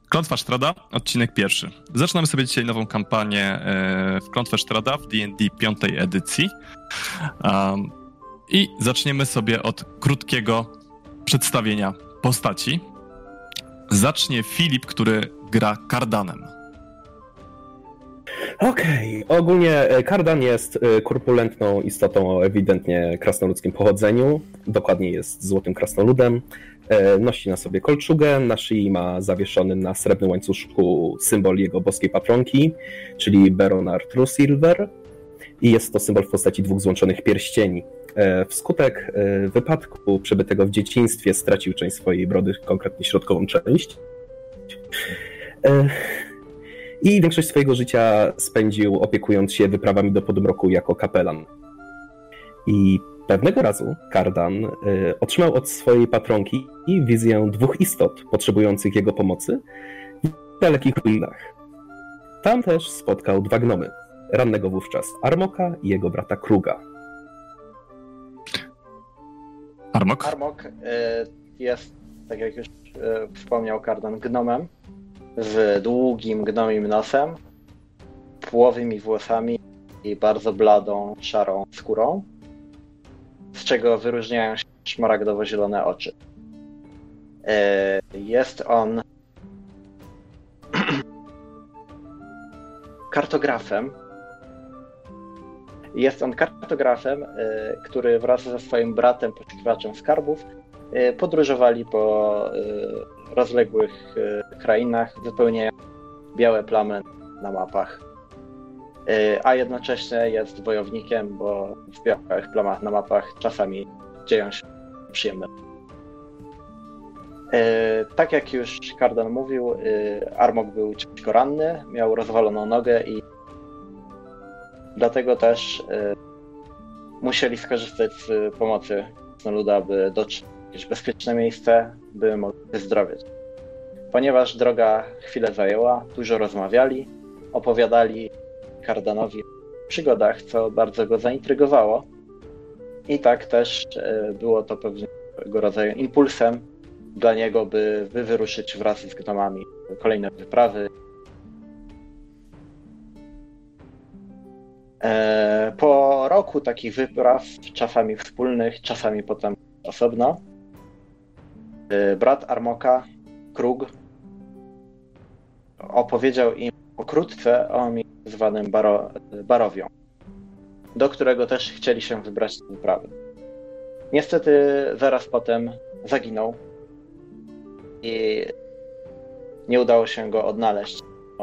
Klątwa Strahda, odcinek 1. Zaczynamy sobie dzisiaj nową kampanię w Klątwę Strahda w D&D 5. edycji. I zaczniemy sobie od krótkiego przedstawienia postaci. Zacznie Filip, który gra Cardanem. Okej. Ogólnie Cardan jest korpulentną istotą o ewidentnie krasnoludzkim pochodzeniu. Dokładnie jest złotym krasnoludem. Nosi na sobie kolczugę, na szyi ma zawieszony na srebrnym łańcuszku symbol jego boskiej patronki, czyli Baronar Truesilver. I jest to symbol w postaci dwóch złączonych pierścieni. Wskutek wypadku przebytego w dzieciństwie stracił część swojej brody, konkretnie środkową część. I większość swojego życia spędził opiekując się wyprawami do Podmroku jako kapelan. I pewnego razu Cardan otrzymał od swojej patronki wizję dwóch istot potrzebujących jego pomocy w dalekich ruinach. Tam też spotkał dwa gnomy, rannego wówczas Armoka i jego brata Kruga. Armok jest, tak jak już wspomniał Cardan, gnomem z długim gnomim nosem, płowymi włosami i bardzo bladą, szarą skórą, z czego wyróżniają się szmaragdowo-zielone oczy. Jest on kartografem. Który wraz ze swoim bratem, poszukiwaczem skarbów, podróżowali po rozległych krainach, wypełniając białe plamy na mapach. A jednocześnie jest wojownikiem, bo w białych plamach na mapach czasami dzieją się przyjemne. Tak jak już Cardan mówił, Armok był ciężko ranny, miał rozwaloną nogę i dlatego też musieli skorzystać z pomocy krasnoluda, by dotrzeć w jakieś bezpieczne miejsce, by mogli wyzdrowieć. Ponieważ droga chwilę zajęła, dużo rozmawiali, opowiadali Cardanowi o przygodach, co bardzo go zaintrygowało. I tak też było to pewnego rodzaju impulsem dla niego, by wyruszyć wraz z gnomami w kolejne wyprawy. Po roku takich wypraw, czasami wspólnych, czasami potem osobno, brat Armoka, Krug, opowiedział im pokrótce o miejscu zwanym Barowią, do którego też chcieli się wybrać na wyprawy. Niestety zaraz potem zaginął i nie udało się go odnaleźć.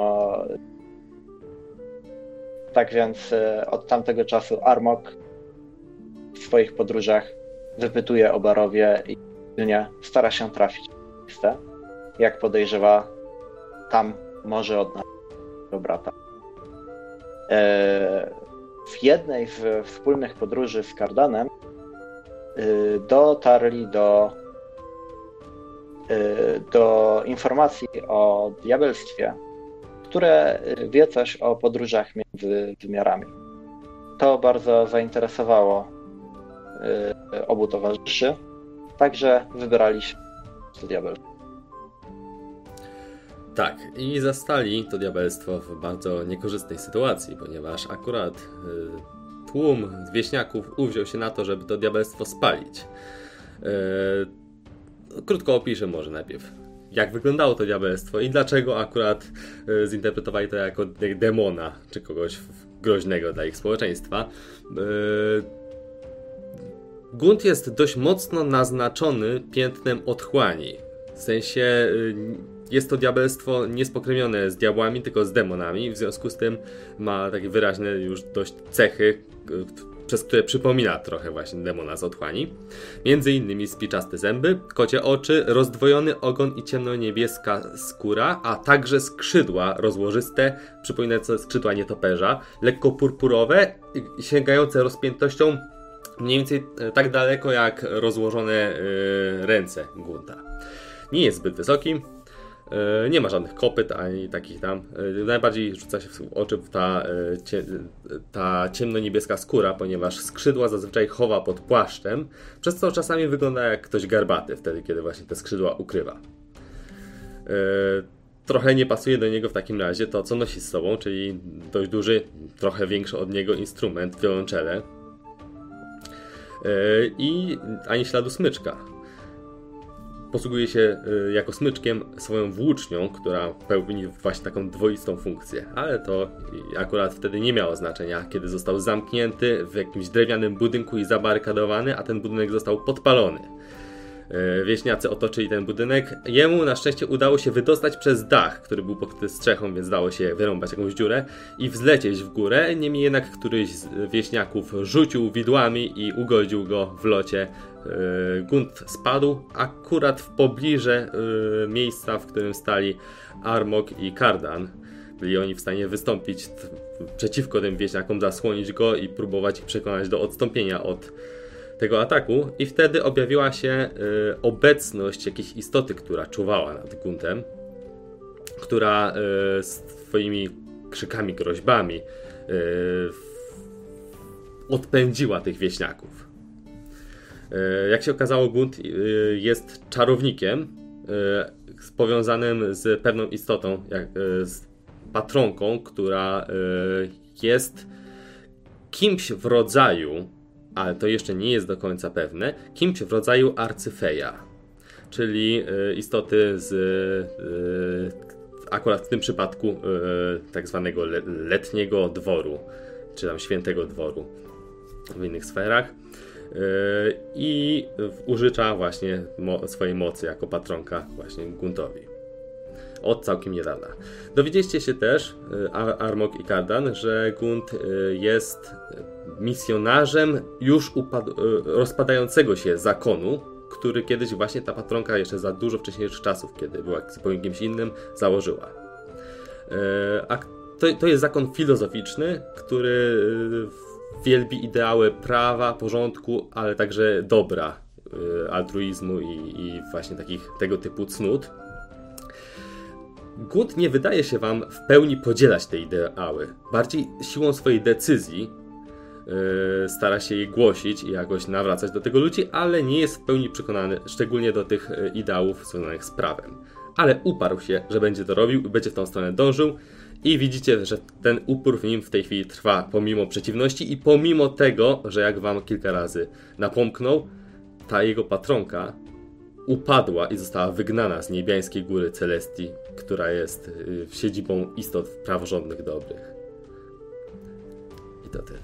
Tak więc od tamtego czasu Armok w swoich podróżach wypytuje o Barowie i stara się trafić w miejsce. Jak podejrzewa, tam może odnaleźć swojego brata. W jednej z wspólnych podróży z Cardanem dotarli do informacji o diabelstwie, które wie coś o podróżach między wymiarami. To bardzo zainteresowało obu towarzyszy, także wybrali się do diabelstwa. Tak, i zastali to diabelstwo w bardzo niekorzystnej sytuacji, ponieważ akurat tłum wieśniaków uwziął się na to, żeby to diabelstwo spalić. Krótko opiszę może najpierw, jak wyglądało to diabelstwo i dlaczego akurat zinterpretowali to jako demona, czy kogoś groźnego dla ich społeczeństwa. Gunt jest dość mocno naznaczony piętnem otchłani. W sensie jest to diabelstwo niespokrewnione z diabłami, tylko z demonami. W związku z tym ma takie wyraźne już dość cechy, przez które przypomina trochę właśnie demona z otchłani. Między innymi spiczaste zęby, kocie oczy, rozdwojony ogon i ciemno-niebieska skóra, a także skrzydła rozłożyste, przypominające skrzydła nietoperza, lekko purpurowe, sięgające rozpiętością mniej więcej tak daleko jak rozłożone ręce Gunta. Nie jest zbyt wysoki, nie ma żadnych kopyt ani takich tam. Najbardziej rzuca się w oczy ta ciemno-niebieska skóra, ponieważ skrzydła zazwyczaj chowa pod płaszczem, przez co czasami wygląda jak ktoś garbaty, wtedy kiedy właśnie te skrzydła ukrywa. trochę nie pasuje do niego w takim razie to, co nosi z sobą, czyli dość duży, trochę większy od niego instrument, wiolonczelę. I ani śladu smyczka. Posługuje się jako smyczkiem swoją włócznią, która pełni właśnie taką dwoistą funkcję. Ale to akurat wtedy nie miało znaczenia, kiedy został zamknięty w jakimś drewnianym budynku i zabarykadowany, a ten budynek został podpalony. Wieśniacy otoczyli ten budynek. Jemu na szczęście udało się wydostać przez dach, który był pokryty strzechą, więc dało się wyrąbać jakąś dziurę i wzlecieć w górę. Niemniej jednak któryś z wieśniaków rzucił widłami i ugodził go w locie. Gunt spadł akurat w pobliżu miejsca, w którym stali Armok i Cardan. Byli oni w stanie wystąpić przeciwko tym wieśniakom, zasłonić go i próbować ich przekonać do odstąpienia od tego ataku. I wtedy objawiła się obecność jakiejś istoty, która czuwała nad Guntem, która swoimi krzykami, groźbami odpędziła tych wieśniaków. Jak się okazało, Gunt jest czarownikiem powiązanym z pewną istotą, z patronką, która jest kimś w rodzaju, ale to jeszcze nie jest do końca pewne, kimś w rodzaju arcyfeja, czyli istoty z akurat w tym przypadku tak zwanego letniego dworu, czy tam świętego dworu w innych sferach. I użycza właśnie swojej mocy jako patronka właśnie Guntowi. Od całkiem niedawna. Dowiedzieliście się też, Armok i Cardan, że Gunt jest misjonarzem już rozpadającego się zakonu, który kiedyś właśnie ta patronka jeszcze za dużo wcześniejszych czasów, kiedy była zupełnie kimś innym, założyła. A to jest zakon filozoficzny, który wielbi ideały prawa, porządku, ale także dobra, altruizmu i właśnie tego typu cnót. Gunt nie wydaje się wam w pełni podzielać te ideały. Bardziej siłą swojej decyzji stara się je głosić i jakoś nawracać do tego ludzi, ale nie jest w pełni przekonany, szczególnie do tych ideałów związanych z prawem. Ale uparł się, że będzie to robił i będzie w tą stronę dążył. I widzicie, że ten upór w nim w tej chwili trwa pomimo przeciwności i pomimo tego, że jak wam kilka razy napomknął, ta jego patronka upadła i została wygnana z niebiańskiej góry Celestii, która jest siedzibą istot praworządnych dobrych. I to tyle.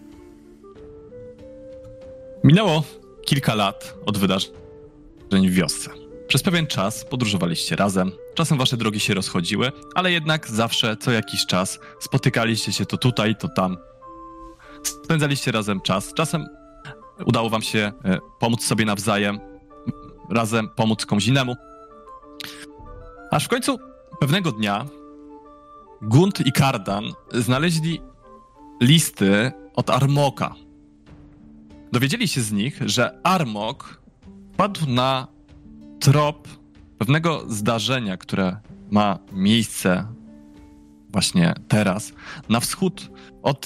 Minęło kilka lat od wydarzeń w wiosce. Przez pewien czas podróżowaliście razem, czasem wasze drogi się rozchodziły, ale jednak zawsze co jakiś czas spotykaliście się to tutaj, to tam. Spędzaliście razem czas, czasem udało wam się pomóc sobie nawzajem, razem pomóc komuś innemu. Aż w końcu pewnego dnia Gunt i Cardan znaleźli listy od Armoka. Dowiedzieli się z nich, że Armok wpadł na trop pewnego zdarzenia, które ma miejsce właśnie teraz, na wschód od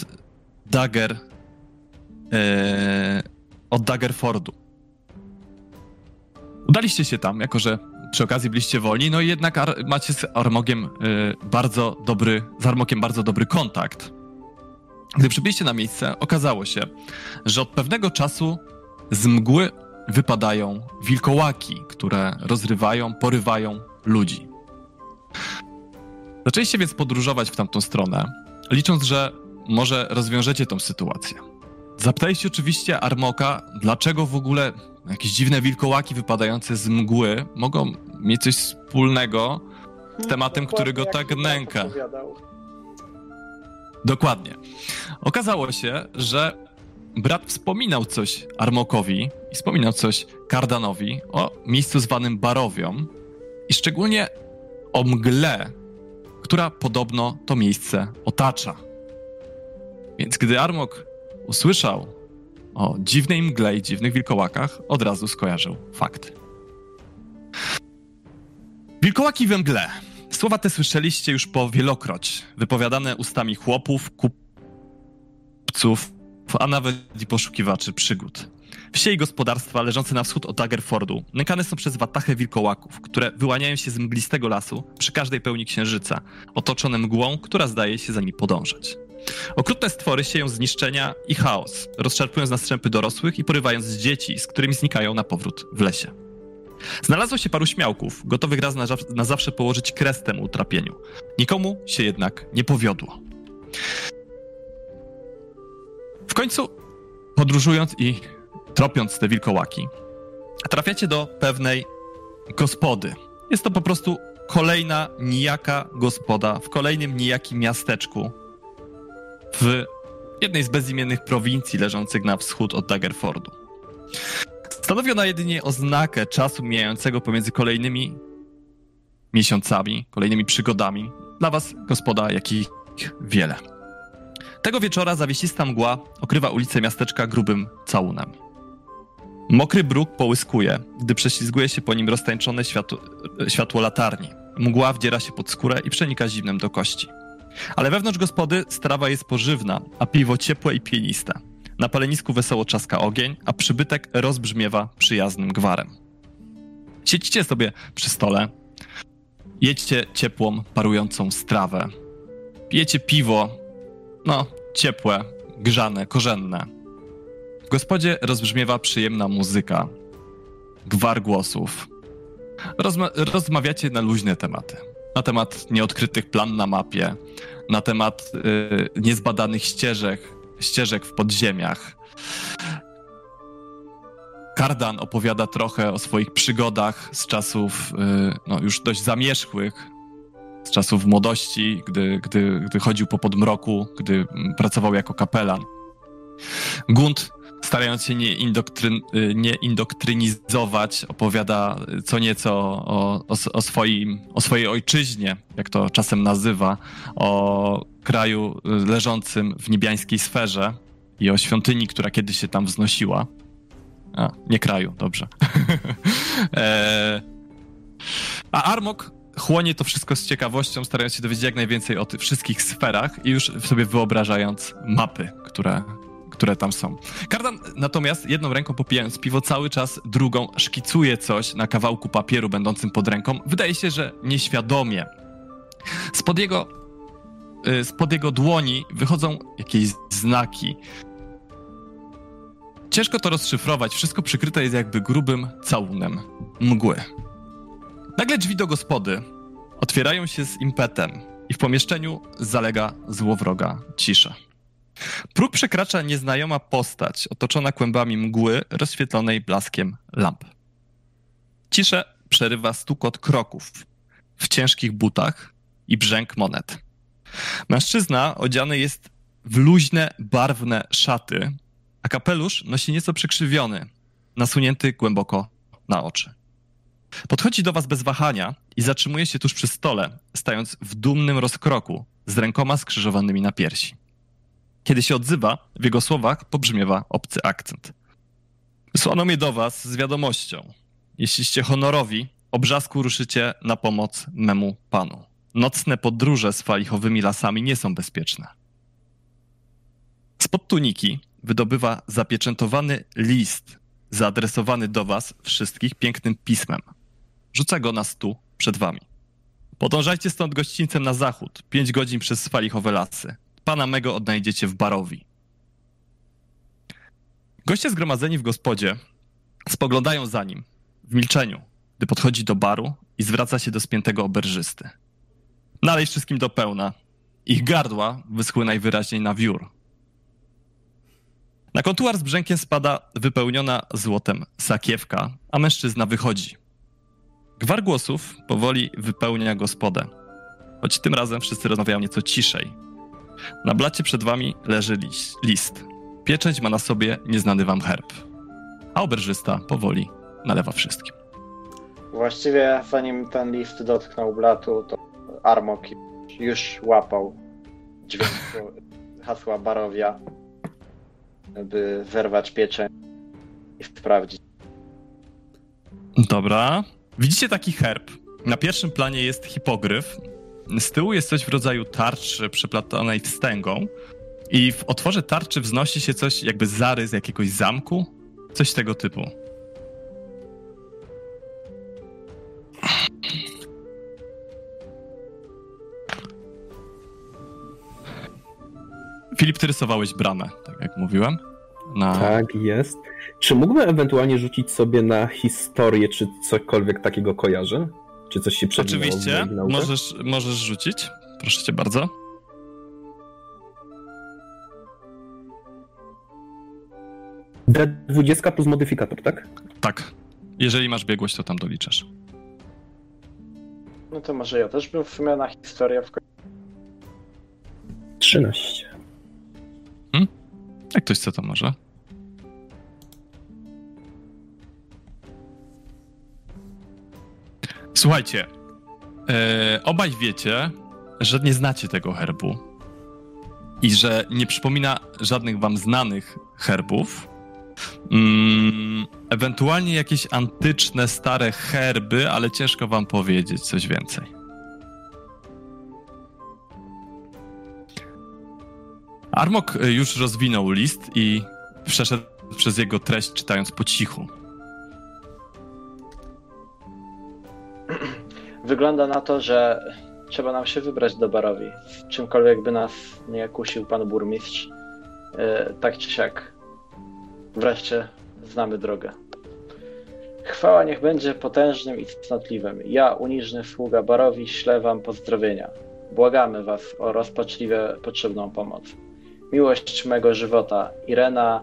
Daggerfordu. Udaliście się tam, jako że przy okazji byliście wolni, no i jednak macie z Armokiem bardzo dobry kontakt. Gdy przybyliście na miejsce, okazało się, że od pewnego czasu z mgły wypadają wilkołaki, które porywają ludzi. Zaczęliście więc podróżować w tamtą stronę, licząc, że może rozwiążecie tą sytuację. Zapytaliście oczywiście Armoka, dlaczego w ogóle jakieś dziwne wilkołaki wypadające z mgły mogą mieć coś wspólnego z tematem, który go tak nęka. Dokładnie. Okazało się, że brat wspominał coś Armokowi i wspominał coś Cardanowi o miejscu zwanym Barowią i szczególnie o mgle, która podobno to miejsce otacza. Więc gdy Armok usłyszał o dziwnej mgle i dziwnych wilkołakach, od razu skojarzył fakty. Wilkołaki we mgle. Słowa te słyszeliście już wielokroć, wypowiadane ustami chłopów, kupców, a nawet i poszukiwaczy przygód. Wsie i gospodarstwa leżące na wschód od Daggerfordu nękane są przez watachę wilkołaków, które wyłaniają się z mglistego lasu przy każdej pełni księżyca, otoczone mgłą, która zdaje się za nimi podążać. Okrutne stwory sieją zniszczenia i chaos, rozszarpując na strzępy dorosłych i porywając dzieci, z którymi znikają na powrót w lesie. Znalazło się paru śmiałków, gotowych raz na zawsze położyć kres temu utrapieniu. Nikomu się jednak nie powiodło. W końcu, podróżując i tropiąc te wilkołaki, trafiacie do pewnej gospody. Jest to po prostu kolejna nijaka gospoda w kolejnym nijakim miasteczku w jednej z bezimiennych prowincji leżących na wschód od Daggerfordu. Stanowi ona jedynie oznakę czasu mijającego pomiędzy kolejnymi miesiącami, kolejnymi przygodami. Dla was gospoda, jakich wiele. Tego wieczora zawiesista mgła okrywa ulicę miasteczka grubym całunem. Mokry bruk połyskuje, gdy prześlizguje się po nim roztańczone światło latarni. Mgła wdziera się pod skórę i przenika zimnem do kości. Ale wewnątrz gospody strawa jest pożywna, a piwo ciepłe i pieniste. Na palenisku wesoło trzaska ogień, a przybytek rozbrzmiewa przyjaznym gwarem. Siedzicie sobie przy stole, jedźcie ciepłą, parującą strawę. Pijecie piwo, ciepłe, grzane, korzenne. W gospodzie rozbrzmiewa przyjemna muzyka, gwar głosów. Rozmawiacie na luźne tematy. Na temat nieodkrytych plan na mapie, na temat niezbadanych ścieżek w podziemiach. Kardan opowiada trochę o swoich przygodach z czasów już dość zamierzchłych, z czasów młodości, gdy chodził po podmroku, gdy pracował jako kapelan. Gunt, starając się nie indoktrynizować, opowiada co nieco o swojej ojczyźnie, jak to czasem nazywa, o kraju leżącym w niebiańskiej sferze i o świątyni, która kiedyś się tam wznosiła. Nie kraju, dobrze. A Armok chłonie to wszystko z ciekawością, starając się dowiedzieć jak najwięcej o tych wszystkich sferach i już sobie wyobrażając mapy, które tam są. Kardan natomiast jedną ręką popijając piwo cały czas, drugą szkicuje coś na kawałku papieru będącym pod ręką. Wydaje się, że nieświadomie. Spod jego dłoni wychodzą jakieś znaki. Ciężko to rozszyfrować. Wszystko przykryte jest jakby grubym całunem mgły. Nagle drzwi do gospody otwierają się z impetem i w pomieszczeniu zalega złowroga cisza. Próg przekracza nieznajoma postać, otoczona kłębami mgły, rozświetlonej blaskiem lamp. Ciszę przerywa stukot kroków w ciężkich butach i brzęk monet. Mężczyzna odziany jest w luźne, barwne szaty, a kapelusz nosi nieco przekrzywiony, nasunięty głęboko na oczy. Podchodzi do was bez wahania i zatrzymuje się tuż przy stole, stając w dumnym rozkroku, z rękoma skrzyżowanymi na piersi. Kiedy się odzywa, w jego słowach pobrzmiewa obcy akcent. Wysłano mnie do was z wiadomością. Jeśliście honorowi, obrzasku ruszycie na pomoc memu panu. Nocne podróże z falichowymi lasami nie są bezpieczne. Spod tuniki wydobywa zapieczętowany list zaadresowany do was wszystkich pięknym pismem. Rzuca go na stół przed wami. Podążajcie stąd gościńcem na zachód, 5 godzin przez falichowe lasy. Pana mego odnajdziecie w Barowi. Goście zgromadzeni w gospodzie spoglądają za nim w milczeniu, gdy podchodzi do baru i zwraca się do spiętego oberżysty. Nalej wszystkim do pełna. Ich gardła wyschły najwyraźniej na wiór. Na kontuar z brzękiem spada wypełniona złotem sakiewka, a mężczyzna wychodzi. Gwar głosów powoli wypełnia gospodę, choć tym razem wszyscy rozmawiają nieco ciszej. Na blacie przed wami leży list. Pieczęć ma na sobie nieznany wam herb. A oberżysta powoli nalewa wszystkim. Właściwie zanim ten list dotknął blatu, to Armok już łapał dźwięk hasła Barowia, by zerwać pieczęć i sprawdzić. Dobra. Widzicie taki herb. Na pierwszym planie jest hipogryf. Z tyłu jest coś w rodzaju tarczy przeplatanej wstęgą i w otworze tarczy wznosi się coś jakby zarys jakiegoś zamku. Coś tego typu. Filip, ty rysowałeś bramę, tak jak mówiłem. Tak jest. Czy mógłbym ewentualnie rzucić sobie na historię, czy cokolwiek takiego kojarzę? Czy coś się przewinęło? Oczywiście, możesz rzucić. Proszę cię bardzo. D20 plus modyfikator, tak? Tak. Jeżeli masz biegłość, to tam doliczasz. No to może ja też bym w sumie na historię 13. Jak ktoś chce, to może. Słuchajcie, obaj wiecie, że nie znacie tego herbu i że nie przypomina żadnych wam znanych herbów. Ewentualnie jakieś antyczne, stare herby, ale ciężko wam powiedzieć coś więcej. Armok już rozwinął list i przeszedł przez jego treść, czytając po cichu. Wygląda na to, że trzeba nam się wybrać do Barowi. Czymkolwiek by nas nie kusił pan burmistrz, tak czy siak. Wreszcie znamy drogę. Chwała niech będzie potężnym i cnotliwym. Ja, uniżny sługa Barowi, ślę wam pozdrowienia. Błagamy was o rozpaczliwie potrzebną pomoc. Miłość mego żywota, Irena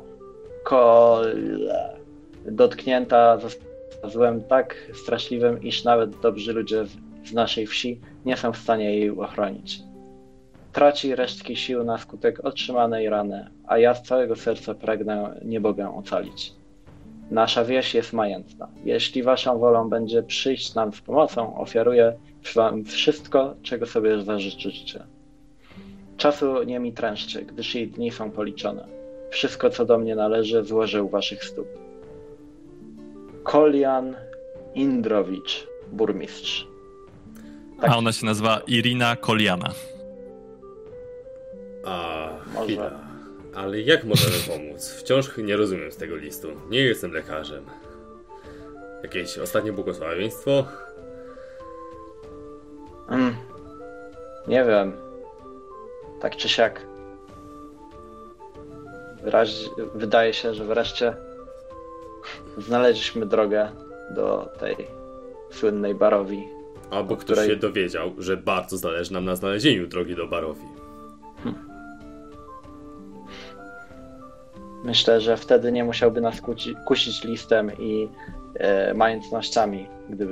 dotknięta złem tak straszliwym, iż nawet dobrzy ludzie z naszej wsi nie są w stanie jej ochronić. Traci resztki sił na skutek otrzymanej rany, a ja z całego serca pragnę niebogę ocalić. Nasza wieś jest majętna. Jeśli waszą wolą będzie przyjść nam z pomocą, ofiaruję wam wszystko, czego sobie zażyczycie. Czasu nie mi tręszczy, gdyż jej dni są policzone. Wszystko, co do mnie należy, złożę u waszych stóp. Kolian Indrowicz, burmistrz. Tak. A ona się nazywa Irina Koliana. Chwila. Ale jak możemy pomóc? Wciąż nie rozumiem z tego listu. Nie jestem lekarzem. Jakieś ostatnie błogosławieństwo? Nie wiem. Tak czy siak. Wydaje się, że wreszcie znaleźliśmy drogę do tej słynnej Barowi. Albo ktoś się dowiedział, że bardzo zależy nam na znalezieniu drogi do Barowi. Myślę, że wtedy nie musiałby nas kusić listem i majątnościami,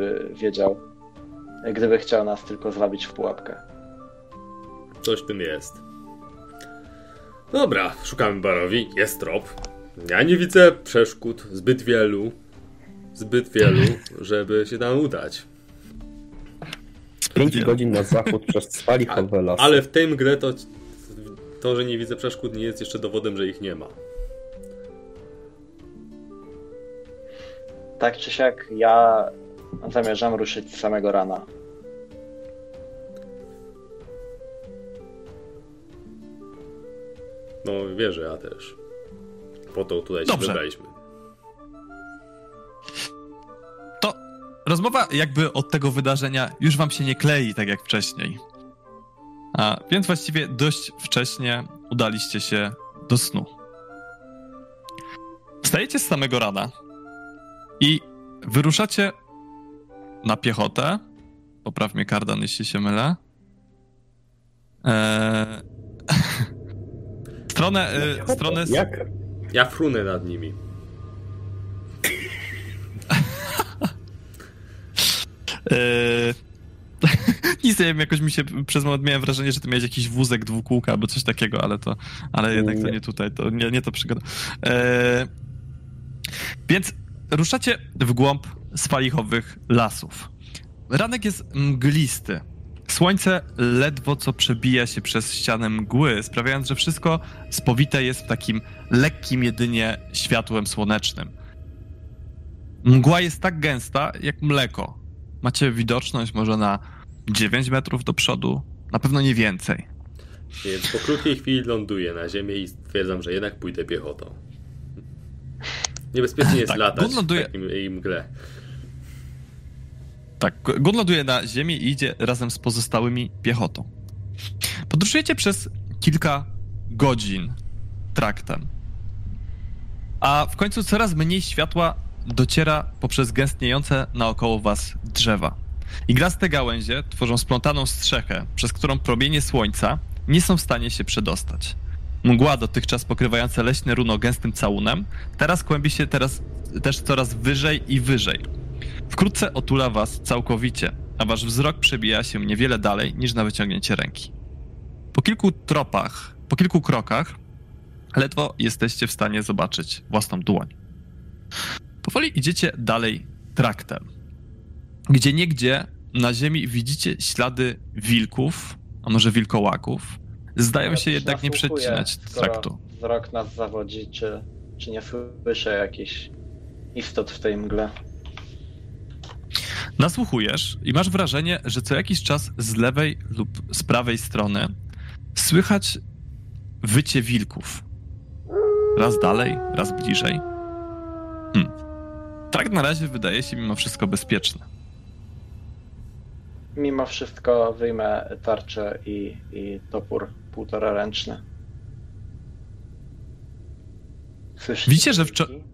gdyby chciał nas tylko zwabić w pułapkę. Coś w tym jest. Dobra, szukamy Barowi, jest trop. Ja nie widzę przeszkód zbyt wielu, żeby się tam udać. 5 godzin na zachód przez spalichowe lasy. Ale w tej grze to, że nie widzę przeszkód, nie jest jeszcze dowodem, że ich nie ma. Tak czy siak, ja zamierzam ruszyć z samego rana. No, wierzę, ja też. Po to tutaj się wybraliśmy. To rozmowa jakby od tego wydarzenia już wam się nie klei tak jak wcześniej. Więc właściwie dość wcześnie udaliście się do snu. Wstajecie z samego rana i wyruszacie na piechotę. Popraw mnie, Kardan, jeśli się mylę. Stronę... Jak? Ja frunę nad nimi. Nic, nie wiem, jakoś mi się przez moment miałem wrażenie, że ty miałeś jakiś wózek dwukółka albo coś takiego, ale jednak to nie tutaj, to nie to przygoda. Więc ruszacie w głąb spalichowych lasów. Ranek jest mglisty. Słońce ledwo co przebija się przez ścianę mgły, sprawiając, że wszystko spowite jest w takim lekkim jedynie światłem słonecznym. Mgła jest tak gęsta jak mleko. Macie widoczność może na 9 metrów do przodu, na pewno nie więcej. Więc po krótkiej chwili ląduję na ziemię i stwierdzam, że jednak pójdę piechotą. Niebezpiecznie jest Tak, latać Gun ląduje- w takiej mgle. Tak, Gun ląduje na ziemi i idzie razem z pozostałymi piechotą. Podróżujecie przez kilka godzin traktem. A w końcu coraz mniej światła dociera poprzez gęstniejące naokoło was drzewa. Iglaste gałęzie tworzą splątaną strzechę, przez którą promienie słońca nie są w stanie się przedostać. Mgła, dotychczas pokrywająca leśne runo gęstym całunem, teraz kłębi się też coraz wyżej i wyżej. Wkrótce otula was całkowicie, a wasz wzrok przebija się niewiele dalej niż na wyciągnięcie ręki. Po kilku krokach ledwo jesteście w stanie zobaczyć własną dłoń. Powoli idziecie dalej traktem. Gdzieniegdzie na ziemi widzicie ślady wilków, a może wilkołaków. Zdają się jednak nie przecinać traktu. Wzrok nas zawodzi, czy nie słyszę jakichś istot w tej mgle. Nasłuchujesz i masz wrażenie, że co jakiś czas z lewej lub z prawej strony słychać wycie wilków. Raz dalej, raz bliżej. Trakt na razie wydaje się mimo wszystko bezpieczny. Mimo wszystko wyjmę tarczę i topór 1,5-ręczny. Słyszycie? Widzicie, że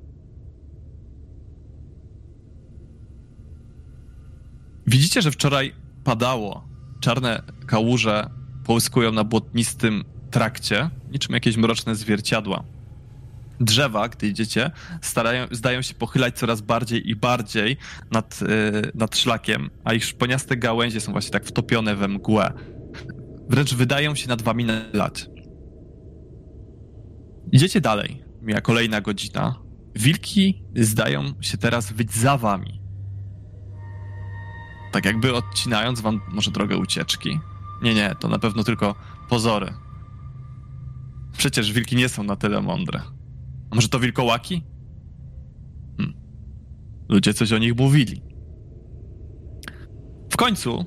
Widzicie, że wczoraj padało. Czarne kałuże połyskują na błotnistym trakcie, niczym jakieś mroczne zwierciadła. Drzewa, gdy idziecie, zdają się pochylać coraz bardziej i bardziej nad szlakiem, a ich szponiaste gałęzie są właśnie tak wtopione we mgłę. Wręcz wydają się nad wami lać. Idziecie dalej. Mija kolejna godzina. Wilki zdają się teraz wyć za wami. Tak jakby odcinając wam może drogę ucieczki. Nie, to na pewno tylko pozory. Przecież wilki nie są na tyle mądre. A może to wilkołaki? Ludzie coś o nich mówili. W końcu,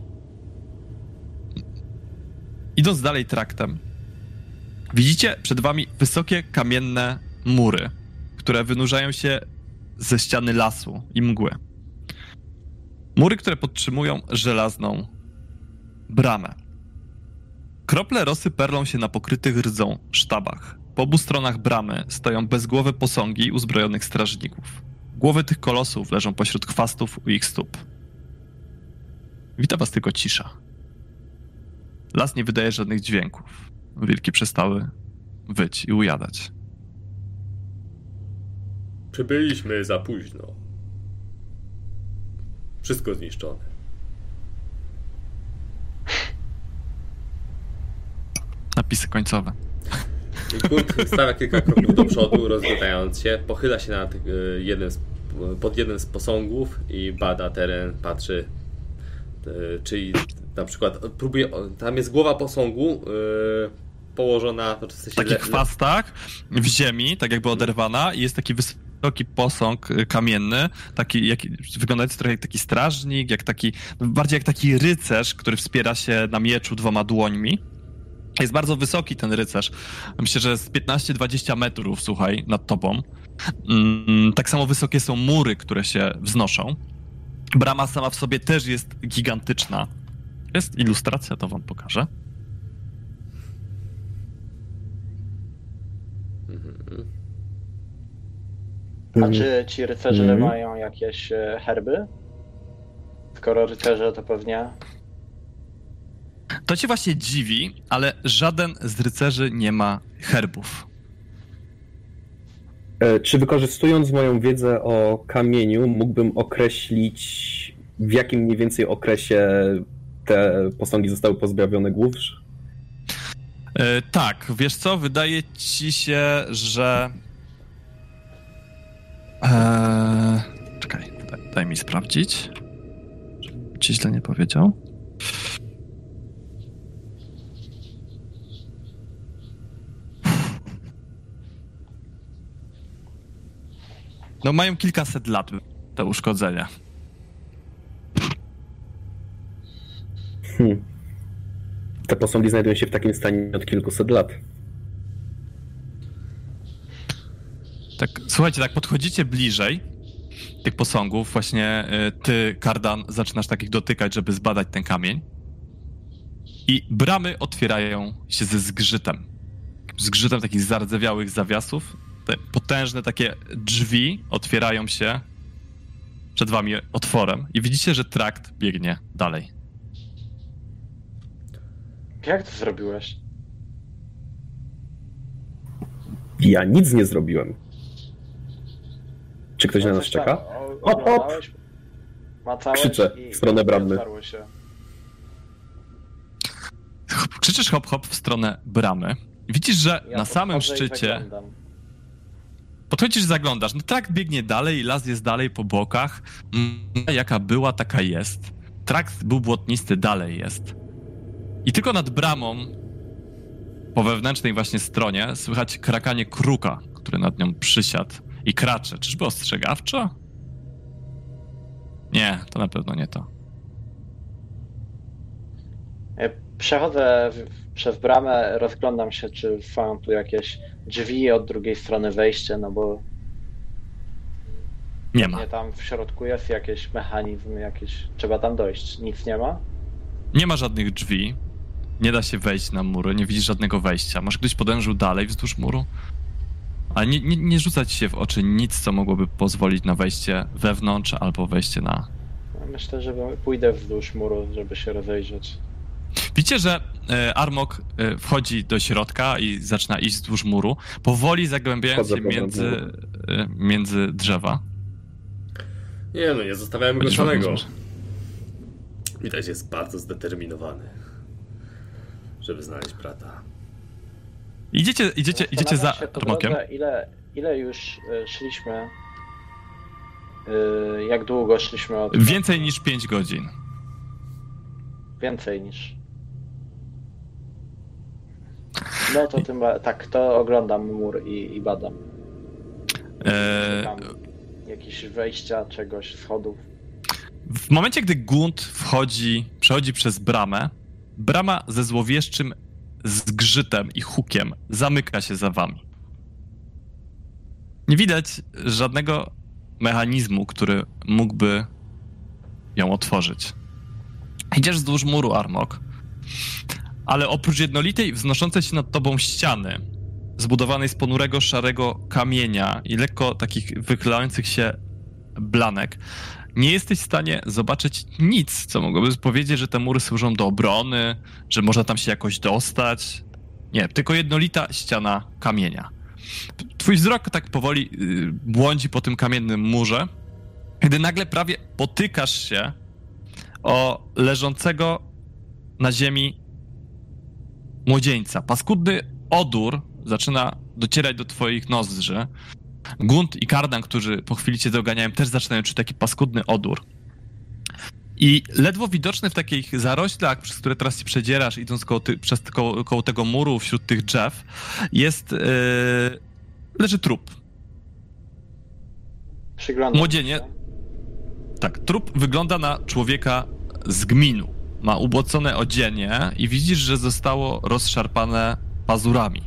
idąc dalej traktem, widzicie przed wami wysokie kamienne mury, które wynurzają się ze ściany lasu i mgły. Mury, które podtrzymują żelazną bramę. Krople rosy perlą się na pokrytych rdzą sztabach. Po obu stronach bramy stoją bezgłowe posągi uzbrojonych strażników. Głowy tych kolosów leżą pośród chwastów u ich stóp. Wita was tylko cisza. Las nie wydaje żadnych dźwięków. Wilki przestały wyć i ujadać. Przybyliśmy za późno. Wszystko zniszczone. Napisy końcowe. Kurt stawia kilka kroków do przodu, rozglądając się, pochyla się nad pod jednym z posągów i bada teren, patrzy, czyli na przykład próbuje, tam jest głowa posągu położona w sensie w takich chwastach w ziemi, tak jakby oderwana, i jest taki wysoki posąg kamienny, taki wyglądający trochę jak taki strażnik, bardziej jak taki rycerz, który wspiera się na mieczu 2 dłońmi. Jest bardzo wysoki ten rycerz. Myślę, że jest 15-20 metrów, słuchaj, nad tobą. Tak samo wysokie są mury, które się wznoszą. Brama sama w sobie też jest gigantyczna. Jest ilustracja, to wam pokażę. A czy ci rycerze mają jakieś herby? Skoro rycerze, to pewnie... To cię właśnie dziwi, ale żaden z rycerzy nie ma herbów. Czy wykorzystując moją wiedzę o kamieniu, mógłbym określić, w jakim mniej więcej okresie te posągi zostały pozbawione głów? Tak, wiesz co, wydaje ci się, że... Czekaj, daj mi sprawdzić, żebym ci źle nie powiedział. No mają kilkaset lat te uszkodzenia. Te posągi znajdują się w takim stanie od kilkuset lat. Tak, słuchajcie, tak podchodzicie bliżej tych posągów, właśnie ty, Kardan, zaczynasz takich dotykać, żeby zbadać ten kamień. I bramy otwierają się ze zgrzytem. Zgrzytem takich zardzewiałych zawiasów. Te potężne takie drzwi otwierają się przed wami otworem i widzicie, że trakt biegnie dalej. Jak to zrobiłeś? Ja nic nie zrobiłem. Czy ktoś na nas czeka? Hop, hop! Macałeś Krzyczę w stronę bramy. Się. Krzyczysz hop hop w stronę bramy. Widzisz, że na samym szczycie... Podchodzisz i zaglądasz. No trakt biegnie dalej, las jest dalej po bokach. Jaka była, taka jest. Trakt był błotnisty, dalej jest. I tylko nad bramą, po wewnętrznej właśnie stronie, słychać krakanie kruka, który nad nią przysiadł i kracze. Czyżby ostrzegawczo? Nie, to na pewno nie to. Przechodzę przez bramę, rozglądam się, czy są tu jakieś drzwi od drugiej strony wejście, no bo Nie ma. nie, tam w środku jest jakiś mechanizm, trzeba tam dojść. Nic nie ma? Nie ma żadnych drzwi. Nie da się wejść na mury, nie widzisz żadnego wejścia. Może ktoś podążył dalej wzdłuż muru? Ale nie rzucać się w oczy nic, co mogłoby pozwolić na wejście wewnątrz albo wejście na... Myślę, że pójdę wzdłuż muru, żeby się rozejrzeć. Widzicie, że Armok wchodzi do środka i zaczyna iść wzdłuż muru, powoli zagłębiając się między drzewa. Nie no, nie zostawiamy go samego. Widać, jest bardzo zdeterminowany, żeby znaleźć brata. Idziecie za Armokiem. Ile już szliśmy? Jak długo szliśmy od... Więcej niż 5 godzin. Więcej niż... No to tak, to oglądam mur i badam. Szukam jakieś wejścia, czegoś, schodów. W momencie, gdy Gund przechodzi przez bramę, brama ze złowieszczym zgrzytem i hukiem zamyka się za wami. Nie widać żadnego mechanizmu, który mógłby ją otworzyć. Idziesz wzdłuż muru, Armok, ale oprócz jednolitej, wznoszącej się nad tobą ściany, zbudowanej z ponurego, szarego kamienia i lekko takich wychylających się blanek, nie jesteś w stanie zobaczyć nic, co mogłoby powiedzieć, że te mury służą do obrony, że można tam się jakoś dostać. Nie, tylko jednolita ściana kamienia. Twój wzrok tak powoli błądzi po tym kamiennym murze, gdy nagle prawie potykasz się o leżącego na ziemi młodzieńca. Paskudny odór zaczyna docierać do twoich nozdrzy. Gund i Kardan, którzy po chwili cię doganiają, też zaczynają czuć taki paskudny odór. I ledwo widoczny w takich zaroślach, przez które teraz się przedzierasz, idąc koło tego muru wśród tych drzew, leży trup. Młodzienie. Tak, trup wygląda na człowieka z gminu. Ma ubłocone odzienie i widzisz, że zostało rozszarpane pazurami.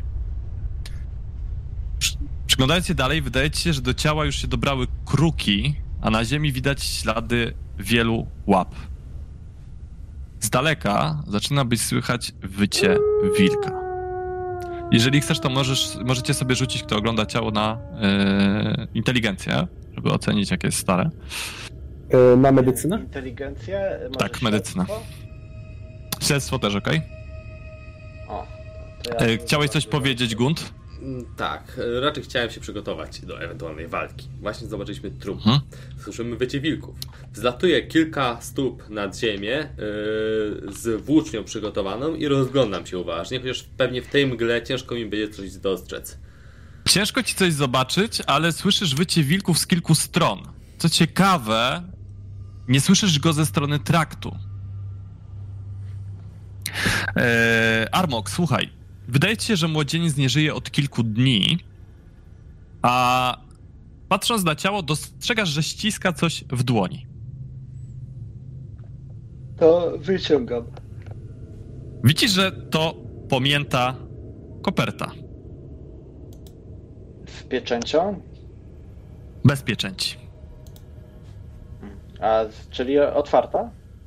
Przyglądając się dalej, wydaje ci się, że do ciała już się dobrały kruki, a na ziemi widać ślady wielu łap. Z daleka zaczyna być słychać wycie wilka. Jeżeli chcesz, to możecie sobie rzucić, kto ogląda ciało, na inteligencję, żeby ocenić, jakie jest stare. Na medycynę? Inteligencję? Tak, medycyna. Śledztwo też, okej? O. Chciałeś coś powiedzieć, Gund? Tak, raczej chciałem się przygotować do ewentualnej walki. Właśnie zobaczyliśmy trup. Słyszymy wycie wilków. Wzlatuję kilka stóp nad ziemię z włócznią przygotowaną i rozglądam się uważnie, chociaż pewnie w tej mgle ciężko mi będzie coś dostrzec. Ciężko ci coś zobaczyć, ale słyszysz wycie wilków z kilku stron. Co ciekawe, nie słyszysz go ze strony traktu. Armok, słuchaj. Wydaje ci się, że młodzieniec nie żyje od kilku dni, a patrząc na ciało, dostrzegasz, że ściska coś w dłoni. To wyciągam. Widzisz, że to pamięta koperta. Z pieczęcią? Bez pieczęci. Czyli otwarta?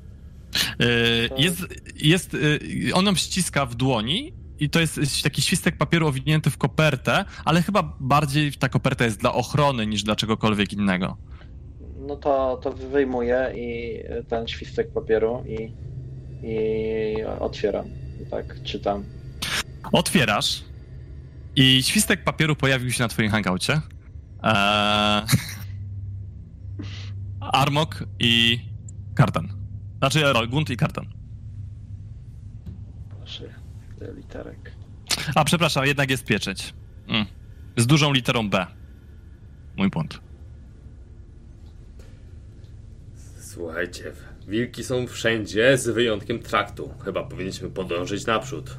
On ją ściska w dłoni i to jest taki świstek papieru owinięty w kopertę, ale chyba bardziej ta koperta jest dla ochrony niż dla czegokolwiek innego. No to wyjmuję i ten świstek papieru i otwieram. I tak czytam. Otwierasz i świstek papieru pojawił się na twoim hangoucie. Armok i Kartan. Znaczy Gunt i Kartan. Proszę, literek. A przepraszam, jednak jest pieczęć. Z dużą literą B. Mój błąd. Słuchajcie, wilki są wszędzie z wyjątkiem traktu. Chyba powinniśmy podążyć naprzód.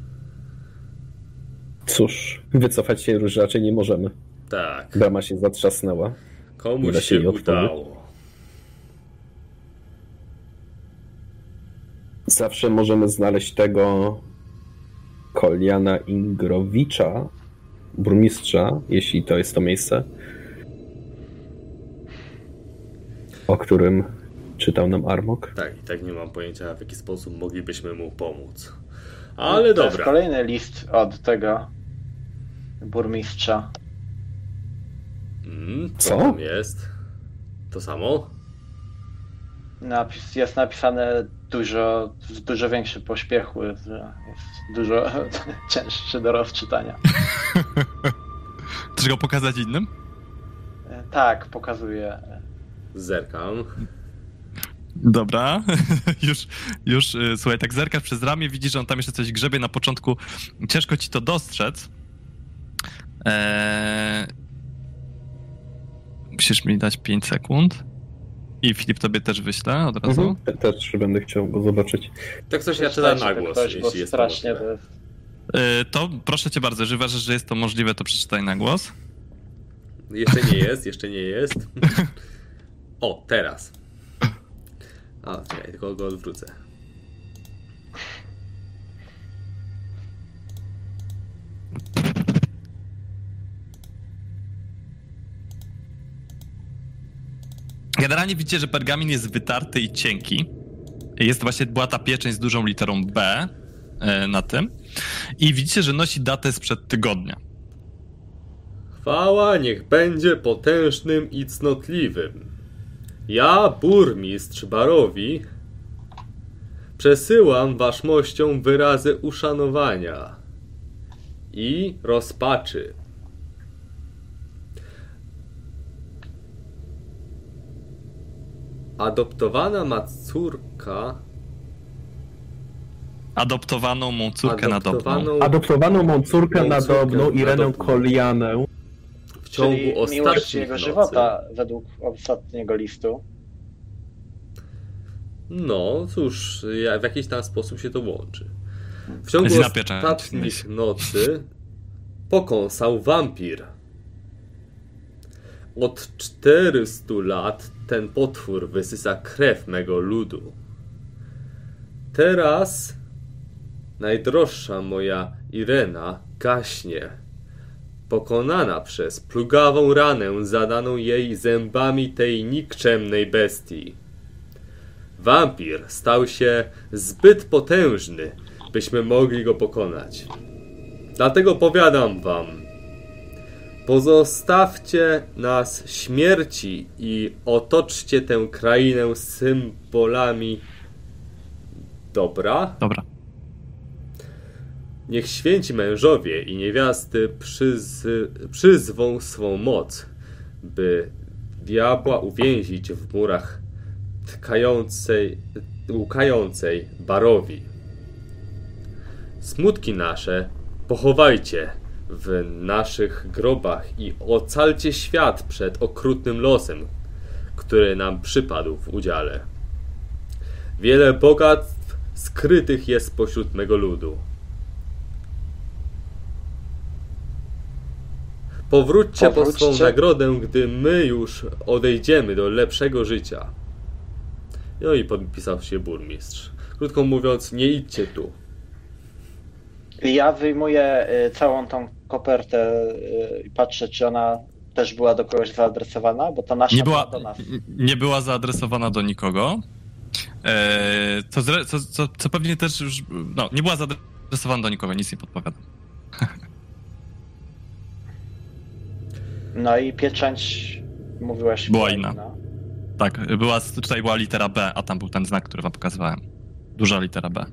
Cóż, wycofać się już raczej nie możemy. Tak. Brama się zatrzasnęła. Komuś się udało. Zawsze możemy znaleźć tego Koliana Ingrowicza, burmistrza, jeśli to jest to miejsce, o którym czytał nam Armok. Tak, i tak nie mam pojęcia, w jaki sposób moglibyśmy mu pomóc. Ale to dobra. jest kolejny list od tego burmistrza. Co? Tam jest? To samo? Jest napisane w dużo większym pośpiechu, jest dużo cięższy do rozczytania. Chcesz go pokazać innym? Tak, pokazuję. Zerkam. Dobra, już słuchaj, tak zerkasz przez ramię, widzisz, że on tam jeszcze coś grzebie na początku. Ciężko ci to dostrzec. Musisz mi dać 5 sekund. I Filip, tobie też wyślę od razu. Też będę chciał go zobaczyć. Tak coś ja czytam na głos, jeśli jest strasznie możliwe. To proszę cię bardzo, jeżeli uważasz, że jest to możliwe, to przeczytaj na głos. Jeszcze nie jest. O, teraz. A, czekaj, tylko go odwrócę. Generalnie widzicie, że pergamin jest wytarty i cienki. Była ta pieczęć z dużą literą B na tym. I widzicie, że nosi datę sprzed tygodnia. Chwała niech będzie potężnym i cnotliwym. Ja, burmistrz Barowi, przesyłam waszmościom wyrazy uszanowania i rozpaczy. Adoptowana ma córka... Adoptowaną mą córkę nadobną. Adoptowaną mą córkę nadobną, Irenę Kolianę. W ciągu Czyli miłość ostatnich jego nocy. żywota według ostatniego listu. No, cóż, w jakiś tam sposób się to łączy. W ciągu ostatnich nocy pokąsał wampir. Od 400 lat ten potwór wysysa krew mego ludu. Teraz najdroższa moja Irena gaśnie, pokonana przez plugawą ranę zadaną jej zębami tej nikczemnej bestii. Wampir stał się zbyt potężny, byśmy mogli go pokonać. Dlatego powiadam wam, pozostawcie nas śmierci i otoczcie tę krainę symbolami dobra. Dobra. Niech święci mężowie i niewiasty przyzwą swą moc, by diabła uwięzić w murach łkającej Barowi. Smutki nasze pochowajcie w naszych grobach i ocalcie świat przed okrutnym losem, który nam przypadł w udziale. Wiele bogactw skrytych jest pośród mego ludu. Powróćcie po swą nagrodę, gdy my już odejdziemy do lepszego życia. No i podpisał się burmistrz. Krótko mówiąc, nie idźcie tu. Ja wyjmuję całą tą kopertę i patrzę, czy ona też była do kogoś zaadresowana? Bo ta nasza była do nas. Nie była zaadresowana do nikogo. Co pewnie też już... No, nie była zaadresowana do nikogo, nic nie podpowiadam. No i pieczęć, mówiłaś... Była inna. Tak, tutaj była litera B, a tam był ten znak, który wam pokazywałem. Duża litera B.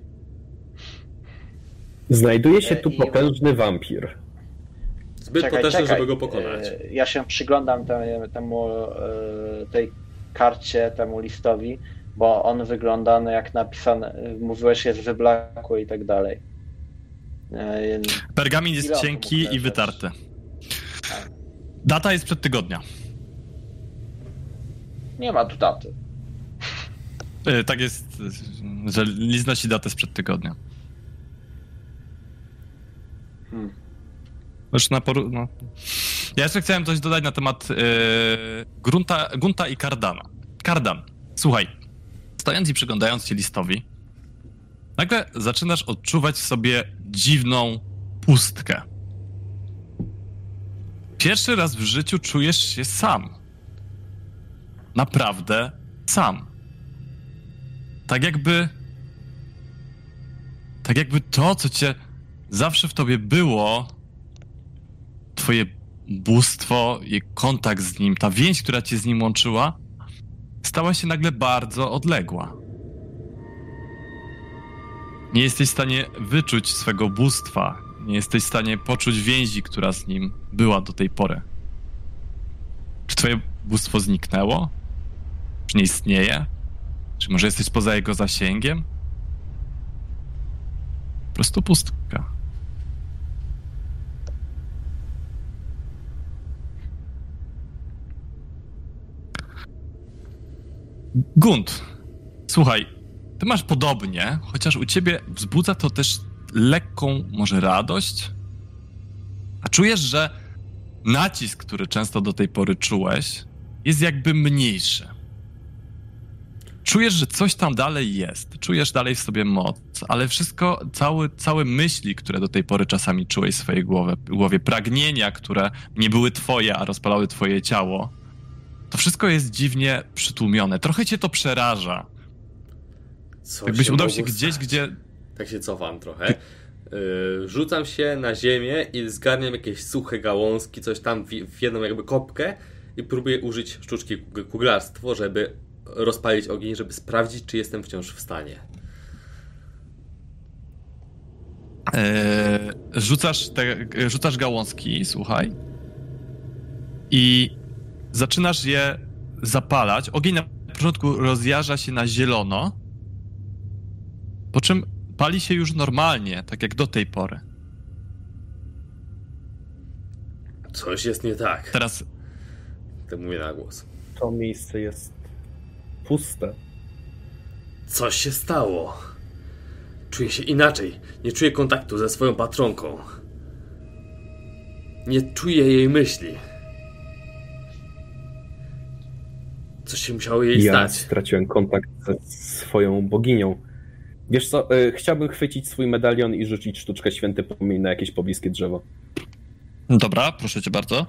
Znajduje się tu potężny wampir. Zbyt potężny, żeby go pokonać. Ja się przyglądam tej karcie, temu listowi, bo on wygląda jak napisane, mówiłeś, jest wyblakły i tak dalej. Pergamin jest cienki i wytarty. Data jest sprzed tygodnia. Nie ma tu daty. Tak jest, że list nosi datę sprzed tygodnia. Już no. Ja jeszcze chciałem coś dodać na temat Gunta i Cardana. Cardan, słuchaj, stojąc i przyglądając się listowi, nagle zaczynasz odczuwać w sobie dziwną pustkę. Pierwszy raz w życiu czujesz się sam. Naprawdę sam. Tak jakby to, co cię zawsze w tobie było, twoje bóstwo i kontakt z nim, ta więź, która cię z nim łączyła, stała się nagle bardzo odległa. Nie jesteś w stanie wyczuć swego bóstwa, nie jesteś w stanie poczuć więzi, która z nim była do tej pory. Czy twoje bóstwo zniknęło? Czy nie istnieje? Czy może jesteś poza jego zasięgiem? Po prostu pustka. Gunt, słuchaj, ty masz podobnie, chociaż u ciebie wzbudza to też lekką może radość? A czujesz, że nacisk, który często do tej pory czułeś, jest jakby mniejszy. Czujesz, że coś tam dalej jest, czujesz dalej w sobie moc, ale wszystko, całe myśli, które do tej pory czasami czułeś w swojej głowie, pragnienia, które nie były twoje, a rozpalały twoje ciało, to wszystko jest dziwnie przytłumione. Trochę cię to przeraża. Jakbyś udał się gdzieś, gdzie... Tak się cofam trochę. Rzucam się na ziemię i zgarniam jakieś suche gałązki, coś tam w jedną jakby kopkę i próbuję użyć sztuczki kuglarstwo, żeby rozpalić ogień, żeby sprawdzić, czy jestem wciąż w stanie. Rzucasz gałązki, słuchaj, i zaczynasz je zapalać. Ogień na początku rozjarza się na zielono, po czym pali się już normalnie, tak jak do tej pory. Coś jest nie tak. Teraz... To mówię na głos. To miejsce jest puste. Coś się stało. Czuję się inaczej. Nie czuję kontaktu ze swoją patronką. Nie czuję jej myśli. Coś się musiało jej stać. Ja straciłem kontakt ze swoją boginią. Wiesz co, chciałbym chwycić swój medalion i rzucić sztuczkę święty płomień na jakieś pobliskie drzewo. Dobra, proszę cię bardzo.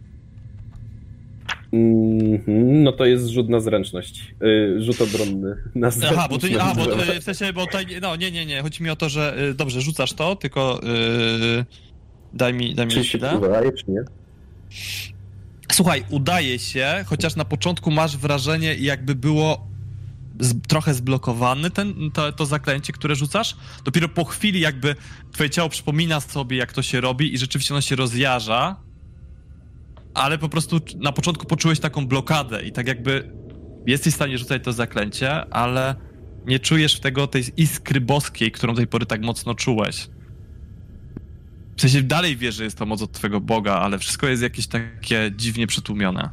No to jest rzut na zręczność. Rzut obronny na zręczność. W sensie, bo tutaj, no nie, chodzi mi o to, że dobrze, rzucasz to, tylko daj mi Czy się udaje, czy nie? Słuchaj, udaje się, chociaż na początku masz wrażenie, jakby było trochę zblokowany to zaklęcie, które rzucasz. Dopiero po chwili jakby twoje ciało przypomina sobie, jak to się robi i rzeczywiście ono się rozjarza, ale po prostu na początku poczułeś taką blokadę i tak jakby jesteś w stanie rzucać to zaklęcie, ale nie czujesz tej iskry boskiej, którą do tej pory tak mocno czułeś. W sensie dalej wiesz, że jest to moc od twojego Boga, ale wszystko jest jakieś takie dziwnie przytłumione.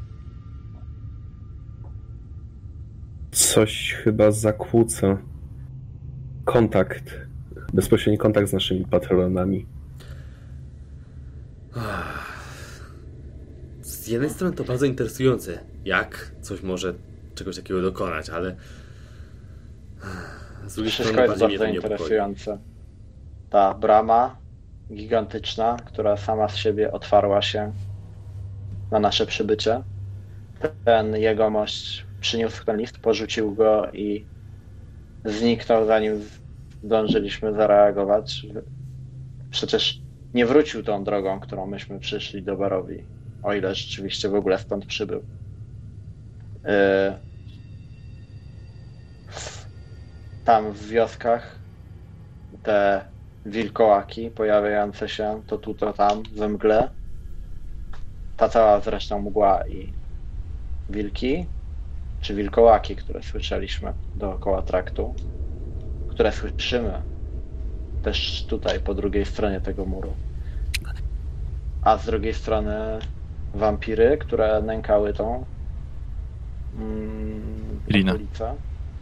Coś chyba zakłóca bezpośredni kontakt z naszymi patronami. Z jednej strony to bardzo interesujące, jak coś może czegoś takiego dokonać, ale z drugiej strony wszystko jest bardziej bardzo mnie to interesujące. Ta brama gigantyczna, która sama z siebie otwarła się. na nasze przybycie. Ten jegomość przyniósł ten list, porzucił go i zniknął, zanim zdążyliśmy zareagować. Przecież nie wrócił tą drogą, którą myśmy przyszli do Barowi, o ile rzeczywiście w ogóle stąd przybył. Tam w wioskach te wilkołaki pojawiające się to tu, to tam we mgle. Ta cała zresztą mgła i wilki, czy wilkołaki, które słyszeliśmy dookoła traktu, które słyszymy też tutaj po drugiej stronie tego muru. A z drugiej strony wampiry, które nękały tą okolicę.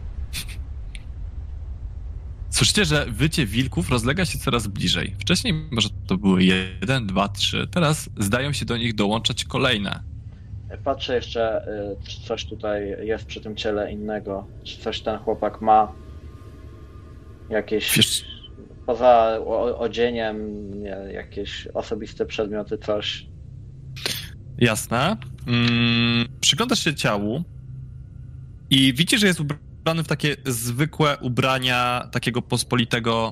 Słyszycie, że wycie wilków rozlega się coraz bliżej. Wcześniej może to były 1, 2, 3. Teraz zdają się do nich dołączać kolejne. Patrzę jeszcze, czy coś tutaj jest przy tym ciele innego. Czy coś ten chłopak ma jakieś... Wiesz, poza odzieniem, jakieś osobiste przedmioty, coś. jasne. Przyglądasz się ciału i widzisz, że jest ubrany w takie zwykłe ubrania takiego pospolitego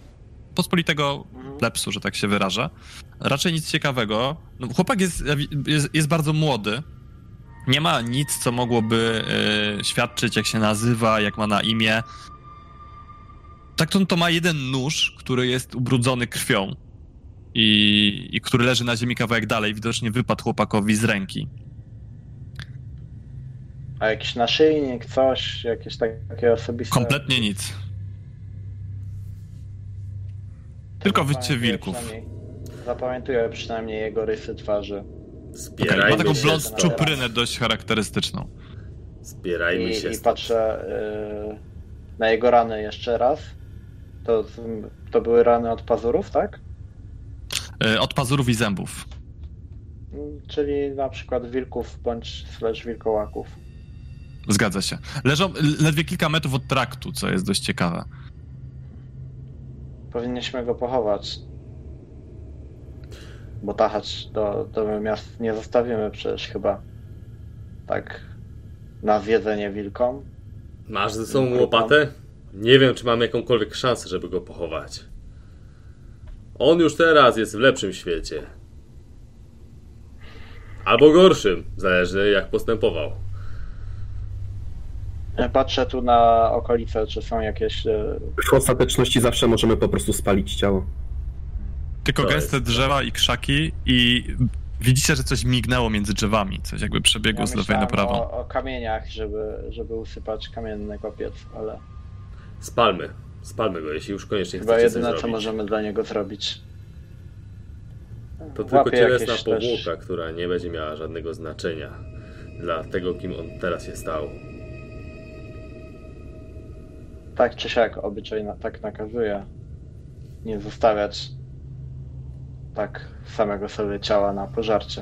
plepsu, że tak się wyrażę. Raczej nic ciekawego. No, chłopak jest bardzo młody. Nie ma nic, co mogłoby świadczyć, jak się nazywa, jak ma na imię. Tak to ma jeden nóż, który jest ubrudzony krwią i który leży na ziemi kawałek dalej. Widocznie wypadł chłopakowi z ręki. A jakiś naszyjnik, coś, jakieś takie osobiste... Kompletnie nic. Tylko wycie wilków. Zapamiętuję przynajmniej jego rysy twarzy. Ma taką blond czuprynę dość charakterystyczną. Zbierajmy się. I patrzę na jego rany jeszcze raz. To były rany od pazurów, tak? Od pazurów i zębów. Czyli na przykład wilków bądź wilkołaków. Zgadza się. Leżą ledwie kilka metrów od traktu, co jest dość ciekawe. Powinniśmy go pochować. Bo tachać do miast nie zostawimy przecież chyba. Tak na zjedzenie wilkom. Masz ze sobą łopatę? Nie wiem, czy mam jakąkolwiek szansę, żeby go pochować. On już teraz jest w lepszym świecie. Albo gorszym, zależy jak postępował. Patrzę tu na okolice, czy są jakieś... W ostateczności zawsze możemy po prostu spalić ciało. Tylko To gęste jest... drzewa i krzaki i widzicie, że coś mignęło między drzewami. Coś jakby przebiegło z lewej na prawą. O kamieniach, żeby usypać kamienny kopiec, ale... Spalmy go, jeśli już koniecznie chyba chcecie coś jedyne, co zrobić. możemy dla niego zrobić. To tylko cielesna jakieś powłoka, która nie będzie miała żadnego znaczenia dla tego, kim on teraz się stał. Tak czy siak, obyczaj tak nakazuje. Nie zostawiać tak samego sobie ciała na pożarcie.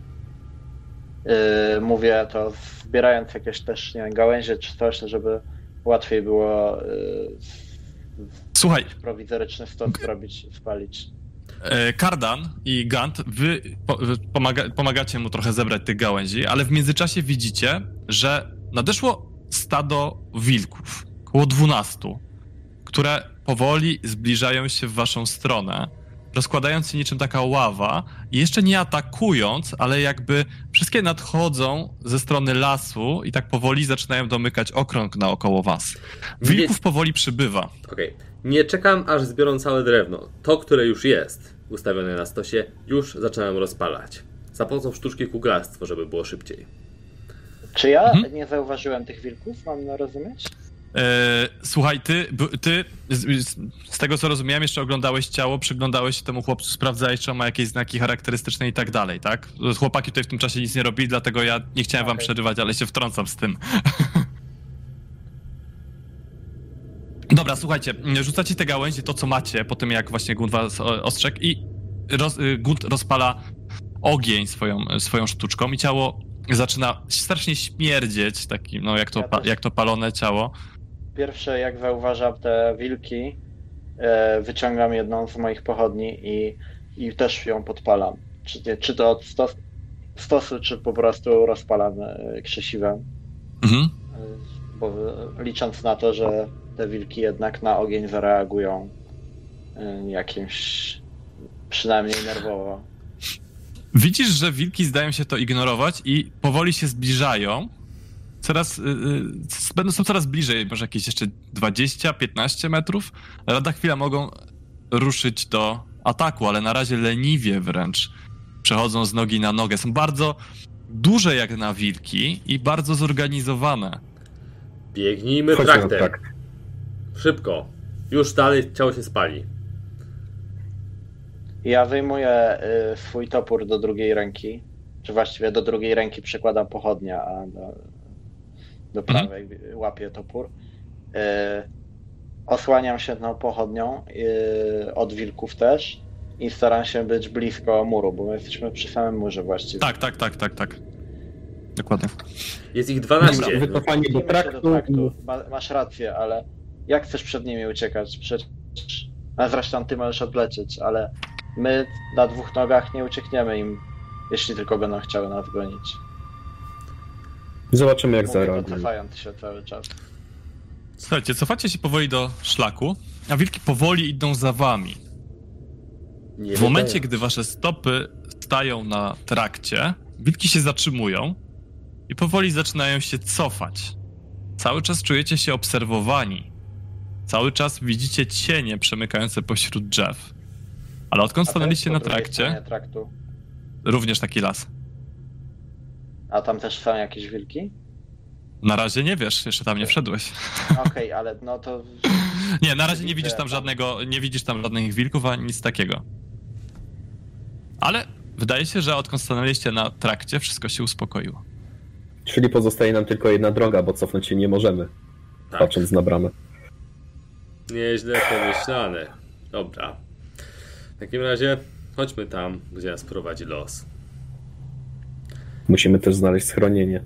Mówię to zbierając jakieś też, nie wiem, gałęzie czy coś, żeby łatwiej było Słuchaj, prowizoryczny stos zrobić, spalić. Kardan i Gant, wy pomagacie mu trochę zebrać tych gałęzi, ale w międzyczasie widzicie, że nadeszło stado wilków, około 12, które powoli zbliżają się w waszą stronę, rozkładając się niczym taka ława i jeszcze nie atakując, ale jakby wszystkie nadchodzą ze strony lasu i tak powoli zaczynają domykać okrąg naokoło was. Wilków powoli przybywa. Okej. Nie czekam, aż zbiorą całe drewno. To, które już jest ustawione na stosie, już zaczynam rozpalać. Za pomocą sztuczki kuglarstwo, żeby było szybciej. Czy ja nie zauważyłem tych wilków, mam rozumieć? Słuchaj, ty z tego co rozumiałem, jeszcze oglądałeś ciało, przyglądałeś się temu chłopcu, sprawdzałeś, czy on ma jakieś znaki charakterystyczne i tak dalej, tak? Chłopaki tutaj w tym czasie nic nie robili, dlatego ja nie chciałem wam przerywać, ale się wtrącam z tym. Dobra, słuchajcie, rzucacie te gałęzie, to co macie, po tym jak właśnie Gunt was ostrzegł i Gunt rozpala ogień swoją sztuczką i ciało zaczyna strasznie śmierdzieć, taki, no jak to palone ciało. Pierwsze, jak zauważam te wilki, wyciągam jedną z moich pochodni i też ją podpalam. Czy to od stosu, czy po prostu rozpalamy krzesiwem. Mhm. Bo licząc na to, że te wilki jednak na ogień zareagują jakimś przynajmniej nerwowo. Widzisz, że wilki zdają się to ignorować i powoli się zbliżają. Są coraz bliżej, może jakieś jeszcze 20-15 metrów. Lada chwila mogą ruszyć do ataku, ale na razie leniwie wręcz przechodzą z nogi na nogę. Są bardzo duże jak na wilki i bardzo zorganizowane. Biegnijmy Chodźmy na traktem. trakt. Szybko. Już dalej ciało się spali. Ja wyjmuję swój topór do drugiej ręki, czy właściwie do drugiej ręki przykładam pochodnia, a do prawej łapię topór. Osłaniam się tą pochodnią od wilków też i staram się być blisko muru, bo my jesteśmy przy samym murze właściwie. Tak. Dokładnie. Jest ich 12. Dobra, wycofanie do Zbliżmy się traktu. Masz rację, ale jak chcesz przed nimi uciekać? Przecież... A zresztą ty możesz odlecieć, ale my na dwóch nogach nie uciekniemy im, jeśli tylko będą chciały nas gonić. Zobaczymy, jak Mówię to zareagują. cofając się cały czas. Słuchajcie, cofacie się powoli do szlaku, a wilki powoli idą za wami. Nie W momencie, wydaje. gdy wasze stopy stają na trakcie, wilki się zatrzymują i powoli zaczynają się cofać. Cały czas czujecie się obserwowani. Cały czas widzicie cienie przemykające pośród drzew. Ale odkąd A to stanęliście na jest po drugiej trakcie, stronie traktu. również taki las. A tam też są jakieś wilki? Na razie nie wiesz, jeszcze tam nie wszedłeś. Okej, ale no to... Nie, na razie nie widzisz tam żadnych wilków, ani nic takiego. Ale wydaje się, że odkąd stanęliście na trakcie, wszystko się uspokoiło. Czyli pozostaje nam tylko jedna droga, bo cofnąć się nie możemy, Tak. patrząc na bramę. Nieźle pomyślane. Dobra. W takim razie chodźmy tam, gdzie nas prowadzi los. Musimy też znaleźć schronienie.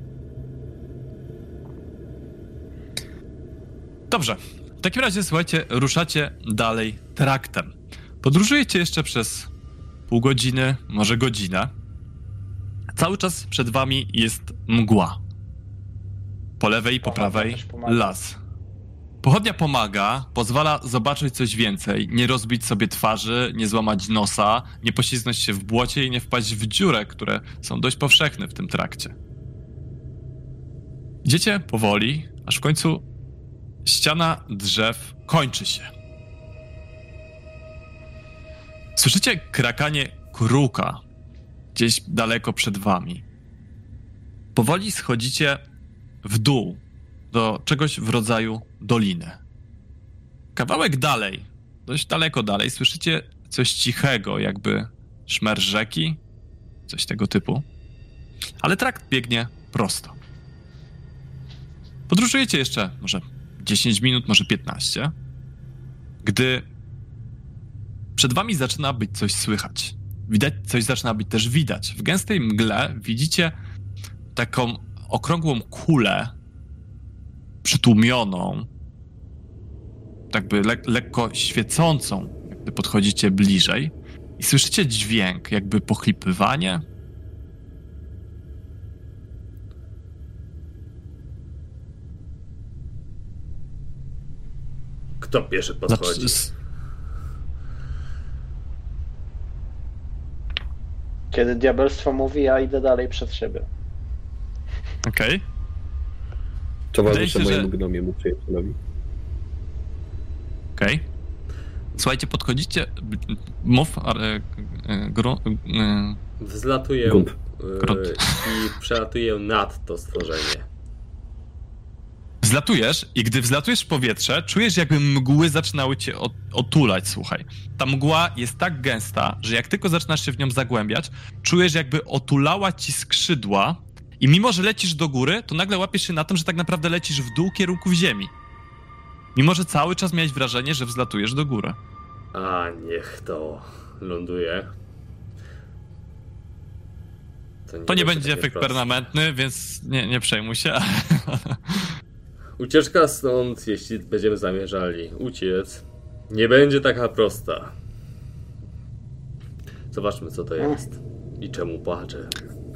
Dobrze. W takim razie, słuchajcie, ruszacie dalej traktem. Podróżujecie jeszcze przez pół godziny, może godzinę. Cały czas przed wami jest mgła. Po lewej i po Pochodnia prawej też pomaga. las. Pochodnia pomaga, pozwala zobaczyć coś więcej, nie rozbić sobie twarzy, nie złamać nosa, nie poślizgnąć się w błocie i nie wpaść w dziurę, które są dość powszechne w tym trakcie. Idziecie powoli, aż w końcu ściana drzew kończy się. Słyszycie krakanie kruka gdzieś daleko przed wami. Powoli schodzicie w dół do czegoś w rodzaju doliny. Kawałek dalej, dość daleko dalej, słyszycie coś cichego, jakby szmer rzeki, coś tego typu. Ale trakt biegnie prosto. Podróżujecie jeszcze może 10 minut, może 15, gdy przed wami zaczyna być coś słychać. Widać, coś zaczyna być też widać. W gęstej mgle widzicie taką okrągłą kulę przytłumioną, jakby lekko świecącą, gdy podchodzicie bliżej i słyszycie dźwięk, jakby pochlipywanie. Kto pierwszy podchodzi? Kiedy diabelstwo mówi, ja idę dalej przed siebie. Okej. Towarzyszę Wydaje się, mojemu gnomiemu przyjacielowi. Okej. Słuchajcie, podchodzicie... Mów, Wzlatuję Grunt. Grunt. i przelatuję nad to stworzenie. Wzlatujesz i gdy wzlatujesz w powietrze, czujesz, jakby mgły zaczynały cię otulać, słuchaj. Ta mgła jest tak gęsta, że jak tylko zaczynasz się w nią zagłębiać, czujesz, jakby otulała ci skrzydła i mimo, że lecisz do góry, to nagle łapiesz się na tym, że tak naprawdę lecisz w dół kierunku ziemi. Mimo, że cały czas miałeś wrażenie, że wzlatujesz do góry. A niech to ląduje. To nie będzie takie efekt proste. permanentny, więc nie przejmuj się. Ucieczka stąd, jeśli będziemy zamierzali uciec, nie będzie taka prosta. Zobaczmy, co to jest i czemu płacze.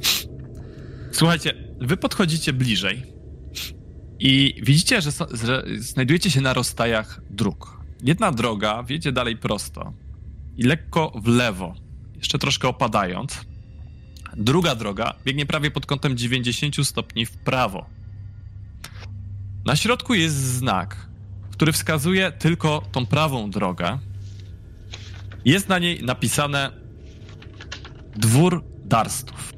Słuchajcie, wy podchodzicie bliżej i widzicie, że znajdujecie się na rozstajach dróg. Jedna droga wiedzie dalej prosto i lekko w lewo, jeszcze troszkę opadając. Druga droga biegnie prawie pod kątem 90 stopni w prawo. Na środku jest znak, który wskazuje tylko tą prawą drogę. Jest na niej napisane Dwór Darstów.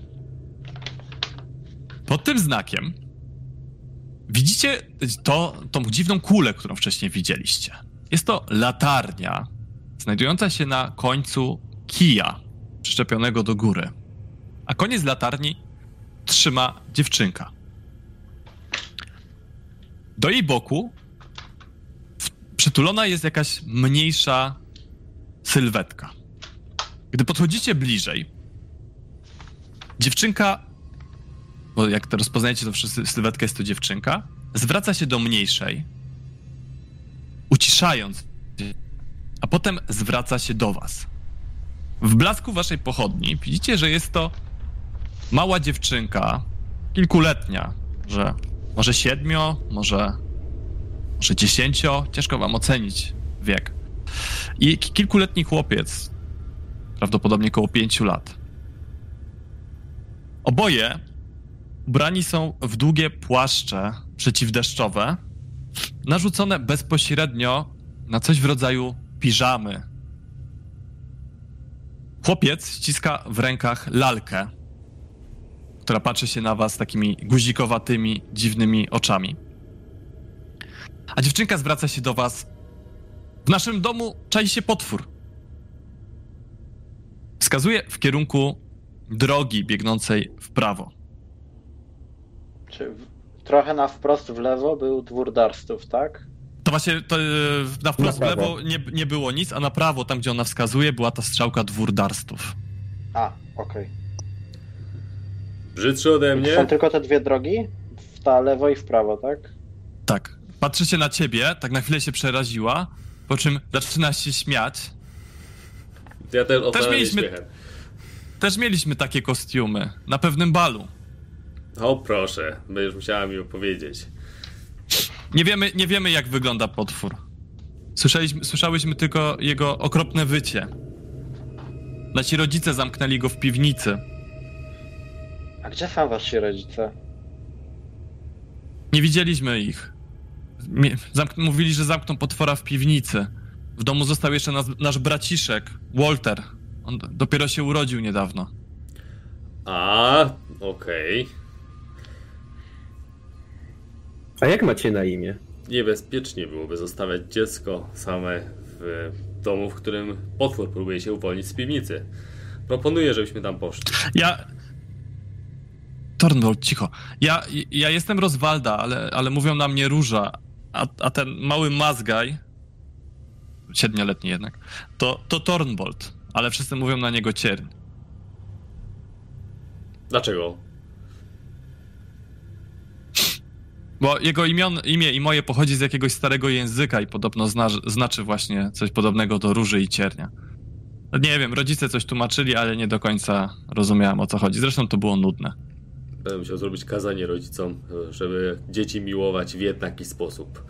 Pod tym znakiem widzicie tą dziwną kulę, którą wcześniej widzieliście. Jest to latarnia znajdująca się na końcu kija przyczepionego do góry. A koniec latarni trzyma dziewczynka. Do jej boku przytulona jest jakaś mniejsza sylwetka. Gdy podchodzicie bliżej, dziewczynka, bo jak to rozpoznajecie, to sylwetka jest to dziewczynka, zwraca się do mniejszej, uciszając, a potem zwraca się do was. W blasku waszej pochodni widzicie, że jest to mała dziewczynka, kilkuletnia, że może 7, może 10, ciężko wam ocenić wiek. I kilkuletni chłopiec, prawdopodobnie około 5 lat. Oboje ubrani są w długie płaszcze przeciwdeszczowe, narzucone bezpośrednio na coś w rodzaju piżamy. Chłopiec ściska w rękach lalkę, która patrzy się na was takimi guzikowatymi, dziwnymi oczami. A dziewczynka zwraca się do was. W naszym domu czai się potwór. Wskazuje w kierunku drogi biegnącej w prawo. Czy trochę na wprost w lewo był Dwór Darstów, tak? To właśnie na wprost w lewo nie było nic, a na prawo, tam gdzie ona wskazuje, była ta strzałka Dwór Darstów. A, okej. Brzydszy ode mnie. Są tylko te dwie drogi? Ta lewo i w prawo, tak? Tak. Patrzy się na ciebie, tak na chwilę się przeraziła, po czym zaczyna się śmiać. Ja też oddaję śmiechem. Też mieliśmy takie kostiumy na pewnym balu. O proszę, będziesz musiała mi opowiedzieć. Nie wiemy jak wygląda potwór. Słyszałyśmy tylko jego okropne wycie. Nasi rodzice zamknęli go w piwnicy. A gdzie są wasi rodzice? Nie widzieliśmy ich. Mówili, że zamkną potwora w piwnicy. W domu został jeszcze nasz braciszek, Walter. On dopiero się urodził niedawno. A, okej. A jak macie na imię? Niebezpiecznie byłoby zostawiać dziecko same w domu, w którym potwór próbuje się uwolnić z piwnicy. Proponuję, żebyśmy tam poszli. Tornbolt, cicho. Ja jestem Roswalda, ale mówią na mnie Róża, a ten mały Mazgaj, 7-letni jednak, to Tornbolt, ale wszyscy mówią na niego Cierń. Dlaczego? Bo jego imię i moje pochodzi z jakiegoś starego języka i podobno znaczy właśnie coś podobnego do Róży i Ciernia. Nie wiem, rodzice coś tłumaczyli, ale nie do końca rozumiałem, o co chodzi. Zresztą to było nudne. Będę musiał zrobić kazanie rodzicom, żeby dzieci miłować w taki sposób.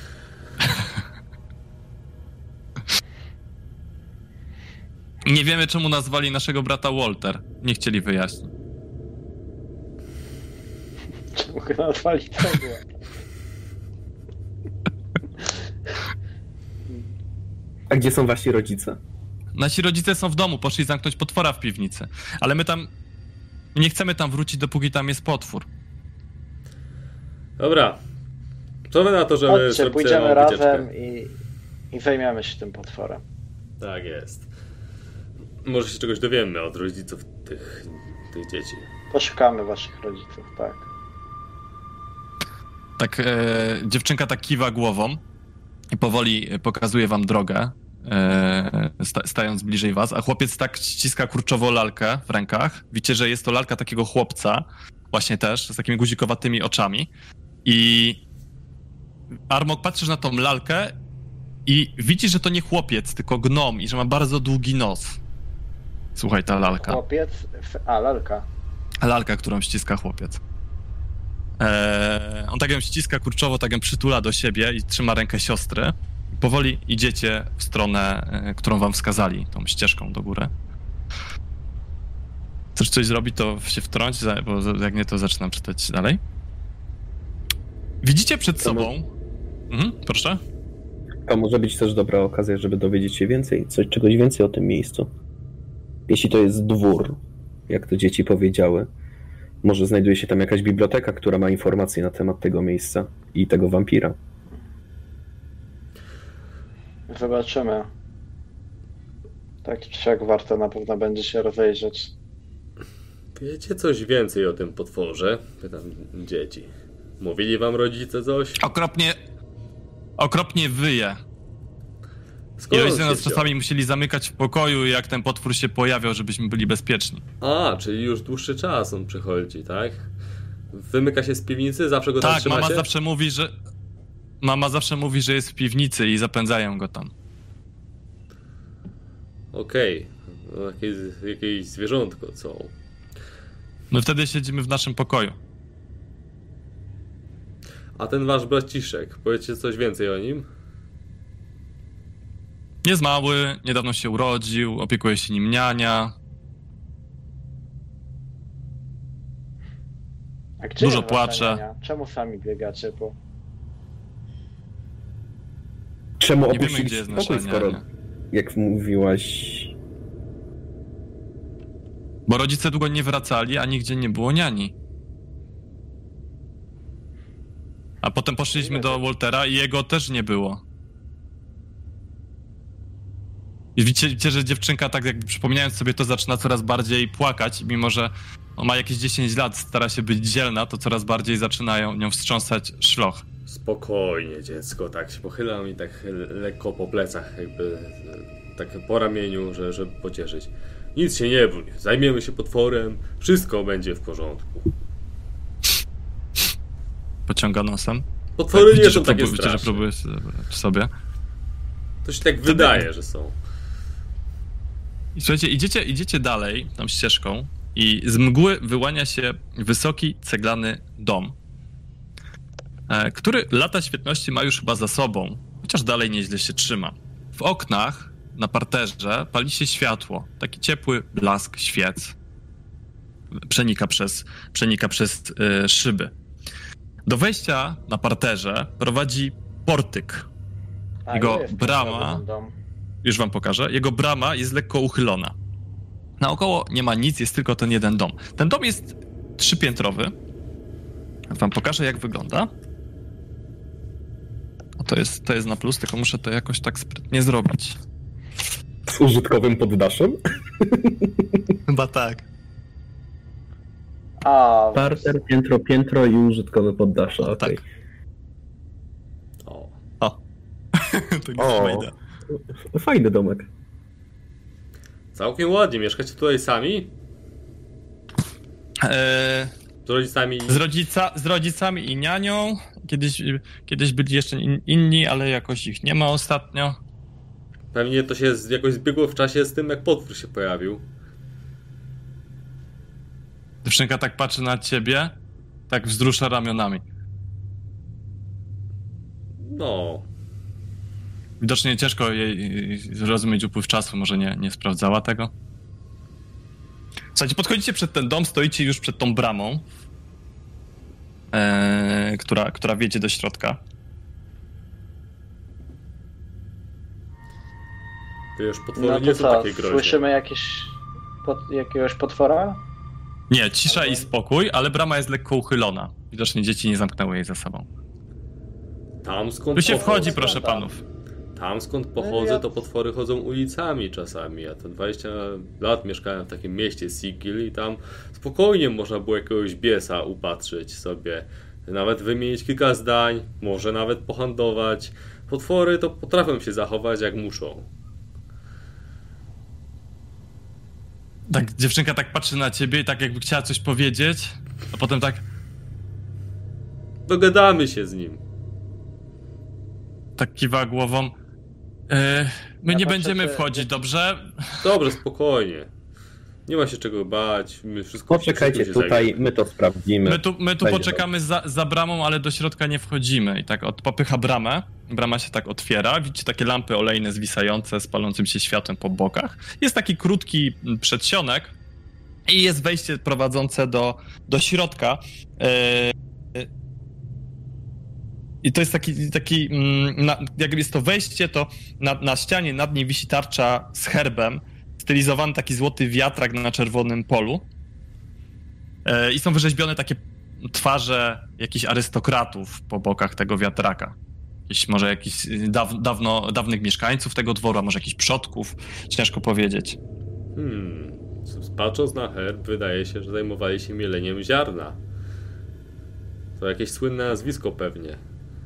Nie wiemy, czemu nazwali naszego brata Walter. Nie chcieli wyjaśnić. Czemu go nazwali tego? A gdzie są wasi rodzice? Nasi rodzice są w domu, poszli zamknąć potwora w piwnicy. Ale my tam nie chcemy tam wrócić, dopóki tam jest potwór. Dobra. Co wy na to, żeby Chodźcie, pójdziemy razem i zajmiemy się tym potworem. Tak jest. Może się czegoś dowiemy od rodziców tych dzieci. Poszukamy waszych rodziców, tak. Tak, dziewczynka tak kiwa głową i powoli pokazuje wam drogę, stając bliżej was, a chłopiec tak ściska kurczowo lalkę w rękach. Widzicie, że jest to lalka takiego chłopca, właśnie też, z takimi guzikowatymi oczami. I Armok, patrzysz na tą lalkę i widzisz, że to nie chłopiec, tylko gnom i że ma bardzo długi nos. Słuchaj, ta lalka. Chłopiec? A, lalka. lalka, którą ściska chłopiec. On tak ją ściska kurczowo, tak ją przytula do siebie i trzyma rękę siostry. Powoli idziecie w stronę, którą wam wskazali, tą ścieżką do góry. Chcesz coś zrobić, to się wtrąć, bo jak nie, to zaczynam czytać dalej. Widzicie przed sobą... proszę. To może być też dobra okazja, żeby dowiedzieć się czegoś więcej o tym miejscu. Jeśli to jest dwór, jak to dzieci powiedziały, może znajduje się tam jakaś biblioteka, która ma informacje na temat tego miejsca i tego wampira. Zobaczymy. Tak czy siak warto na pewno będzie się rozejrzeć. Wiecie coś więcej o tym potworze? Pytam dzieci. Mówili wam rodzice coś? Okropnie wyje. I rodzice nas czasami musieli zamykać w pokoju, jak ten potwór się pojawiał, żebyśmy byli bezpieczni. A, czyli już dłuższy czas on przychodzi, tak? Wymyka się z piwnicy? Zawsze go tam trzymacie? Tak, mama zawsze mówi, że jest w piwnicy i zapędzają go tam. Okej. No, jakieś zwierzątko, co? My wtedy siedzimy w naszym pokoju. A ten wasz braciszek, powiedzcie coś więcej o nim? Jest mały, niedawno się urodził, opiekuje się nim niania. A gdzie Dużo jest wasza płacze. niania? Czemu sami biegacie po... Czemu Nie wiemy, opuściliście gdzie jest nasza pokój, skoro, niania. jak mówiłaś... Bo rodzice długo nie wracali, a nigdzie nie było niani. A potem poszliśmy do Waltera i jego też nie było. I widzicie, że dziewczynka, tak jakby przypominając sobie to, zaczyna coraz bardziej płakać, mimo że on ma jakieś 10 lat, stara się być dzielna, to coraz bardziej zaczynają nią wstrząsać szloch. Spokojnie, dziecko, tak się pochylam i tak lekko po plecach, jakby tak po ramieniu, żeby pocieszyć. Nic się nie bój, zajmiemy się potworem, wszystko będzie w porządku. Pociąga nosem. Potwory tak, nie są takie widzicie, że straszne. próbuje sobie. To się tak wydaje, że są. I słuchajcie, idziecie dalej, tą ścieżką i z mgły wyłania się wysoki, ceglany dom, który lata świetności ma już chyba za sobą, chociaż dalej nieźle się trzyma. W oknach, na parterze, pali się światło, taki ciepły blask świec. Przenika przez szyby. Do wejścia na parterze prowadzi portyk. Jego brama... Już wam pokażę. Jego brama jest lekko uchylona. Naokoło nie ma nic, jest tylko ten jeden dom. Ten dom jest 3-piętrowy. Wam pokażę, jak wygląda. A to jest na plus, tylko muszę to jakoś tak sprytnie zrobić. Z użytkowym poddaszem? Chyba tak. Parter, piętro i użytkowe poddasze. O, okay. tak. O. To jest chyba idea. Fajny domek. Całkiem ładnie. Mieszkacie tutaj sami? Z rodzicami? Z rodzicami i nianią. Kiedyś byli jeszcze inni, ale jakoś ich nie ma ostatnio. Pewnie to się jakoś zbiegło w czasie z tym, jak potwór się pojawił. Dziewczynka tak patrzy na ciebie, tak wzrusza ramionami. No. Widocznie ciężko jej zrozumieć upływ czasu, może nie sprawdzała tego. Słuchajcie, podchodzicie przed ten dom, stoicie już przed tą bramą, która wiedzie do środka. To już potwory nie są takie groźne. Słyszymy jakiegoś potwora? Nie, cisza i spokój, ale brama jest lekko uchylona. Widocznie dzieci nie zamknęły jej za sobą. Tam skąd Tu się pochodzę, wchodzi, proszę panów. Tam skąd pochodzę, to potwory chodzą ulicami czasami. Ja to 20 lat mieszkałem w takim mieście Sigil i tam spokojnie można było jakiegoś biesa upatrzyć sobie. Nawet wymienić kilka zdań, może nawet pohandlować. Potwory to potrafią się zachować jak muszą. Tak, dziewczynka tak patrzy na ciebie i tak jakby chciała coś powiedzieć, a potem tak... Dogadamy się z nim. Tak kiwa głową. My nie będziemy wchodzić, dobrze? Dobrze, spokojnie. Nie ma się czego bać, my wszystko Poczekajcie wszystkim się tutaj, zajmiemy. my to sprawdzimy. My tu Będzie poczekamy za bramą, ale do środka nie wchodzimy. I tak popycha bramę, brama się tak otwiera, widzicie takie lampy olejne zwisające z palącym się światłem po bokach. Jest taki krótki przedsionek i jest wejście prowadzące do środka. I to jest taki jak jest to wejście, to na ścianie nad niej wisi tarcza z herbem, stylizowany taki złoty wiatrak na czerwonym polu. I są wyrzeźbione takie twarze jakichś arystokratów po bokach tego wiatraka. Może jakichś dawnych mieszkańców tego dworu, a może jakichś przodków, ciężko powiedzieć. Patrząc na herb, wydaje się, że zajmowali się mieleniem ziarna. To jakieś słynne nazwisko pewnie.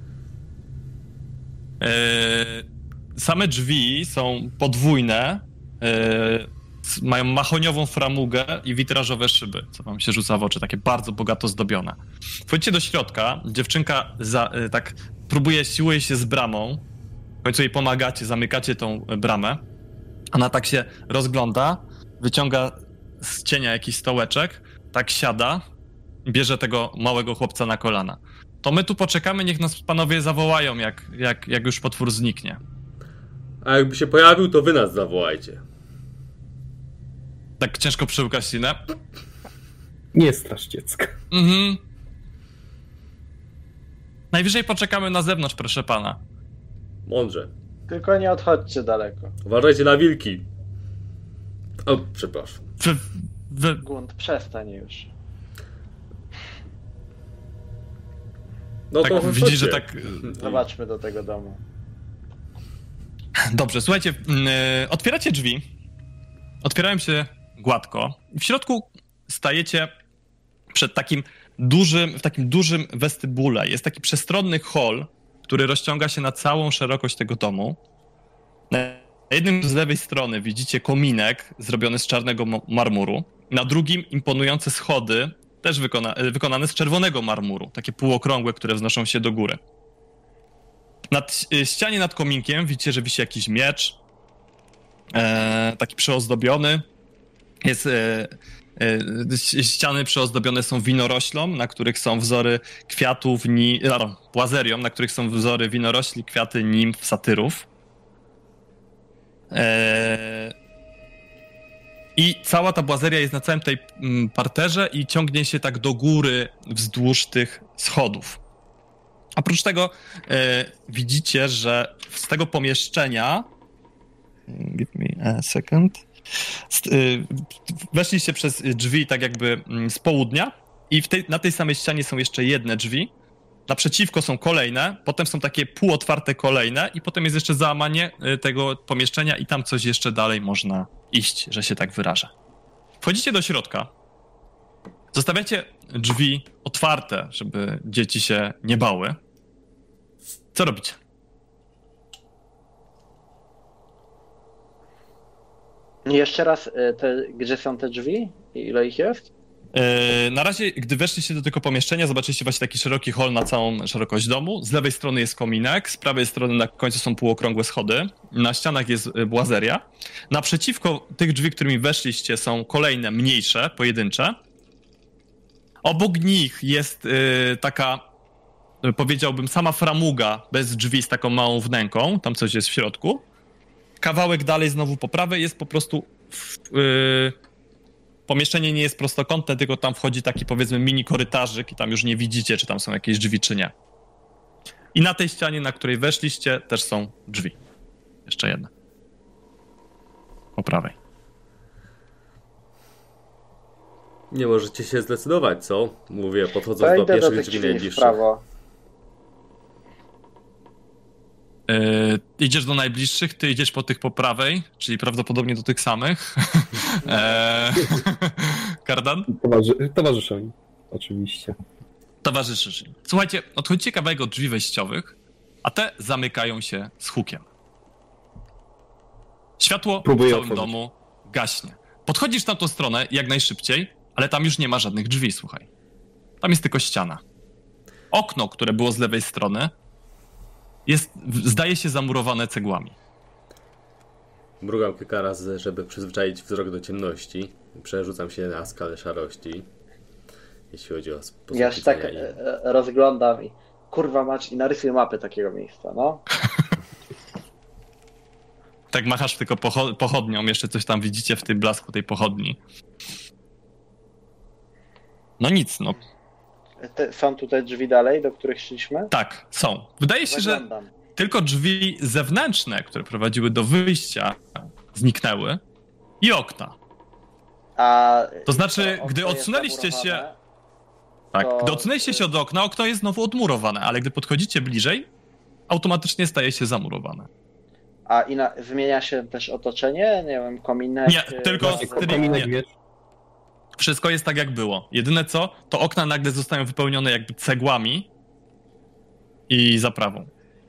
Same drzwi są podwójne, mają mahoniową framugę i witrażowe szyby, co wam się rzuca w oczy, takie bardzo bogato zdobione. Wchodzicie do środka, dziewczynka tak siłuje się z bramą, w końcu jej pomagacie, zamykacie tą bramę, ona tak się rozgląda, wyciąga z cienia jakiś stołeczek, tak siada, bierze tego małego chłopca na kolana. To my tu poczekamy, niech nas panowie zawołają, jak już potwór zniknie. A jakby się pojawił, to wy nas zawołajcie. Tak ciężko przełykać ślinę. Nie strasz dziecka. Najwyżej poczekamy na zewnątrz, proszę pana. Mądrze. Tylko nie odchodźcie daleko. Uważajcie na wilki. O, przepraszam. Gunt, przestań już. No tak, to widzisz, że tak... Zobaczmy do tego domu. Dobrze, słuchajcie, otwieracie drzwi. Otwierają się gładko. W środku stajecie przed takim dużym westybule. Jest taki przestronny hol, który rozciąga się na całą szerokość tego domu. Na jednym z lewej strony widzicie kominek zrobiony z czarnego marmuru. Na drugim imponujące schody, też wykonane z czerwonego marmuru. Takie półokrągłe, które wznoszą się do góry. Na ścianie nad kominkiem widzicie, że wisi jakiś miecz. Taki przeozdobiony. Ściany przeozdobione są winoroślą, na których są wzory kwiatów, błazerią, na których są wzory winorośli, kwiaty, nimf, satyrów. I cała ta błazeria jest na całym tej parterze i ciągnie się tak do góry wzdłuż tych schodów. Oprócz tego widzicie, że z tego pomieszczenia... Give me a second. Weszliście przez drzwi tak jakby z południa i na tej samej ścianie są jeszcze jedne drzwi. Naprzeciwko są kolejne, potem są takie półotwarte kolejne i potem jest jeszcze załamanie tego pomieszczenia i tam coś jeszcze dalej można iść, że się tak wyrażę. Wchodzicie do środka. Zostawiacie drzwi otwarte, żeby dzieci się nie bały. Co robicie? Jeszcze raz, gdzie są te drzwi? Ile ich jest? Na razie, gdy weszliście do tego pomieszczenia, zobaczyliście właśnie taki szeroki hol na całą szerokość domu. Z lewej strony jest kominek, z prawej strony na końcu są półokrągłe schody. Na ścianach jest błazeria. Naprzeciwko tych drzwi, którymi weszliście, są kolejne, mniejsze, pojedyncze. Obok nich jest taka, powiedziałbym, sama framuga bez drzwi z taką małą wnęką. Tam coś jest w środku. Kawałek dalej, znowu po prawej, jest po prostu... Pomieszczenie nie jest prostokątne, tylko tam wchodzi taki, powiedzmy, mini korytarzyk i tam już nie widzicie, czy tam są jakieś drzwi, czy nie. I na tej ścianie, na której weszliście, też są drzwi. Jeszcze jedna. Po prawej. Nie możecie się zdecydować, co? Mówię, podchodząc do pierwszych drzwi najbliższych. Idziesz do najbliższych, ty idziesz po tych po prawej, czyli prawdopodobnie do tych samych. Kardan? Towarzyszą mi, oczywiście. Towarzyszysz im. Słuchajcie, odchodzicie kawałek od drzwi wejściowych, a te zamykają się z hukiem. Światło w całym domu gaśnie. Podchodzisz na tą stronę jak najszybciej, ale tam już nie ma żadnych drzwi, słuchaj. Tam jest tylko ściana. Okno, które było z lewej strony, zdaje się zamurowane cegłami. Mrugam kilka razy, żeby przyzwyczaić wzrok do ciemności. Przerzucam się na skalę szarości. Jeśli chodzi o sposób Ja się tak widzenia rozglądam i kurwa mać i narysuję mapę takiego miejsca, no. Tak machasz tylko pochodnią, jeszcze coś tam widzicie w tym blasku tej pochodni. No nic, no. Są tutaj drzwi dalej, do których szliśmy? Tak, są. Wydaje się, że Zaglądam. tylko drzwi zewnętrzne, które prowadziły do wyjścia, zniknęły i okna. A To znaczy, okno gdy jest odsunęliście się... zamurowane, Tak, to- gdy odsunęliście się od okna, okno jest znowu odmurowane, ale gdy podchodzicie bliżej, automatycznie staje się zamurowane. A zmienia się też otoczenie? Nie wiem, kominek? Nie, tylko Właśnie, kominek, nie. Wszystko jest tak, jak było. Jedyne co, to okna nagle zostają wypełnione jakby cegłami i zaprawą.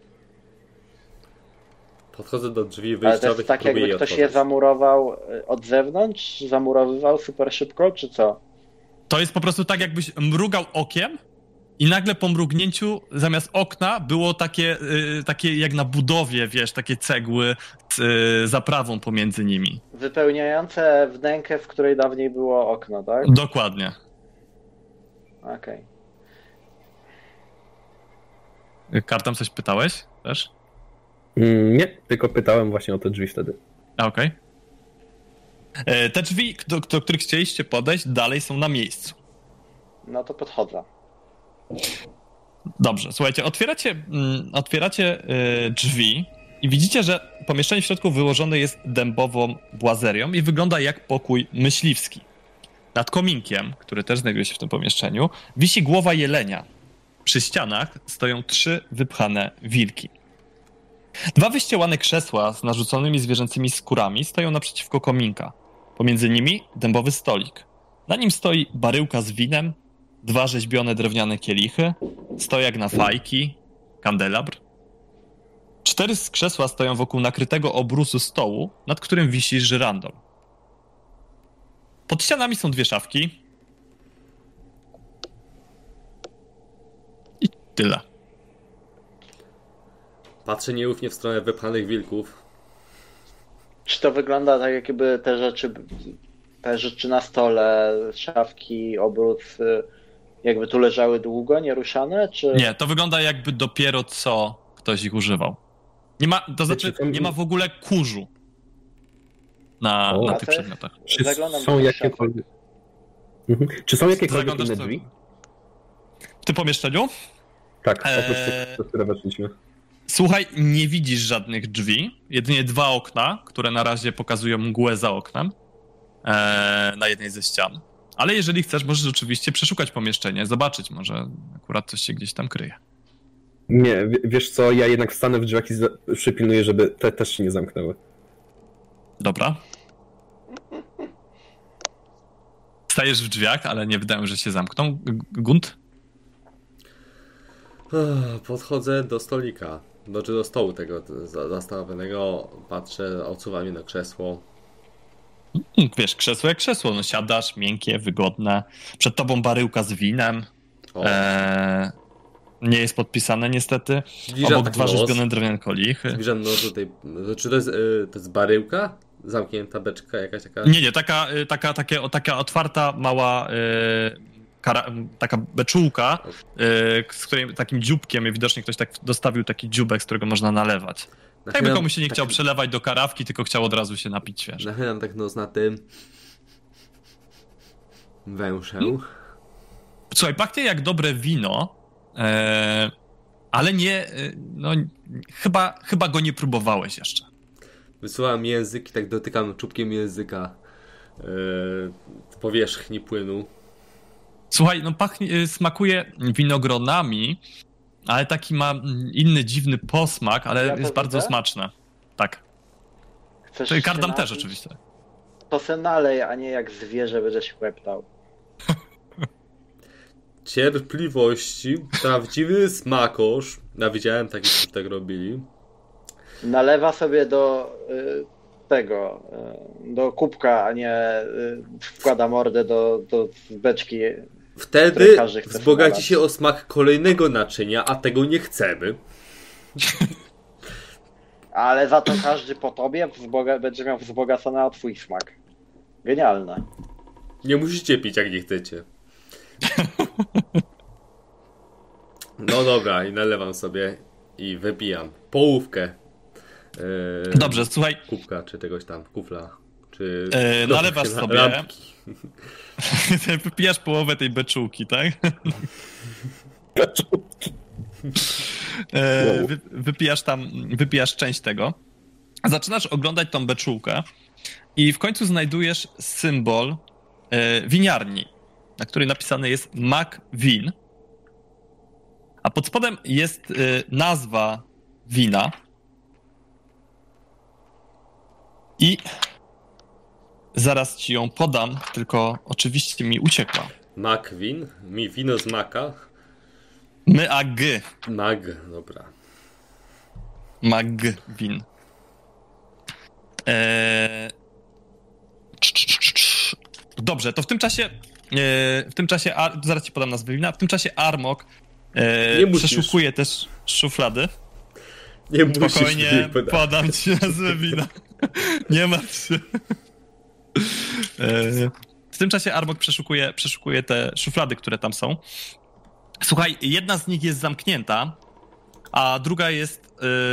Podchodzę do drzwi Ale to wyjściowych jest i tak, próbuję jakby je ktoś je otworzyć. zamurował od zewnątrz? Zamurowywał super szybko, czy co? To jest po prostu tak, jakbyś mrugał okiem i nagle po mrugnięciu zamiast okna było takie jak na budowie, wiesz, takie cegły z zaprawą pomiędzy nimi. Wypełniające wnękę, w której dawniej było okno, tak? Dokładnie. Okej. Kartam coś pytałeś też? Nie, tylko pytałem właśnie o te drzwi wtedy. Okej. Te drzwi, do których chcieliście podejść, dalej są na miejscu. No to podchodzę. Dobrze, słuchajcie, otwieracie drzwi i widzicie, że pomieszczenie w środku wyłożone jest dębową błazerią i wygląda jak pokój myśliwski. Nad kominkiem, który też znajduje się w tym pomieszczeniu, wisi głowa jelenia. Przy ścianach stoją 3 wypchane wilki. 2 wyściełane krzesła z narzuconymi zwierzęcymi skórami stoją naprzeciwko kominka. Pomiędzy nimi dębowy stolik. Na nim stoi baryłka z winem, 2 rzeźbione drewniane kielichy, stojak na fajki, kandelabr. 4 z krzesła stoją wokół nakrytego obrusu stołu, nad którym wisi żyrandol. Pod ścianami są 2 szafki. I tyle. Patrzę nieufnie w stronę wypchanych wilków. Czy to wygląda tak, jakby te rzeczy na stole, szafki, obrót, jakby tu leżały długo, nieruszane, czy... Nie, to wygląda jakby dopiero co ktoś ich używał. Nie ma, to znaczy, nie ma w ogóle kurzu na A tych to jest- przedmiotach. Czy Zaglądam są do jakiekolwiek... Czy są jakiekolwiek Zaglądasz inne to- drzwi? W tym pomieszczeniu? Tak, oprócz tych, przez które weszliśmy. Słuchaj, nie widzisz żadnych drzwi, jedynie 2 okna, które na razie pokazują mgłę za oknem na jednej ze ścian. Ale jeżeli chcesz, możesz oczywiście przeszukać pomieszczenie, zobaczyć, może akurat coś się gdzieś tam kryje. Nie, wiesz co, ja jednak wstanę w drzwiach i przypilnuję, żeby te też się nie zamknęły. Dobra. Stajesz w drzwiach, ale nie wydają, że się zamkną. Gunt? Podchodzę do stolika. Znaczy do stołu tego zastawionego. Patrzę, odsuwam je na krzesło. Wiesz, krzesło jak krzesło, no siadasz, miękkie, wygodne. Przed tobą baryłka z winem. O, Nie jest podpisane niestety. zbliżam Obok taki 2 nos. rzeźbione drewniane kolichy. Zbliżam nos do tej... Czy to jest baryłka? Zamknięta beczka jakaś taka? Nie, taka otwarta, mała taka beczułka, z której takim dzióbkiem widocznie ktoś tak dostawił taki dzióbek, z którego można nalewać. Jakby komuś się nie chciał przelewać do karawki, tylko chciał od razu się napić świeżo. Nachylam tak nos na tym. Węszę. Słuchaj, pachnie jak dobre wino, ale nie, no chyba go nie próbowałeś jeszcze. Wysuwam język i tak dotykam czubkiem języka powierzchni płynu. Słuchaj, no smakuje winogronami, ale taki ma inny dziwny posmak, ale Ja to jest bardzo widzę? smaczne. Tak. Chcesz Czyli się kardam też napić? oczywiście. To se nalej, a nie jak zwierzę będziesz łeptał. Cierpliwości, prawdziwy smakosz. Ja widziałem takich, którzy tak robili. Nalewa sobie do do kubka, a nie wkłada mordę do beczki. Wtedy Który każdy chce wzbogaci wkładać. się o smak kolejnego naczynia, a tego nie chcemy. Ale za to każdy po tobie będzie miał wzbogacony o twój smak. Genialne. Nie musicie pić, jak nie chcecie. No dobra, i nalewam sobie i wypijam połówkę. Dobrze, słuchaj. Kubka, czy czegoś tam, kufla, czy... Nalewasz sobie. Lampki. Wypijasz połowę tej beczułki, tak? Wypijasz część tego. Zaczynasz oglądać tą beczułkę i w końcu znajdujesz symbol winiarni, na której napisane jest McVin, a pod spodem jest nazwa wina i zaraz ci ją podam, tylko oczywiście mi uciekła. McVin? Mi wino z maka? M-A-G. Mag, dobra. McVin. Dobrze, to w tym czasie, zaraz ci podam nazwę wina, w tym czasie Armok przeszukuje też szuflady. Nie musisz. Spokojnie, podam ci nazwę wina. Nie martw się. W tym czasie Armok przeszukuje te szuflady, które tam są. Słuchaj, jedna z nich jest zamknięta, a druga jest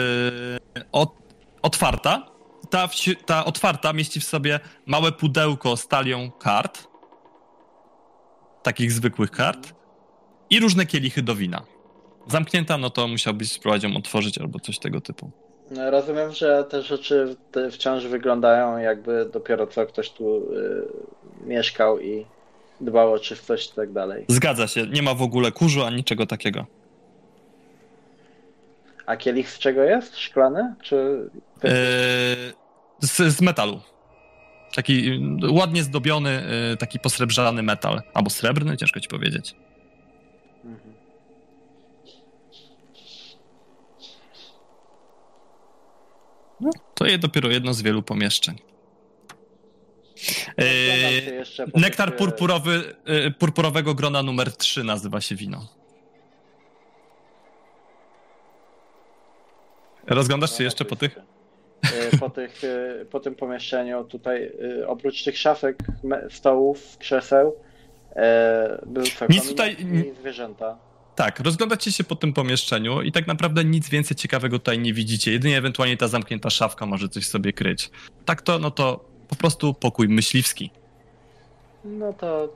otwarta. Ta otwarta mieści w sobie małe pudełko z talią kart, takich zwykłych kart, i różne kielichy do wina. Zamknięta, no to musiałbyś spróbować ją otworzyć albo coś tego typu. No, rozumiem, że te rzeczy wciąż wyglądają, jakby dopiero co ktoś tu mieszkał i dbał o czystość i tak dalej. Zgadza się, nie ma w ogóle kurzu ani niczego takiego. A kielich z czego jest? Szklany? Czy... Z metalu. Taki ładnie zdobiony, taki posrebrzany metal. Albo srebrny, ciężko ci powiedzieć. Mhm. No, to jest dopiero jedno z wielu pomieszczeń. Nektar purpurowego grona numer 3 nazywa się wino. Rozglądasz się jeszcze po tych? Po tym pomieszczeniu tutaj, oprócz tych szafek, stołów, krzeseł, był kominek i zwierzęta. Tak, rozglądacie się po tym pomieszczeniu i tak naprawdę nic więcej ciekawego tutaj nie widzicie. Jedynie ewentualnie ta zamknięta szafka może coś sobie kryć. Tak to, no to po prostu pokój myśliwski. No to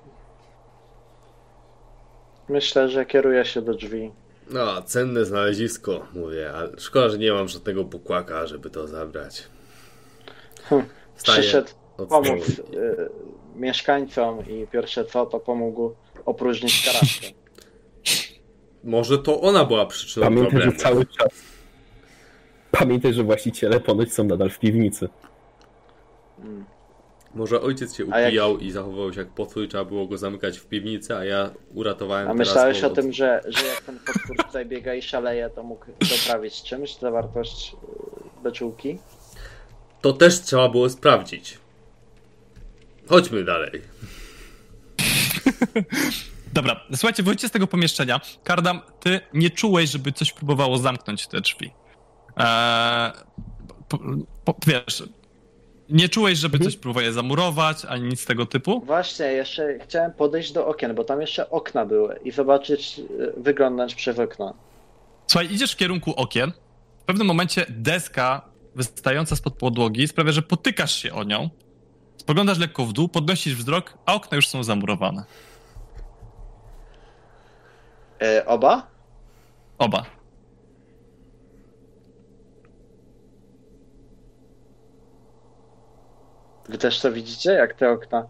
myślę, że kieruję się do drzwi. No, cenne znalezisko, mówię, ale szkoda, że nie mam żadnego bukłaka, żeby to zabrać. Przyszedł pomóc mieszkańcom i pierwsze co, to pomógł opróżnić karawkę. Może to ona była przyczyną problemu. Pamiętaj, że cały czas. Pamiętaj, że właściciele ponoć są nadal w piwnicy. Może ojciec się upijał i zachowywał się jak potwór i trzeba było go zamykać w piwnicy, a ja uratowałem teraz... A myślałeś o tym, że jak ten potwór tutaj biega i szaleje, to mógł doprawić czymś zawartość beczułki? To też trzeba było sprawdzić. Chodźmy dalej. Dobra, słuchajcie, wyjdźcie z tego pomieszczenia. Kardam, ty nie czułeś, żeby coś próbowało zamknąć te drzwi. Wiesz, nie czułeś, żeby coś próbowało je zamurować, ani nic tego typu? Właśnie, jeszcze chciałem podejść do okien, bo tam jeszcze okna były i zobaczyć, wyglądać przez okno. Słuchaj, idziesz w kierunku okien. W pewnym momencie deska wystająca spod podłogi sprawia, że potykasz się o nią. Spoglądasz lekko w dół, podnosisz wzrok, a okna już są zamurowane. Oba? Oba. Wy też to widzicie, jak te okna?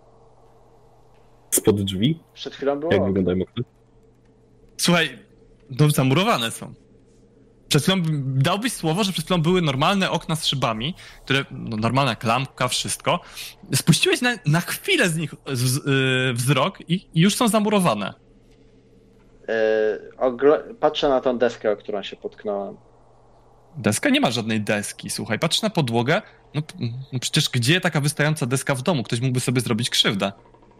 Spod drzwi? Przed chwilą było Jak okno. wyglądają okna? Słuchaj, no zamurowane są. Przed chwilą dałbyś słowo, że przed chwilą były normalne okna z szybami, które, no, normalna klamka, wszystko. Spuściłeś na chwilę z nich wzrok i już są zamurowane. Patrzę na tą deskę, o którą się potknąłem. Deska? Nie ma żadnej deski, słuchaj. Patrz na podłogę. No przecież gdzie taka wystająca deska w domu? Ktoś mógłby sobie zrobić krzywdę.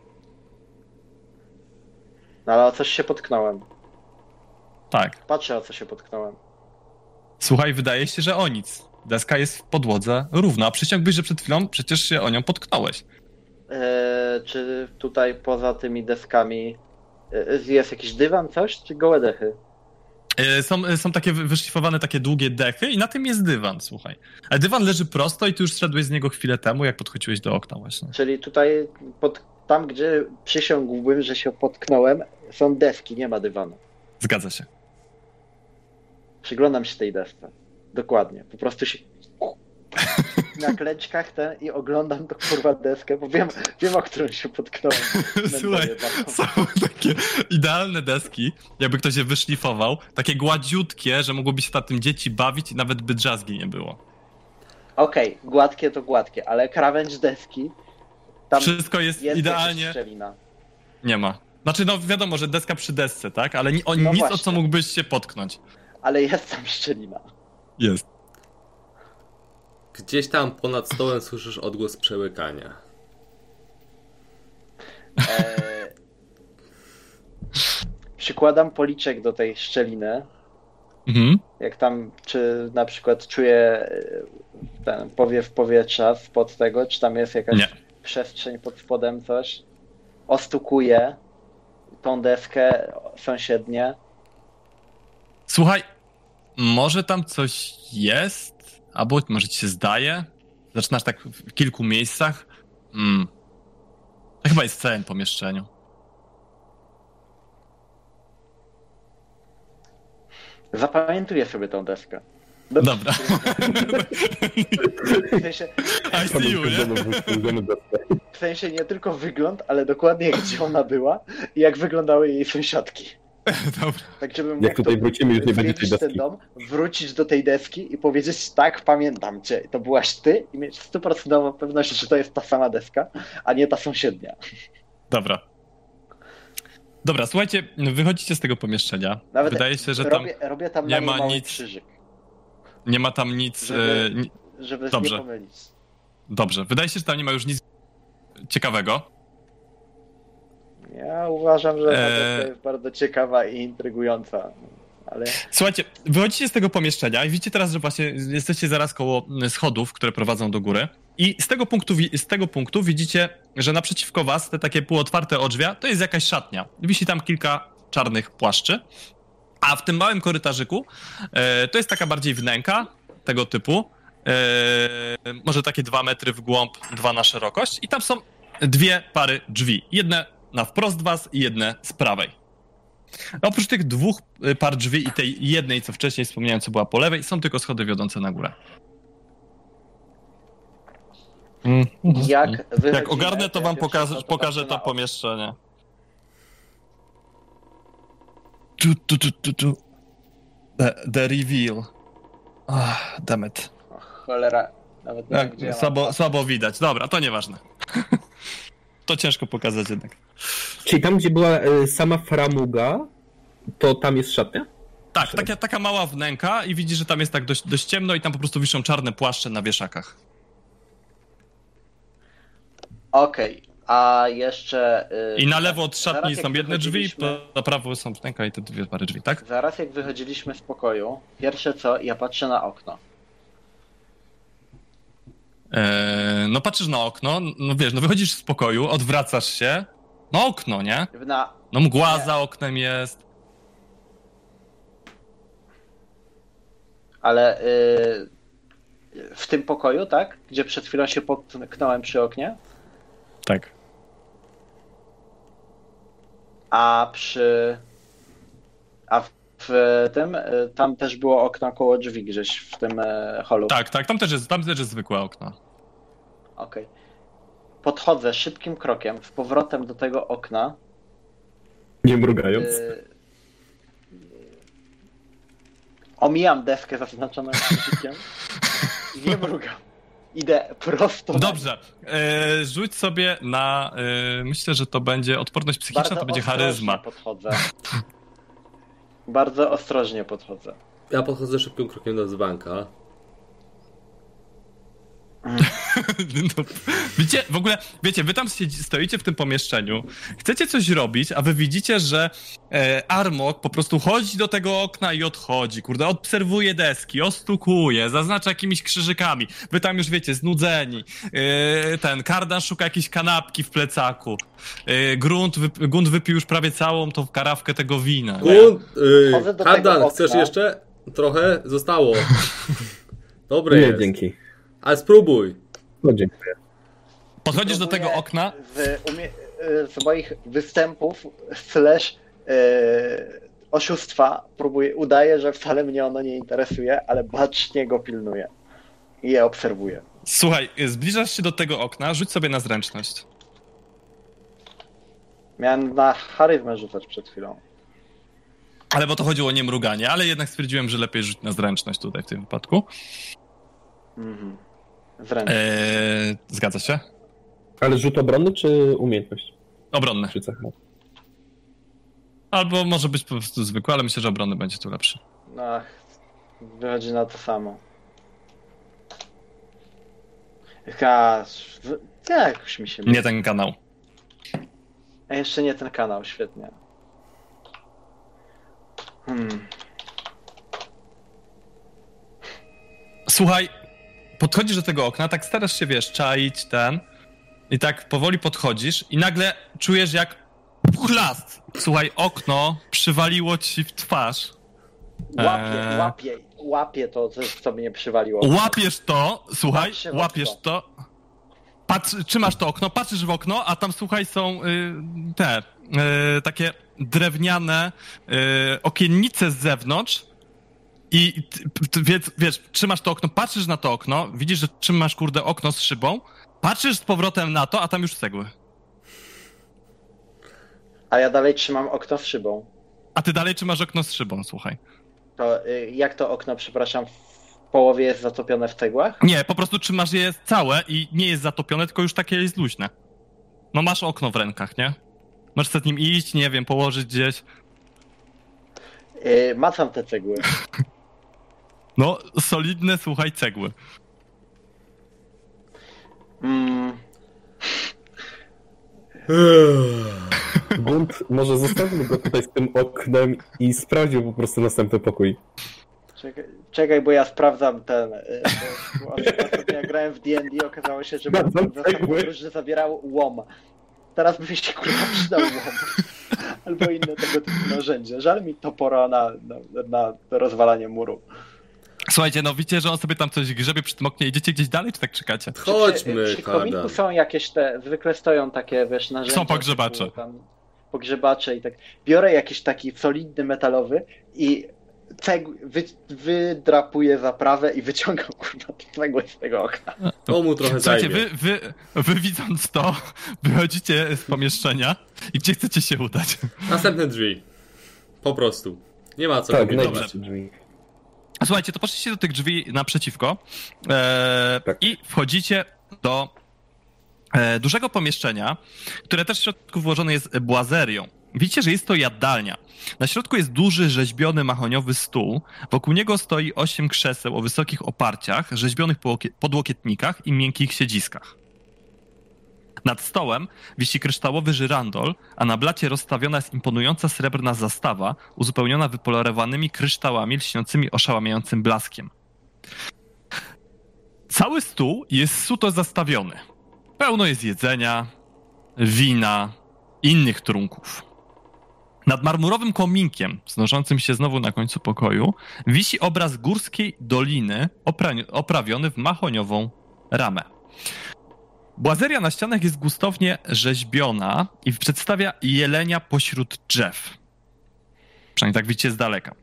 No ale o coś się potknąłem. Tak. Patrzę, o co się potknąłem. Słuchaj, wydaje się, że o nic. Deska jest w podłodze równa, a przysiągłbyś, że przed chwilą przecież się o nią potknąłeś. Czy tutaj poza tymi deskami jest jakiś dywan, coś, czy gołe dechy? Są takie wyszlifowane, takie długie dechy i na tym jest dywan, słuchaj. Ale dywan leży prosto i ty już zszedłeś z niego chwilę temu, jak podchodziłeś do okna właśnie. Czyli tutaj tam, gdzie przysiągłbym, że się potknąłem, są deski, nie ma dywanu. Zgadza się. Przyglądam się tej desce. Dokładnie. Po prostu się na klęczkach i oglądam tą kurwa deskę, bo wiem, o którą się potknąłem. Słuchaj, są takie idealne deski, jakby ktoś je wyszlifował, takie gładziutkie, że mogłoby się na tym dzieci bawić i nawet by drzazgi nie było. Okej, gładkie to gładkie, ale krawędź deski, tam wszystko jest idealnie. Szczelina. Nie ma. Znaczy, no wiadomo, że deska przy desce, tak? Ale nic, właśnie. o co mógłbyś się potknąć. Ale jest tam szczelina. Jest. Gdzieś tam ponad stołem słyszysz odgłos przełykania. Przykładam policzek do tej szczeliny. Mhm. Jak tam, czy na przykład czuję ten powiew powietrza spod tego, czy tam jest jakaś przestrzeń pod spodem, coś. Ostukuję tą deskę sąsiednie. Słuchaj, może tam coś jest? Albo może ci się zdaje? Zaczynasz tak w kilku miejscach? To chyba jest w całym pomieszczeniu. Zapamiętuję sobie tą deskę. Dobra. W sensie nie tylko wygląd, ale dokładnie gdzie ona była i jak wyglądały jej sąsiadki. Dobra. Tak, żebym jak tutaj wrócimy, już nie będzie tej deski. Ten dom, wrócić do tej deski i powiedzieć, tak, pamiętam cię, to byłaś ty i mieć 100% pewność, że to jest ta sama deska, a nie ta sąsiednia. Dobra, słuchajcie, wychodzicie z tego pomieszczenia. Nawet wydaje się, że tam robię tam nie na ma mały nic. krzyżyk. Nie ma tam nic. Żeby Dobrze. nie pomylić. Dobrze, wydaje się, że tam nie ma już nic ciekawego. Ja uważam, że ta deska jest bardzo ciekawa i intrygująca. Ale... Słuchajcie, wychodzicie z tego pomieszczenia i widzicie teraz, że właśnie jesteście zaraz koło schodów, które prowadzą do góry. I z tego punktu widzicie, że naprzeciwko was, te takie półotwarte odrzwia, to jest jakaś szatnia. Wisi tam kilka czarnych płaszczy. A w tym małym korytarzyku to jest taka bardziej wnęka tego typu. Może takie 2 metry w głąb, 2 na szerokość. I tam są 2 pary drzwi. Jedne na wprost was i jedne z prawej. Oprócz tych 2 par drzwi i tej jednej, co wcześniej wspomniałem, co była po lewej, są tylko schody wiodące na górę. Jak ogarnę, to wam pokażę to pomieszczenie. The reveal. Damn it. O, cholera. Nawet nie wiem, gdzie słabo widać. Dobra, to nieważne. To ciężko pokazać jednak. Czyli tam, gdzie była sama framuga, to tam jest szatnia? Tak, taka mała wnęka i widzisz, że tam jest tak dość ciemno i tam po prostu wiszą czarne płaszcze na wieszakach. Okej, a jeszcze... I na lewo od szatni są jedne drzwi, wychodziliśmy... na prawo są wnęka i te 2 pary drzwi, tak? Zaraz jak wychodziliśmy z pokoju, pierwsze co, ja patrzę na okno. No patrzysz na okno, no wiesz, no wychodzisz z pokoju, odwracasz się, no okno, nie? No mgła za oknem jest. Ale w tym pokoju, tak? Gdzie przed chwilą się potknąłem przy oknie? Tak. A w tym, tam też było okno koło drzwi gdzieś w tym holu. Tak, tam też jest zwykłe okno. Okej. Podchodzę szybkim krokiem z powrotem do tego okna. Nie mrugając. Omijam deskę zaznaczoną krzykiem i nie mrugam. Idę prosto. Dobrze. Rzuć sobie na... myślę, że to będzie odporność psychiczna, bardzo to będzie charyzma. Podchodzę. Bardzo ostrożnie podchodzę. Ja podchodzę szybkim krokiem do dzbanka. No, widzicie, w ogóle, wiecie, wy tam stoicie w tym pomieszczeniu, chcecie coś robić, a wy widzicie, że Armok po prostu chodzi do tego okna i odchodzi, kurde, obserwuje deski, ostukuje, zaznacza jakimiś krzyżykami. Wy tam już, wiecie, znudzeni. Kardan szuka jakiejś kanapki w plecaku. Gund wypił już prawie całą tą karawkę tego wina. Kardan, chcesz jeszcze? Trochę zostało. Dobre Nie, jest. dzięki. Ale spróbuj. No dziękuję. Podchodzisz do tego okna. Z moich występów oszustwa udaję, że wcale mnie ono nie interesuje, ale bacznie go pilnuję. I je obserwuję. Słuchaj, zbliżasz się do tego okna, rzuć sobie na zręczność. Miałem na charyzmę rzucać przed chwilą. Ale bo to chodziło o nie mruganie, ale jednak stwierdziłem, że lepiej rzuć na zręczność tutaj w tym wypadku. Mhm. Zręczność. Zgadza się? Ale rzut obronny czy umiejętność? Obronny. Czy cecha? Albo może być po prostu zwykły, ale myślę, że obronny będzie tu lepszy. Ach, wychodzi na to samo. Jakoś mi się... Nie ten kanał. A jeszcze nie ten kanał, świetnie. Słuchaj, podchodzisz do tego okna, tak starasz się, wiesz, czaić i tak powoli podchodzisz i nagle czujesz jak chlast. Słuchaj, okno przywaliło ci w twarz. Łapię to, co mnie przywaliło. Łapiesz to, słuchaj, łapiesz okno. to. Trzymasz to okno, patrzysz w okno, a tam, słuchaj, są takie drewniane okiennice z zewnątrz i wiesz, trzymasz to okno, patrzysz na to okno, widzisz, że trzymasz, kurde, okno z szybą, patrzysz z powrotem na to, a tam już cegły. A ja dalej trzymam okno z szybą. A ty dalej trzymasz okno z szybą, słuchaj. To jak to okno, przepraszam, w połowie jest zatopione w cegłach? Nie, po prostu trzymasz je całe i nie jest zatopione, tylko już takie jest luźne. No masz okno w rękach, nie? Możesz sobie z nim iść, nie wiem, położyć gdzieś. Macam te cegły. No, solidne, słuchaj, cegły. Bunt, może zostawmy go tutaj z tym oknem i sprawdził po prostu następny pokój. Czekaj, bo ja sprawdzam ten... Bo ostatnio jak grałem w D&D, okazało się, że że zabierał łom. Teraz by mi się kurwa przydał łom. Albo inne tego typu narzędzie. Żal mi topora na rozwalanie muru. Słuchajcie, no widzicie, że on sobie tam coś grzebie przy tym oknie. Idziecie gdzieś dalej, czy tak czekacie? Chodźmy, przy kominku są jakieś zwykle stoją takie, wiesz, narzędzia. Są pogrzebacze. Tam, pogrzebacze i tak. Biorę jakiś taki solidny metalowy i wydrapuję zaprawę i wyciągam, kurwa, cegłę z tego okna. To mu trochę Słuchajcie, zajmie. wy widząc to, wychodzicie z pomieszczenia i gdzie chcecie się udać? Następne drzwi. Po prostu. Nie ma co Tak, kombinować. najbliższe drzwi. Słuchajcie, to poszliście do tych drzwi naprzeciwko Tak. i wchodzicie do dużego pomieszczenia, które też w środku włożone jest błazerią. Widzicie, że jest to jadalnia. Na środku jest duży, rzeźbiony, mahoniowy stół. Wokół niego stoi 8 krzeseł o wysokich oparciach, rzeźbionych podłokietnikach i miękkich siedziskach. Nad stołem wisi kryształowy żyrandol, a na blacie rozstawiona jest imponująca srebrna zastawa, uzupełniona wypolerowanymi kryształami lśniącymi oszałamiającym blaskiem. Cały stół jest suto zastawiony. Pełno jest jedzenia, wina, innych trunków. Nad marmurowym kominkiem, wznoszącym się znowu na końcu pokoju, wisi obraz górskiej doliny oprawiony w mahoniową ramę. Błazeria na ścianach jest gustownie rzeźbiona i przedstawia jelenia pośród drzew. Przynajmniej tak widzicie z daleka.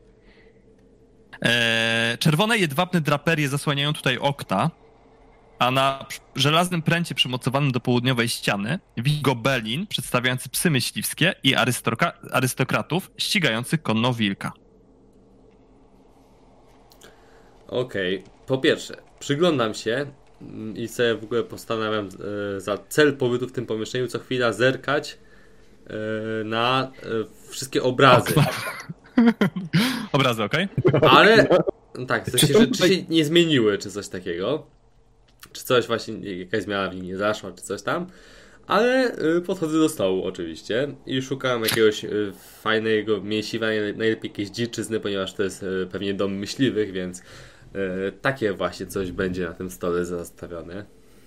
Czerwone jedwabne draperie zasłaniają tutaj okna, a na żelaznym pręcie przymocowanym do południowej ściany wisi gobelin przedstawiający psy myśliwskie i arystokratów ścigających konno wilka. Okej. Po pierwsze, przyglądam się i sobie w ogóle postanawiam za cel pobytu w tym pomieszczeniu co chwila zerkać na wszystkie obrazy. Obrazy, okej? Ale tak, w sensie, że czy się nie zmieniły, czy coś takiego. czy coś właśnie, jakaś zmiana w nim nie zaszła, czy coś tam. Ale podchodzę do stołu oczywiście i szukam jakiegoś fajnego mięsiwa, najlepiej jakieś dziczyzny, ponieważ to jest pewnie dom myśliwych, więc takie właśnie coś będzie na tym stole zastawione.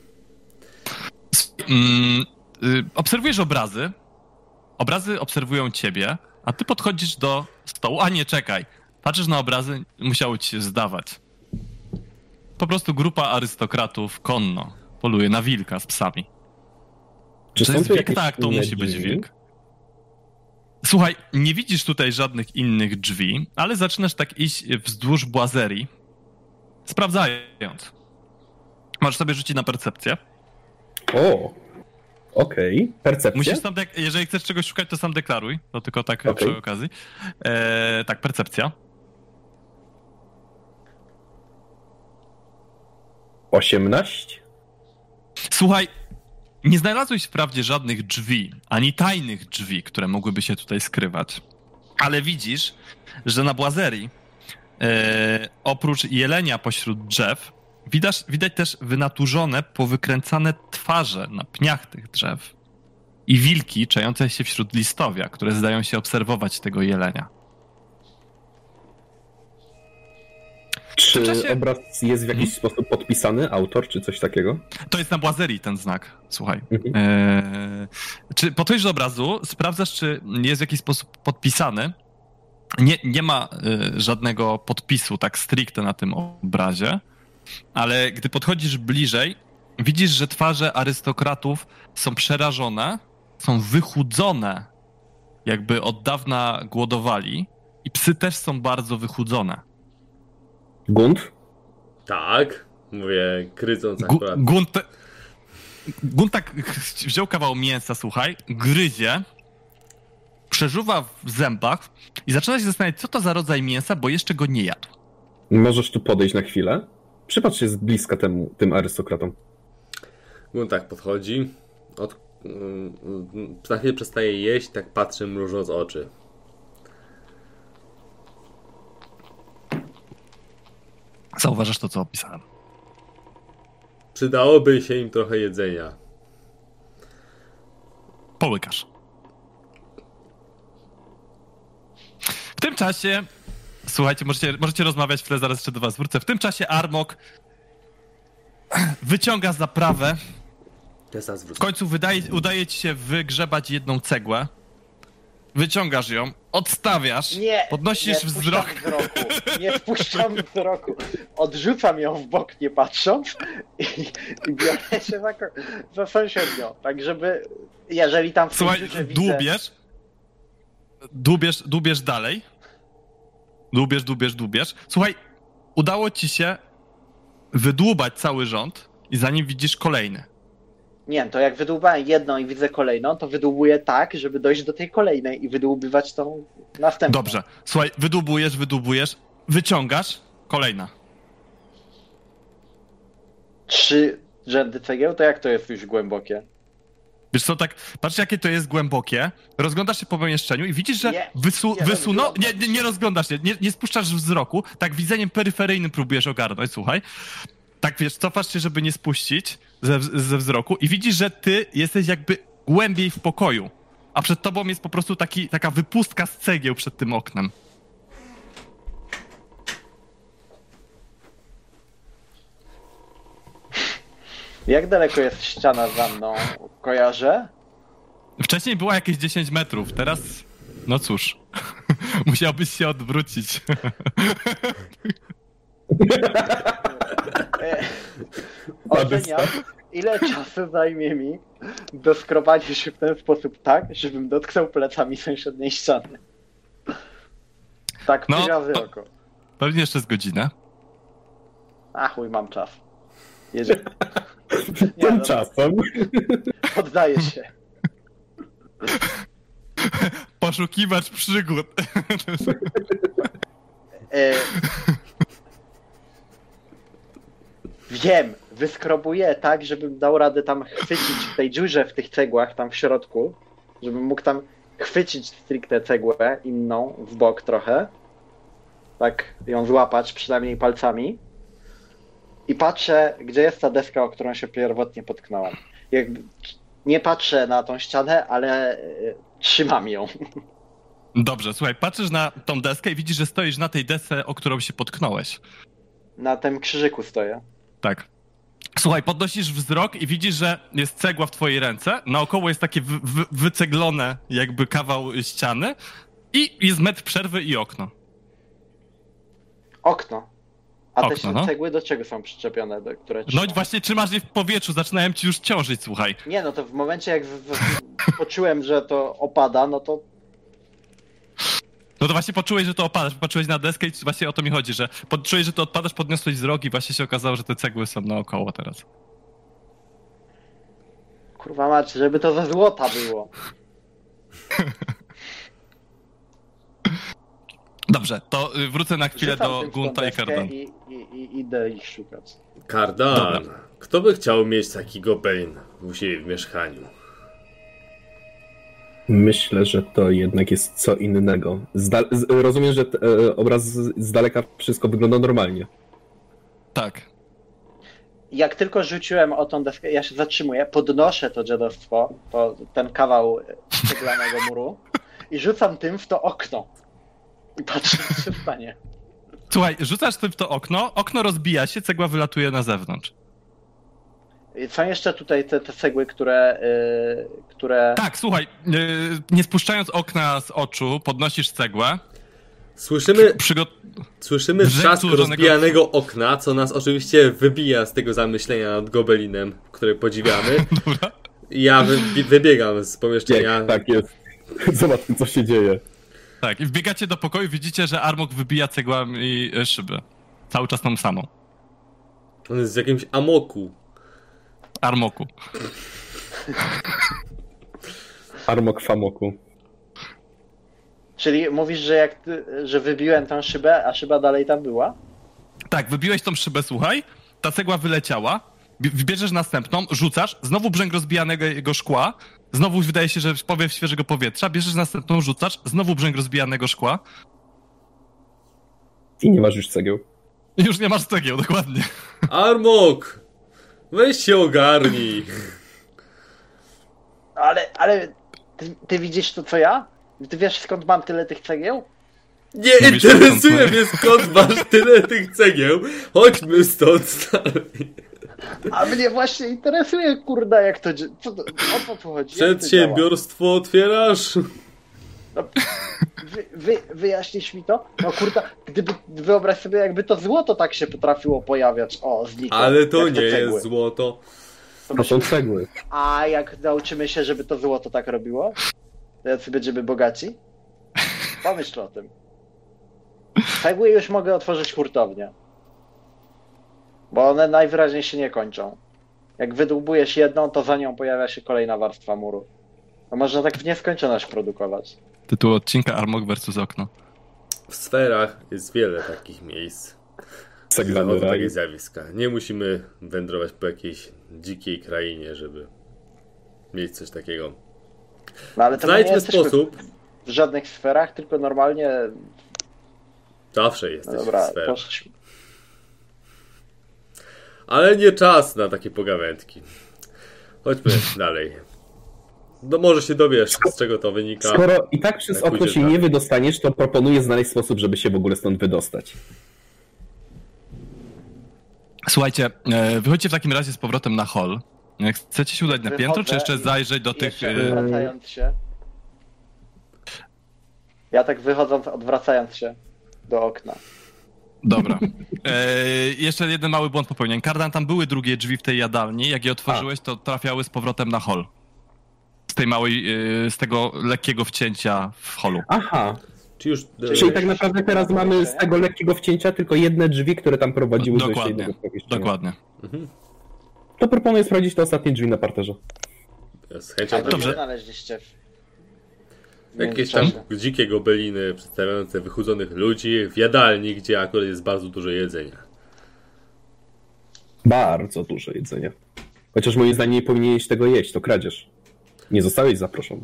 Obserwujesz obrazy. Obrazy obserwują ciebie, a ty podchodzisz do stołu. A nie, czekaj. Patrzysz na obrazy, musiało ci się zdawać. Po prostu grupa arystokratów konno poluje na wilka z psami. Czy To są jest tu wilk? jakieś Tak, to inne musi być drzwi? wilk. Słuchaj, nie widzisz tutaj żadnych innych drzwi, ale zaczynasz tak iść wzdłuż błazerii, sprawdzając. Możesz sobie rzucić na percepcję. O, okej. Percepcja? Musisz sam jeżeli chcesz czegoś szukać, to sam deklaruj. To tylko tak Okej. przy okazji. Tak, percepcja. 18? Słuchaj, nie znalazłeś wprawdzie żadnych drzwi, ani tajnych drzwi, które mogłyby się tutaj skrywać. Ale widzisz, że na błazerii oprócz jelenia pośród drzew widać też wynaturzone, powykręcane twarze na pniach tych drzew i wilki czające się wśród listowia, które zdają się obserwować tego jelenia. Czy W czasie- obraz jest w jakiś sposób podpisany, autor, czy coś takiego? To jest na błazerii ten znak, słuchaj. Mhm. Czy podchodzisz do obrazu, sprawdzasz, czy jest w jakiś sposób podpisany. Nie ma żadnego podpisu tak stricte na tym obrazie, ale gdy podchodzisz bliżej, widzisz, że twarze arystokratów są przerażone, są wychudzone, jakby od dawna głodowali i psy też są bardzo wychudzone. Gund? Tak, mówię, krycąc Gu- akurat. Gunt tak wziął kawał mięsa, słuchaj, gryzie, przeżuwa w zębach i zaczyna się zastanawiać, co to za rodzaj mięsa, bo jeszcze go nie jadł. Możesz tu podejść na chwilę? Przypatrz się z bliska tym arystokratom. On tak podchodzi, na chwilę przestaje jeść, tak patrzy, mrużąc oczy. Zauważasz to, co opisałem. Przydałoby się im trochę jedzenia. Połykasz. W tym czasie, słuchajcie, możecie rozmawiać chwilę, zaraz jeszcze do was wrócę. W tym czasie Armok wyciąga zaprawę. W końcu udaje ci się wygrzebać jedną cegłę. Wyciągasz ją, odstawiasz, Nie, podnosisz nie wzrok. Nie wpuszczam wzroku. Odrzucam ją w bok, nie patrząc i biorę się za sąsiednią. Tak, żeby, jeżeli tam w Słuchaj, tym dziurze widzę... dłubiesz dalej. Dłubiesz. Słuchaj, udało ci się wydłubać cały rząd i za nim widzisz kolejny. Nie, to jak wydłubałem jedną i widzę kolejną, to wydłubuję tak, żeby dojść do tej kolejnej i wydłubywać tą następną. Dobrze, słuchaj, wydłubujesz, wyciągasz, kolejna. 3 rzędy cegieł, to jak to jest już głębokie? Wiesz co, tak, patrz jakie to jest głębokie, rozglądasz się po pomieszczeniu i widzisz, że Nie, wysunął... rozglądam. Nie rozglądasz się, nie spuszczasz wzroku, tak widzeniem peryferyjnym próbujesz ogarnąć, słuchaj. Tak wiesz, cofasz się, żeby nie spuścić ze wzroku i widzisz, że ty jesteś jakby głębiej w pokoju, a przed tobą jest po prostu taka wypustka z cegieł przed tym oknem. Jak daleko jest ściana za mną? Kojarzę? Wcześniej była jakieś 10 metrów, teraz... No cóż, musiałbyś się odwrócić. Oceniam, ile czasu zajmie mi doskrobanie się w ten sposób tak, żebym dotknął plecami sąsiedniej ściany. Tak, No, razy oko. Pewnie jeszcze z godzinę. A chuj, mam czas. Jeżeli... Tymczasem. Poddaję się. Poszukiwacz przygód. Wiem, wyskrobuję tak, żebym dał radę tam chwycić w tej dziurze, w tych cegłach tam w środku, żebym mógł tam chwycić stricte cegłę inną w bok trochę. Tak ją złapać, przynajmniej palcami. i patrzę, gdzie jest ta deska, o którą się pierwotnie potknąłem. Jakby nie patrzę na tą ścianę, ale trzymam ją. Dobrze, słuchaj, patrzysz na tą deskę i widzisz, że stoisz na tej desce, o którą się potknąłeś. Na tym krzyżyku stoję. Tak. Słuchaj, podnosisz wzrok i widzisz, że jest cegła w twojej ręce. Naokoło jest takie wyceglone jakby kawał ściany i jest metr przerwy i okno. Okno. A te Okno, cegły do czego są przyczepione? Które No trzymam? i właśnie trzymasz je w powietrzu, zaczynałem ci już ciążyć, słuchaj. Nie, no to w momencie jak poczułem, że to opada, no to No to właśnie poczułeś, że to opadasz, patrzyłeś na deskę i właśnie o to mi chodzi, że poczułeś, że to odpadasz, podniosłeś wzrok i właśnie się okazało, że te cegły są naokoło teraz. kurwa mać, żeby to ze złota było. Dobrze, to wrócę na chwilę Rzucam do tym w tą Gunta i deskę Kardan. I idę ich szukać. Kardan, Dobra. kto by chciał mieć taki gobelin u siebie w mieszkaniu? Myślę, że to jednak jest co innego. Rozumiem, że obraz z daleka wszystko wygląda normalnie. Tak. Jak tylko rzuciłem o tą deskę, ja się zatrzymuję, podnoszę to dziadostwo, ten kawał ceglanego muru i rzucam tym w to okno. I patrzę, co się stanie. Słuchaj, rzucasz tym w to okno rozbija się, cegła wylatuje na zewnątrz. Są jeszcze tutaj te cegły, które... Tak, słuchaj, nie spuszczając okna z oczu, podnosisz cegłę. Słyszymy Wrzęk trzask złożonego- rozbijanego okna, co nas oczywiście wybija z tego zamyślenia nad gobelinem, które podziwiamy. Dobra. Ja wybiegam z pomieszczenia. Tak jest. Zobaczmy, co się dzieje. Tak, i wbiegacie do pokoju, widzicie, że Armok wybija cegłami szyby. Cały czas tą samą. On jest w jakimś amoku. Armoku. Armok Famoku. Czyli mówisz, że że wybiłem tę szybę, a szyba dalej tam była? Tak, wybiłeś tą szybę, słuchaj, ta cegła wyleciała, bierzesz następną, rzucasz, znowu brzęk rozbijanego jego szkła, znowu wydaje się, że powiew świeżego powietrza, bierzesz następną, rzucasz, znowu brzęk rozbijanego szkła I nie masz już cegieł. i już nie masz cegieł, dokładnie. Armok! Weź się ogarnij. Ale ty widzisz to, co ja? Ty wiesz, skąd mam tyle tych cegieł? Nie Mówisz, interesuje skąd mnie, skąd masz tyle tych cegieł. Chodźmy stąd dalej. A mnie właśnie interesuje, kurda, jak to... O co tu chodzi? Jak to działa? Przedsiębiorstwo otwierasz? No, wyjaśnisz mi to? No kurda, wyobraź sobie, jakby to złoto tak się potrafiło pojawiać. O, znikło. Ale to jak te nie cegły. jest złoto. To są cegły. A jak nauczymy się, żeby to złoto tak robiło? To jacy będziemy bogaci? Pomyśl o tym. Cegły już mogę otworzyć hurtownię. Bo one najwyraźniej się nie kończą. Jak wydłubujesz jedną, to za nią pojawia się kolejna warstwa muru. To można tak w nieskończoność produkować. Tytuł odcinka Armok versus okno. W sferach jest wiele takich miejsc. Ceglany Oto raj. takie zjawiska. Nie musimy wędrować po jakiejś dzikiej krainie, żeby mieć coś takiego. No ale to my nie Znajdźmy jesteśmy sposób. w żadnych sferach, tylko normalnie... Zawsze No jesteś dobra, w sferach. poszliśmy. Ale nie czas na takie pogawędki. Chodźmy dalej. No może się dowiesz, z czego to wynika. Skoro i tak przez Jak okno pójdziesz się dalej. nie wydostaniesz, to proponuję znaleźć sposób, żeby się w ogóle stąd wydostać. Słuchajcie, wychodźcie w takim razie z powrotem na hall. Chcecie się udać na piętro, czy jeszcze zajrzeć do tych... Jeszcze odwracając się... Ja tak wychodząc, odwracając się do okna. Dobra. Jeszcze jeden mały błąd popełniłem. Kardan, tam były drugie drzwi w tej jadalni. Jak je otworzyłeś, to trafiały z powrotem na hall. Z tej małej, z tego lekkiego wcięcia w hallu. Aha, Czy już... czyli tak naprawdę teraz mamy z tego lekkiego wcięcia tylko jedne drzwi, które tam prowadziły do jeszcze Dokładnie, jednego pomieszczenia. dokładnie. To proponuję sprawdzić te ostatnie drzwi na parterze. Z chęcią A tam dobrze. Dobrze. Znaleźliście w jakieś tam międzyczasie. dzikie gobeliny przedstawiające wychudzonych ludzi w jadalni, gdzie akurat jest bardzo dużo jedzenia. Bardzo dużo jedzenia. Chociaż moim zdaniem nie powinieneś tego jeść, to kradzież. Nie zostałeś zaproszony.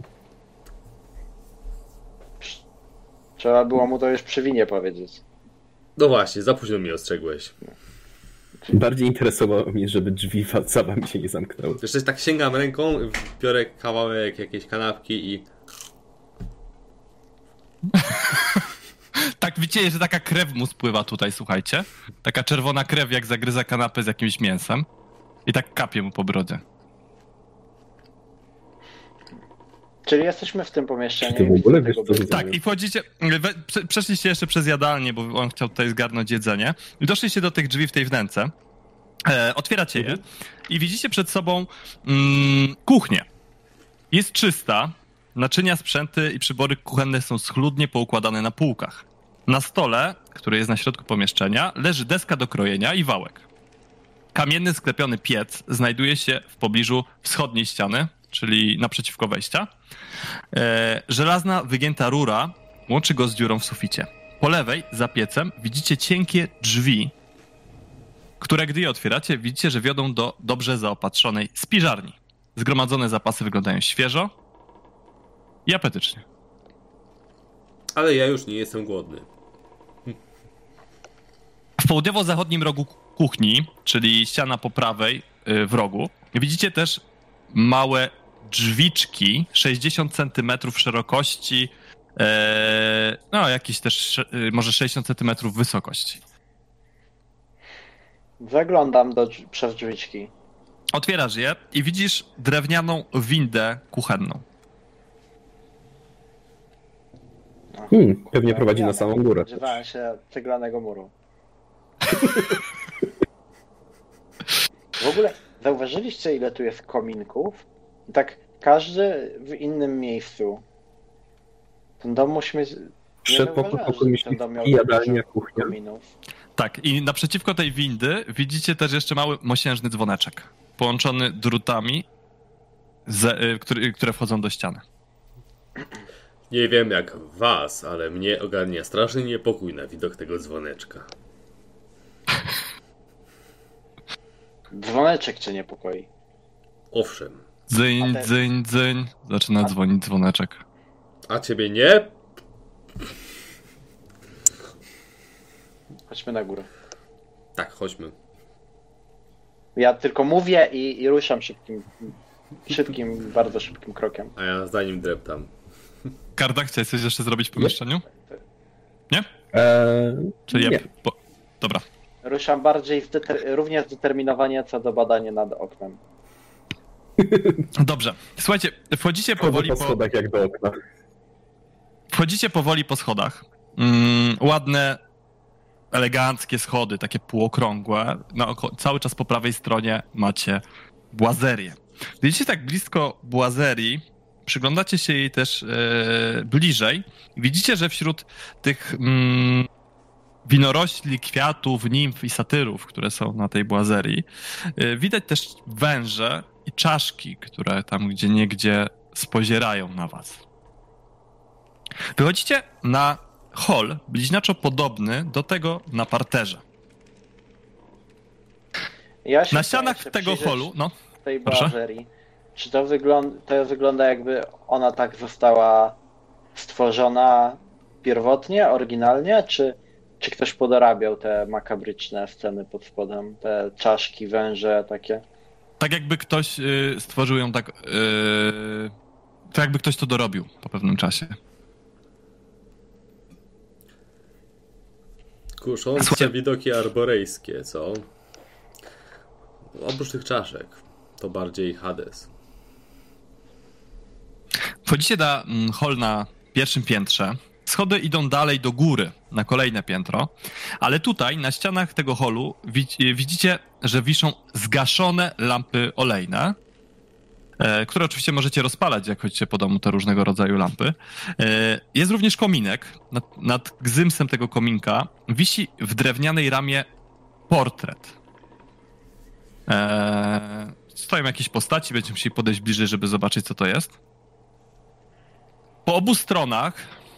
Trzeba było mu to już przy winie powiedzieć. No właśnie, za późno mnie ostrzegłeś. Bardziej interesowało mnie, żeby drzwi za wami się nie zamknęły. Jeszcze tak sięgam ręką, biorę kawałek jakiejś kanapki i... Tak widzicie, że taka krew mu spływa tutaj, słuchajcie. Taka czerwona krew, jak zagryza kanapę z jakimś mięsem. I tak kapie mu po brodzie. Czyli jesteśmy w tym pomieszczeniu. Czy ty w ogóle wiesz, co to Tak, i wchodzicie, przeszliście jeszcze przez jadalnię, bo on chciał tutaj zgarnąć jedzenie. I doszliście do tych drzwi w tej wnęce. Otwieracie je i widzicie przed sobą kuchnię. Jest czysta, naczynia, sprzęty i przybory kuchenne są schludnie poukładane na półkach. Na stole, który jest na środku pomieszczenia, leży deska do krojenia i wałek. Kamienny sklepiony piec znajduje się w pobliżu wschodniej ściany, czyli naprzeciwko wejścia. Żelazna, wygięta rura łączy go z dziurą w suficie. Po lewej, za piecem, widzicie cienkie drzwi, które gdy je otwieracie, widzicie, że wiodą do dobrze zaopatrzonej spiżarni. Zgromadzone zapasy wyglądają świeżo i apetycznie. Ale ja już nie jestem głodny. W południowo-zachodnim rogu kuchni, czyli ściana po prawej w rogu, widzicie też małe drzwiczki 60 cm szerokości, no jakieś też może 60 cm wysokości. Zaglądam przez drzwiczki. Otwierasz je i widzisz drewnianą windę kuchenną. Pewnie prowadzi na samą górę. Spodziewałem się ceglanego muru. W ogóle zauważyliście, ile tu jest kominków? Tak każdy w innym miejscu. Ten dom musi mieć... Pokój myśli i jadalnia, kuchnia. Kominów. Tak, i naprzeciwko tej windy widzicie też jeszcze mały mosiężny dzwoneczek, połączony drutami, które wchodzą do ściany. Nie wiem jak was, ale mnie ogarnia straszny niepokój na widok tego dzwoneczka. Dzwoneczek cię niepokoi. Owszem. Dzyń, dzyń, dzyń. Zaczyna dzwonić dzwoneczek. A ciebie nie? Chodźmy na górę. Tak, chodźmy. Ja tylko mówię i ruszam bardzo szybkim krokiem. A ja za nim dreptam. Karda, chciałeś coś jeszcze zrobić w pomieszczeniu? Nie? Czy nie. Dobra. Ruszam bardziej równie zdeterminowanie co do badania nad oknem. Dobrze. Słuchajcie, wchodzicie powoli po schodach jak do okna. Wchodzicie powoli po schodach. Ładne, eleganckie schody, takie półokrągłe. Cały czas po prawej stronie macie błazerię. Widzicie tak blisko błazerii, przyglądacie się jej też bliżej. Widzicie, że wśród tych winorośli, kwiatów, nimf i satyrów, które są na tej błazerii, widać też węże i czaszki, które tam gdzieniegdzie spozierają na was. Wychodzicie na hol bliźniaczo podobny do tego na parterze. Na ścianach tego holu, no, tej proszę. błazerii. Czy to wygląda jakby ona tak została stworzona pierwotnie, oryginalnie, czy ktoś podorabiał te makabryczne sceny pod spodem, te czaszki, węże takie? Tak jakby ktoś stworzył ją tak, tak jakby ktoś to dorobił po pewnym czasie. Kuszące widoki arborejskie, co? Oprócz tych czaszek, to bardziej Hades. Wchodzicie na hol na pierwszym piętrze. Schody idą dalej do góry, na kolejne piętro, ale tutaj na ścianach tego holu widzicie, że wiszą zgaszone lampy olejne, które oczywiście możecie rozpalać, jak chodzicie po domu, te różnego rodzaju lampy. Jest również kominek. Nad gzymsem tego kominka wisi w drewnianej ramie portret. Stoją jakieś postaci, będziecie musieli podejść bliżej, żeby zobaczyć, co to jest. Po obu stronach,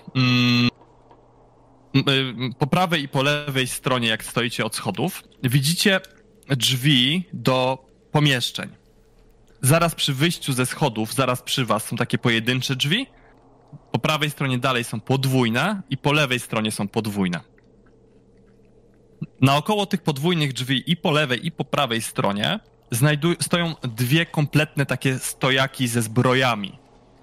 po prawej i po lewej stronie, jak stoicie od schodów, widzicie drzwi do pomieszczeń. Zaraz przy wyjściu ze schodów, zaraz przy was są takie pojedyncze drzwi. Po prawej stronie dalej są podwójne i po lewej stronie są podwójne. naokoło tych podwójnych drzwi i po lewej, i po prawej stronie stoją dwie kompletne takie stojaki ze zbrojami.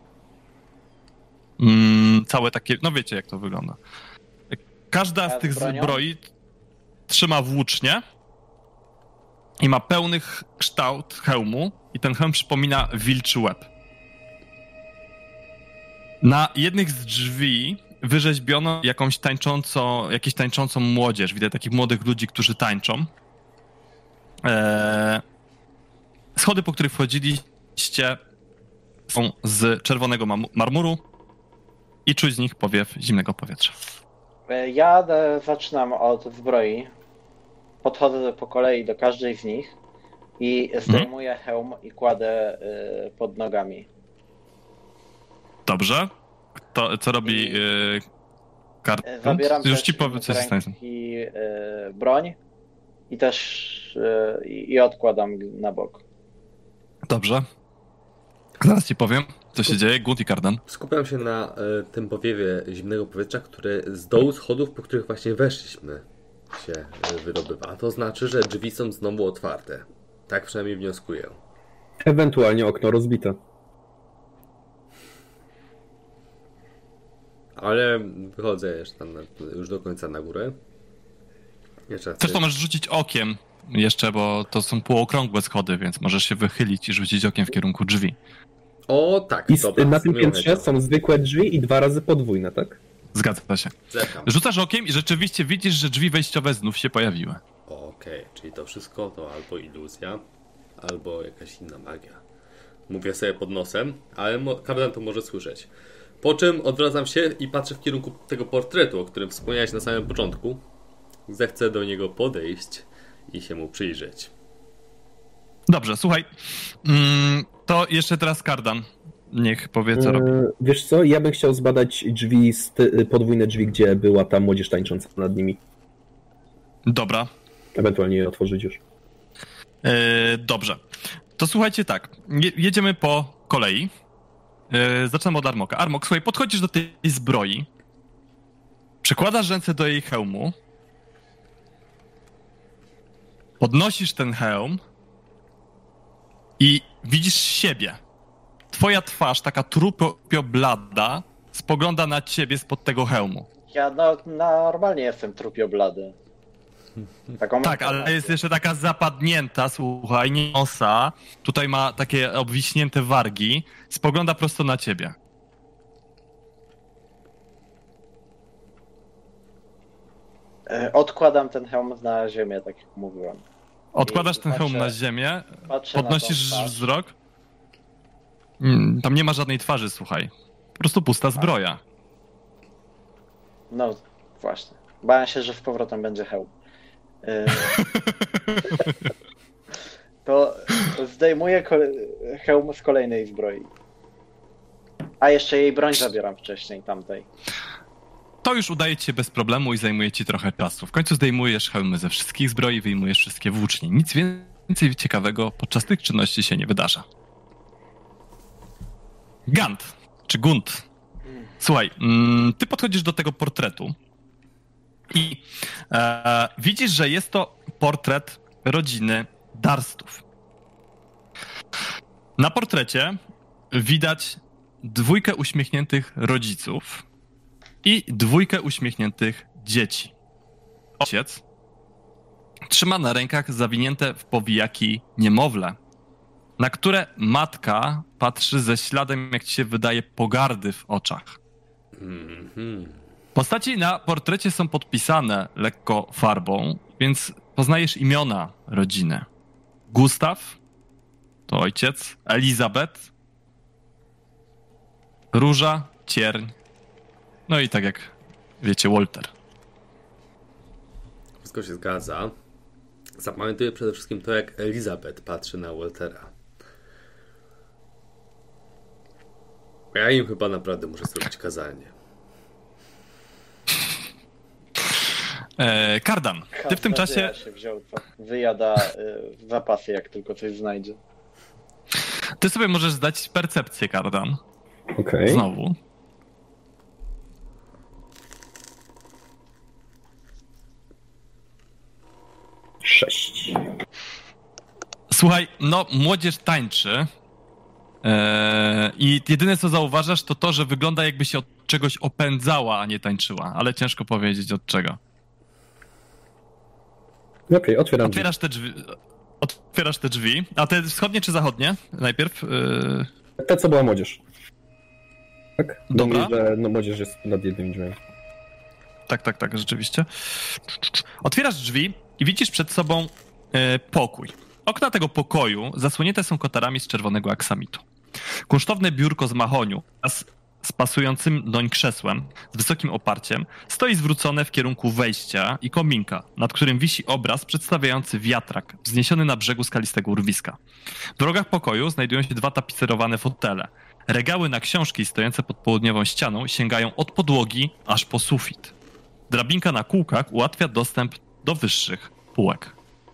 Całe takie, no wiecie jak to wygląda. Każda z tych zbroi trzyma włócznie i ma pełny kształt hełmu i ten hełm przypomina wilczy łeb. Na jednych z drzwi wyrzeźbiono jakąś tańczącą młodzież. Widać takich młodych ludzi, którzy tańczą. Schody, po których wchodziliście, są z czerwonego marmuru i czuć z nich powiew zimnego powietrza. Ja zaczynam od zbroi. Podchodzę po kolei do każdej z nich i zdejmuję hełm i kładę pod nogami. Dobrze. Co robi Kardan? Zabieram Już też ci powiem, co się stanie. i broń i też i odkładam na bok. Dobrze. Zaraz ci powiem, co się dzieje. Gunt i Kardan. Skupiam się na tym powiewie zimnego powietrza, które z dołu schodów, po których właśnie weszliśmy, się wydobywa. A to znaczy, że drzwi są znowu otwarte. Tak przynajmniej wnioskuję. Ewentualnie okno rozbite. Ale wychodzę już do końca na górę. Zresztą możesz rzucić okiem jeszcze, bo to są półokrągłe schody, więc możesz się wychylić i rzucić okiem w kierunku drzwi. O tak, I dobra. na tym piętrze są zwykłe drzwi i 2 razy podwójne, tak? Zgadza się. Zerkam. Rzucasz okiem i rzeczywiście widzisz, że drzwi wejściowe znów się pojawiły. Okej, czyli to wszystko to albo iluzja, albo jakaś inna magia. Mówię sobie pod nosem, ale Kardan to może słyszeć. Po czym odwracam się i patrzę w kierunku tego portretu, o którym wspomniałeś na samym początku. Zechcę do niego podejść i się mu przyjrzeć. Dobrze, słuchaj. To jeszcze teraz Kardan. Niech powie, co robi. Wiesz co, ja bym chciał zbadać drzwi, podwójne drzwi, gdzie była ta młodzież tańcząca nad nimi. Dobra. Ewentualnie je otworzyć już. Dobrze. To słuchajcie tak. Jedziemy po kolei. Zaczynamy od Armoka. Armok, słuchaj, podchodzisz do tej zbroi. Przekładasz ręce do jej hełmu. Podnosisz ten hełm i widzisz siebie. Twoja twarz, taka trupio blada, spogląda na ciebie spod tego hełmu. Ja normalnie jestem trupio blady. Tak, ale jest jeszcze taka zapadnięta, słuchaj, nosa. Tutaj ma takie obwiśnięte wargi. Spogląda prosto na ciebie. Odkładam ten hełm na ziemię, tak jak mówiłem. Odkładasz ten hełm na ziemię, podnosisz na wzrok. Tam nie ma żadnej twarzy, słuchaj. Po prostu pusta zbroja. No właśnie. Bałem się, że z powrotem będzie hełm. To zdejmuję hełm z kolejnej zbroi. A jeszcze jej broń zabieram wcześniej, tamtej. To już udaje ci się bez problemu i zajmuje ci trochę czasu. W końcu zdejmujesz hełmy ze wszystkich zbroi, wyjmujesz wszystkie włócznie. Nic więcej ciekawego podczas tych czynności się nie wydarza. Gunt. Słuchaj, ty podchodzisz do tego portretu i widzisz, że jest to portret rodziny Darstów. Na portrecie widać 2 uśmiechniętych rodziców i 2 uśmiechniętych dzieci. Ojciec trzyma na rękach zawinięte w powijaki niemowlę, na które matka patrzy ze śladem, jak ci się wydaje, pogardy w oczach. Postaci na portrecie są podpisane lekko farbą, więc poznajesz imiona rodziny. Gustaw to ojciec, Elizabeth, Róża, Cierń, no i tak jak wiecie, Walter. Wszystko się zgadza. Zapamiętuję przede wszystkim to, jak Elizabeth patrzy na Waltera. Ja im chyba naprawdę muszę zrobić kazanie. Kardan, ty w tym czasie... się wziął, wyjada zapasy, jak tylko coś znajdzie. Ty sobie możesz zdać percepcję, Kardan. Okej. Znowu. 6. Słuchaj, no młodzież tańczy i jedyne co zauważasz to to, że wygląda jakby się od czegoś opędzała, a nie tańczyła, ale ciężko powiedzieć od czego. Okej, otwieram drzwi. Otwierasz te drzwi. A te wschodnie czy zachodnie? Najpierw? Te, co była młodzież. Tak? Dobra. Mówię, że no, młodzież jest nad jednym drzwiem. Tak, rzeczywiście. Otwierasz drzwi i widzisz przed sobą pokój. Okna tego pokoju zasłonięte są kotarami z czerwonego aksamitu. Kunsztowne biurko z mahoniu z pasującym doń krzesłem, z wysokim oparciem, stoi zwrócone w kierunku wejścia i kominka, nad którym wisi obraz przedstawiający wiatrak wzniesiony na brzegu skalistego urwiska. W rogach pokoju znajdują się 2 tapicerowane fotele. Regały na książki stojące pod południową ścianą sięgają od podłogi aż po sufit. Drabinka na kółkach ułatwia dostęp do wyższych półek.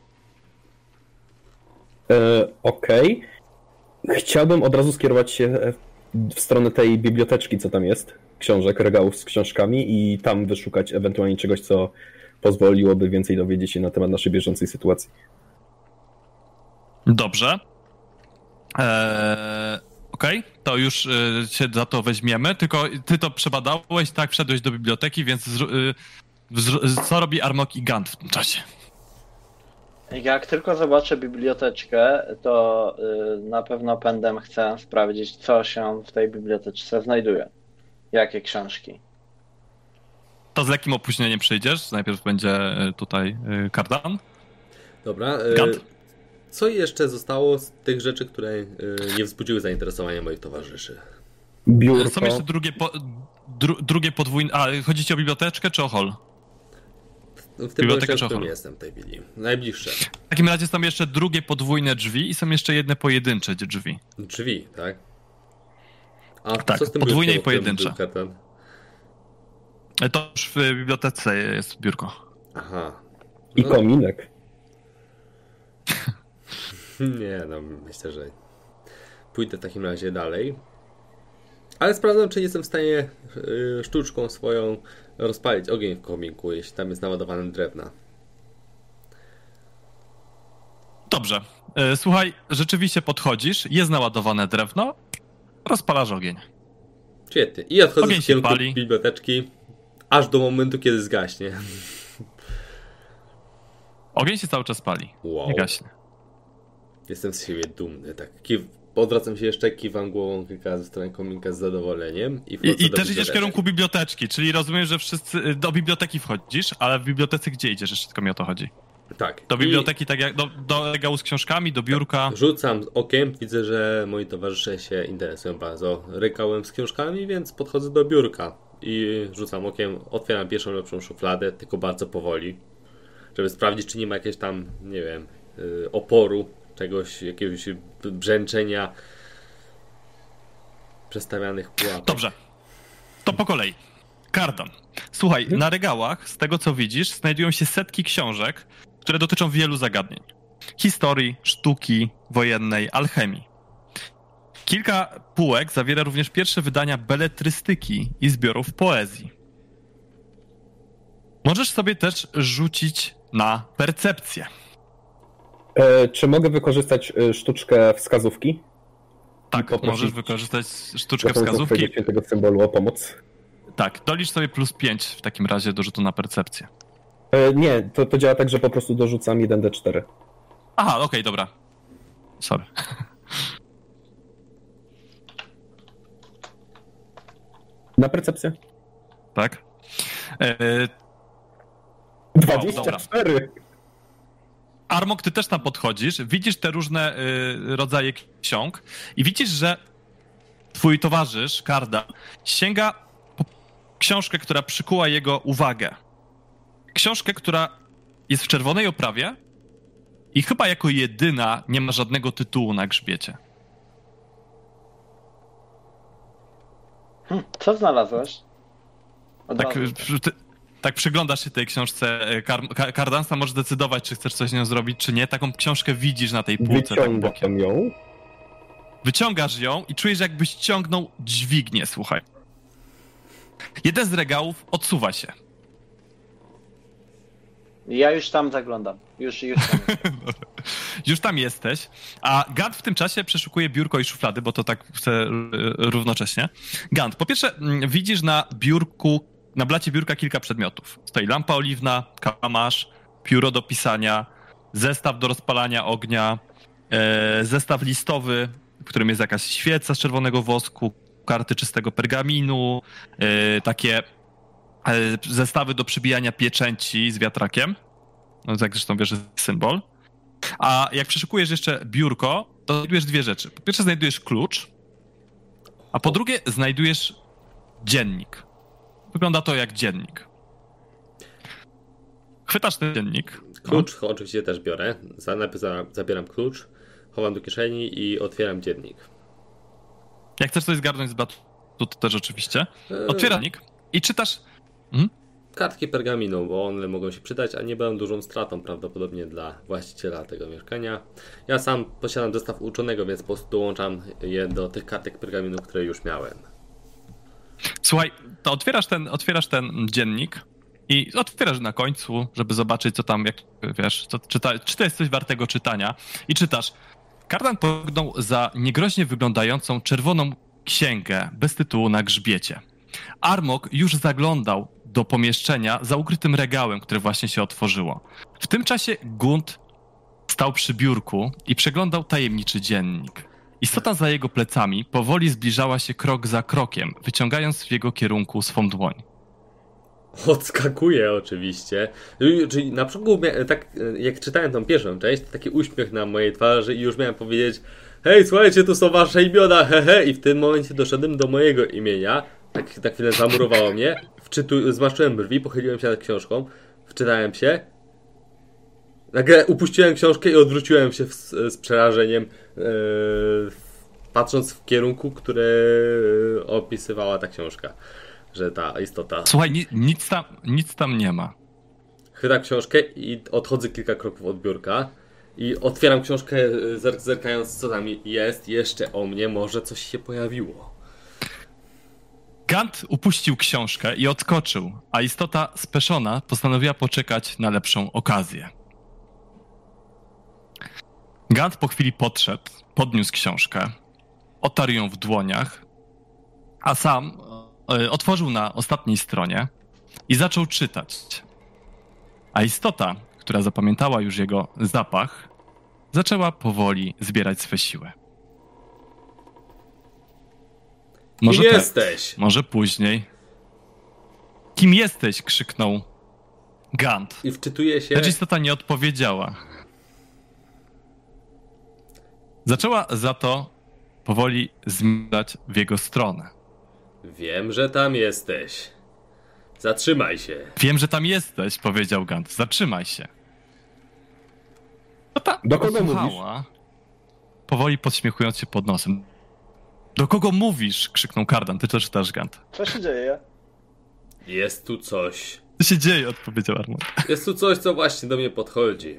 Okej. Chciałbym od razu skierować się w stronę tej biblioteczki, co tam jest. Książek, regałów z książkami i tam wyszukać ewentualnie czegoś, co pozwoliłoby więcej dowiedzieć się na temat naszej bieżącej sytuacji. Dobrze. Okej, to już się za to weźmiemy, tylko ty to przebadałeś, tak, wszedłeś do biblioteki, więc co robi Armok i Gant w tym czasie? Jak tylko zobaczę biblioteczkę, to na pewno pędem chcę sprawdzić, co się w tej biblioteczce znajduje. Jakie książki. To z lekkim opóźnieniem przyjdziesz, najpierw będzie tutaj Kardan. Dobra. Gant. Co jeszcze zostało z tych rzeczy, które nie wzbudziły zainteresowania moich towarzyszy? Biurko. Są jeszcze drugie podwójne... A, chodzi ci o biblioteczkę czy o hol? W tym momencie, w którym jestem w tej chwili. Najbliższe. W takim razie są jeszcze drugie podwójne drzwi i są jeszcze jedne pojedyncze drzwi. Drzwi, tak? A Tak, co z tym podwójne biurkiem, i pojedyncze. Ten? To już w bibliotece jest biurko. Aha. I kominek. Nie, no myślę, że pójdę w takim razie dalej. Ale sprawdzam, czy jestem w stanie sztuczką swoją rozpalić ogień w kominku, jeśli tam jest naładowane drewna. Dobrze. Słuchaj, rzeczywiście podchodzisz, jest naładowane drewno, rozpalasz ogień. Świetnie. I odchodzę Ogień w kierunku się pali. biblioteczki, aż do momentu, kiedy zgaśnie. Ogień się cały czas pali. Wow. Nie gaśnie. Jestem z siebie dumny. Tak. Odwracam się jeszcze, kiwam głową kilka razy w stronę kominka z zadowoleniem. I też idziesz w kierunku biblioteczki, czyli rozumiem, że wszyscy do biblioteki wchodzisz, ale w bibliotece gdzie idziesz? Jeszcze tylko mi o to chodzi. Tak. Do biblioteki, tak jak do regału z książkami, do biurka. Rzucam okiem, widzę, że moi towarzysze się interesują bardzo regałem z książkami, więc podchodzę do biurka i rzucam okiem, otwieram pierwszą lepszą szufladę, tylko bardzo powoli, żeby sprawdzić, czy nie ma jakiegoś tam, nie wiem, oporu, czegoś, jakiegoś brzęczenia przestawianych pułapek. Dobrze. To po kolei. Kardan. Słuchaj, na regałach, z tego co widzisz, znajdują się setki książek, które dotyczą wielu zagadnień. Historii, sztuki wojennej, alchemii. Kilka półek zawiera również pierwsze wydania beletrystyki i zbiorów poezji. Możesz sobie też rzucić na percepcję. Czy mogę wykorzystać sztuczkę wskazówki? Tak, możesz wykorzystać sztuczkę wskazówki. Tego symbolu o pomoc. Tak, dolicz sobie +5 w takim razie do rzutu na percepcję. Nie, to działa tak, że po prostu dorzucam 1d4. Aha, okej, dobra. Sorry. Na percepcję? Tak. 24! Armok, ty też tam podchodzisz, widzisz te różne rodzaje ksiąg i widzisz, że twój towarzysz, Karda, sięga po książkę, która przykuła jego uwagę. Książkę, która jest w czerwonej oprawie i chyba jako jedyna nie ma żadnego tytułu na grzbiecie. Co znalazłeś? Tak przyglądasz się tej książce. Kardansa możesz decydować, czy chcesz coś z nią zrobić, czy nie. Taką książkę widzisz na tej półce. Wyciągam ją. Wyciągasz ją i czujesz, jakbyś ściągnął dźwignię, słuchaj. Jeden z regałów odsuwa się. Ja już tam zaglądam. Już tam jestem. Już tam jesteś, a Gant w tym czasie przeszukuje biurko i szuflady, bo to tak chcę równocześnie. Gant, po pierwsze widzisz na biurku, na blacie biurka kilka przedmiotów. Stoi lampa oliwna, kałamarz, pióro do pisania, zestaw do rozpalania ognia, zestaw listowy, w którym jest jakaś świeca z czerwonego wosku, karty czystego pergaminu, takie zestawy do przybijania pieczęci z wiatrakiem. No, jak zresztą wiesz, jest symbol. A jak przeszukujesz jeszcze biurko, to znajdujesz dwie rzeczy. Po pierwsze znajdujesz klucz, a po drugie znajdujesz dziennik. Wygląda to jak dziennik. Chwytasz ten dziennik. Klucz oczywiście też biorę. Najpierw zabieram klucz, chowam do kieszeni i otwieram dziennik. Jak chcesz coś zgarnąć z blatu, to też oczywiście. Otwieram dziennik i czytasz... Kartki pergaminu, bo one mogą się przydać, a nie będą dużą stratą prawdopodobnie dla właściciela tego mieszkania. Ja sam posiadam zestaw uczonego, więc po prostu dołączam je do tych kartek pergaminu, które już miałem. Słuchaj, to otwierasz ten dziennik i otwierasz na końcu, żeby zobaczyć, co tam, jak wiesz, czy to jest coś wartego czytania. I czytasz. Kardan pognął za niegroźnie wyglądającą czerwoną księgę bez tytułu na grzbiecie. Armok już zaglądał do pomieszczenia za ukrytym regałem, które właśnie się otworzyło. W tym czasie Gund stał przy biurku i przeglądał tajemniczy dziennik. Istota za jego plecami powoli zbliżała się krok za krokiem, wyciągając w jego kierunku swą dłoń. Odskakuje oczywiście. Czyli na początku, tak jak czytałem tą pierwszą część, to taki uśmiech na mojej twarzy i już miałem powiedzieć: hej, słuchajcie, tu są wasze imiona, hehe. I w tym momencie doszedłem do mojego imienia. Tak chwilę zamurowało mnie. Zmarszczyłem brwi, pochyliłem się nad książką, wczytałem się. Nagle upuściłem książkę i odwróciłem się z przerażeniem, patrząc w kierunku, który opisywała ta książka. Że ta istota... Słuchaj, nic tam nie ma. Chwytam książkę i odchodzę kilka kroków od biurka i otwieram książkę, zerkając, co tam jest. Jeszcze o mnie, może coś się pojawiło. Gant upuścił książkę i odskoczył, a istota speszona postanowiła poczekać na lepszą okazję. Gant po chwili podszedł, podniósł książkę, otarł ją w dłoniach, a sam otworzył na ostatniej stronie i zaczął czytać. A istota, która zapamiętała już jego zapach, zaczęła powoli zbierać swe siły. Może Kim tak, jesteś? może później. Kim jesteś? Krzyknął Gant. I wczytuje się... Lecz istota nie odpowiedziała. Zaczęła za to powoli zmierzać w jego stronę. Wiem, że tam jesteś. Zatrzymaj się. Wiem, że tam jesteś, powiedział Gant. Zatrzymaj się. Istota Do kogo posłuchała, powoli podśmiechując się pod nosem. Do kogo mówisz? Krzyknął Kardan. Ty to czytasz, Gant. Co się dzieje? Jest tu coś. Co się dzieje? Odpowiedział Armor. Jest tu coś, co właśnie do mnie podchodzi.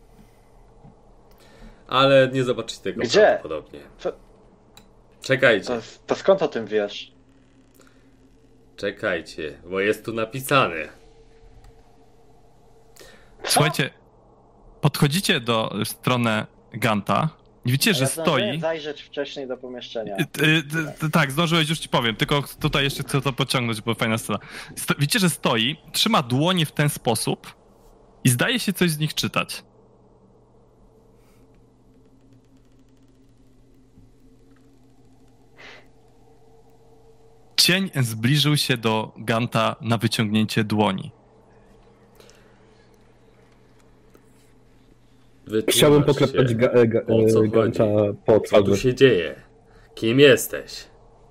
Ale nie zobaczycie tego Gdzie? prawdopodobnie. Co? Czekajcie, To skąd o tym wiesz? czekajcie, bo jest tu napisane. Słuchajcie, podchodzicie do strony Ganta i widzicie, że stoi... Zajrzeć wcześniej do pomieszczenia. Tak, zdążyłeś, już ci powiem, tylko tutaj jeszcze chcę to pociągnąć, bo fajna scena. Widzicie, że stoi, trzyma dłonie w ten sposób i zdaje się coś z nich czytać. Cień zbliżył się do Ganta na wyciągnięcie dłoni. Wytłumacz Chciałbym poklepać się, o co Ganta chodzi. po Co tu twarzy. się dzieje? Kim jesteś?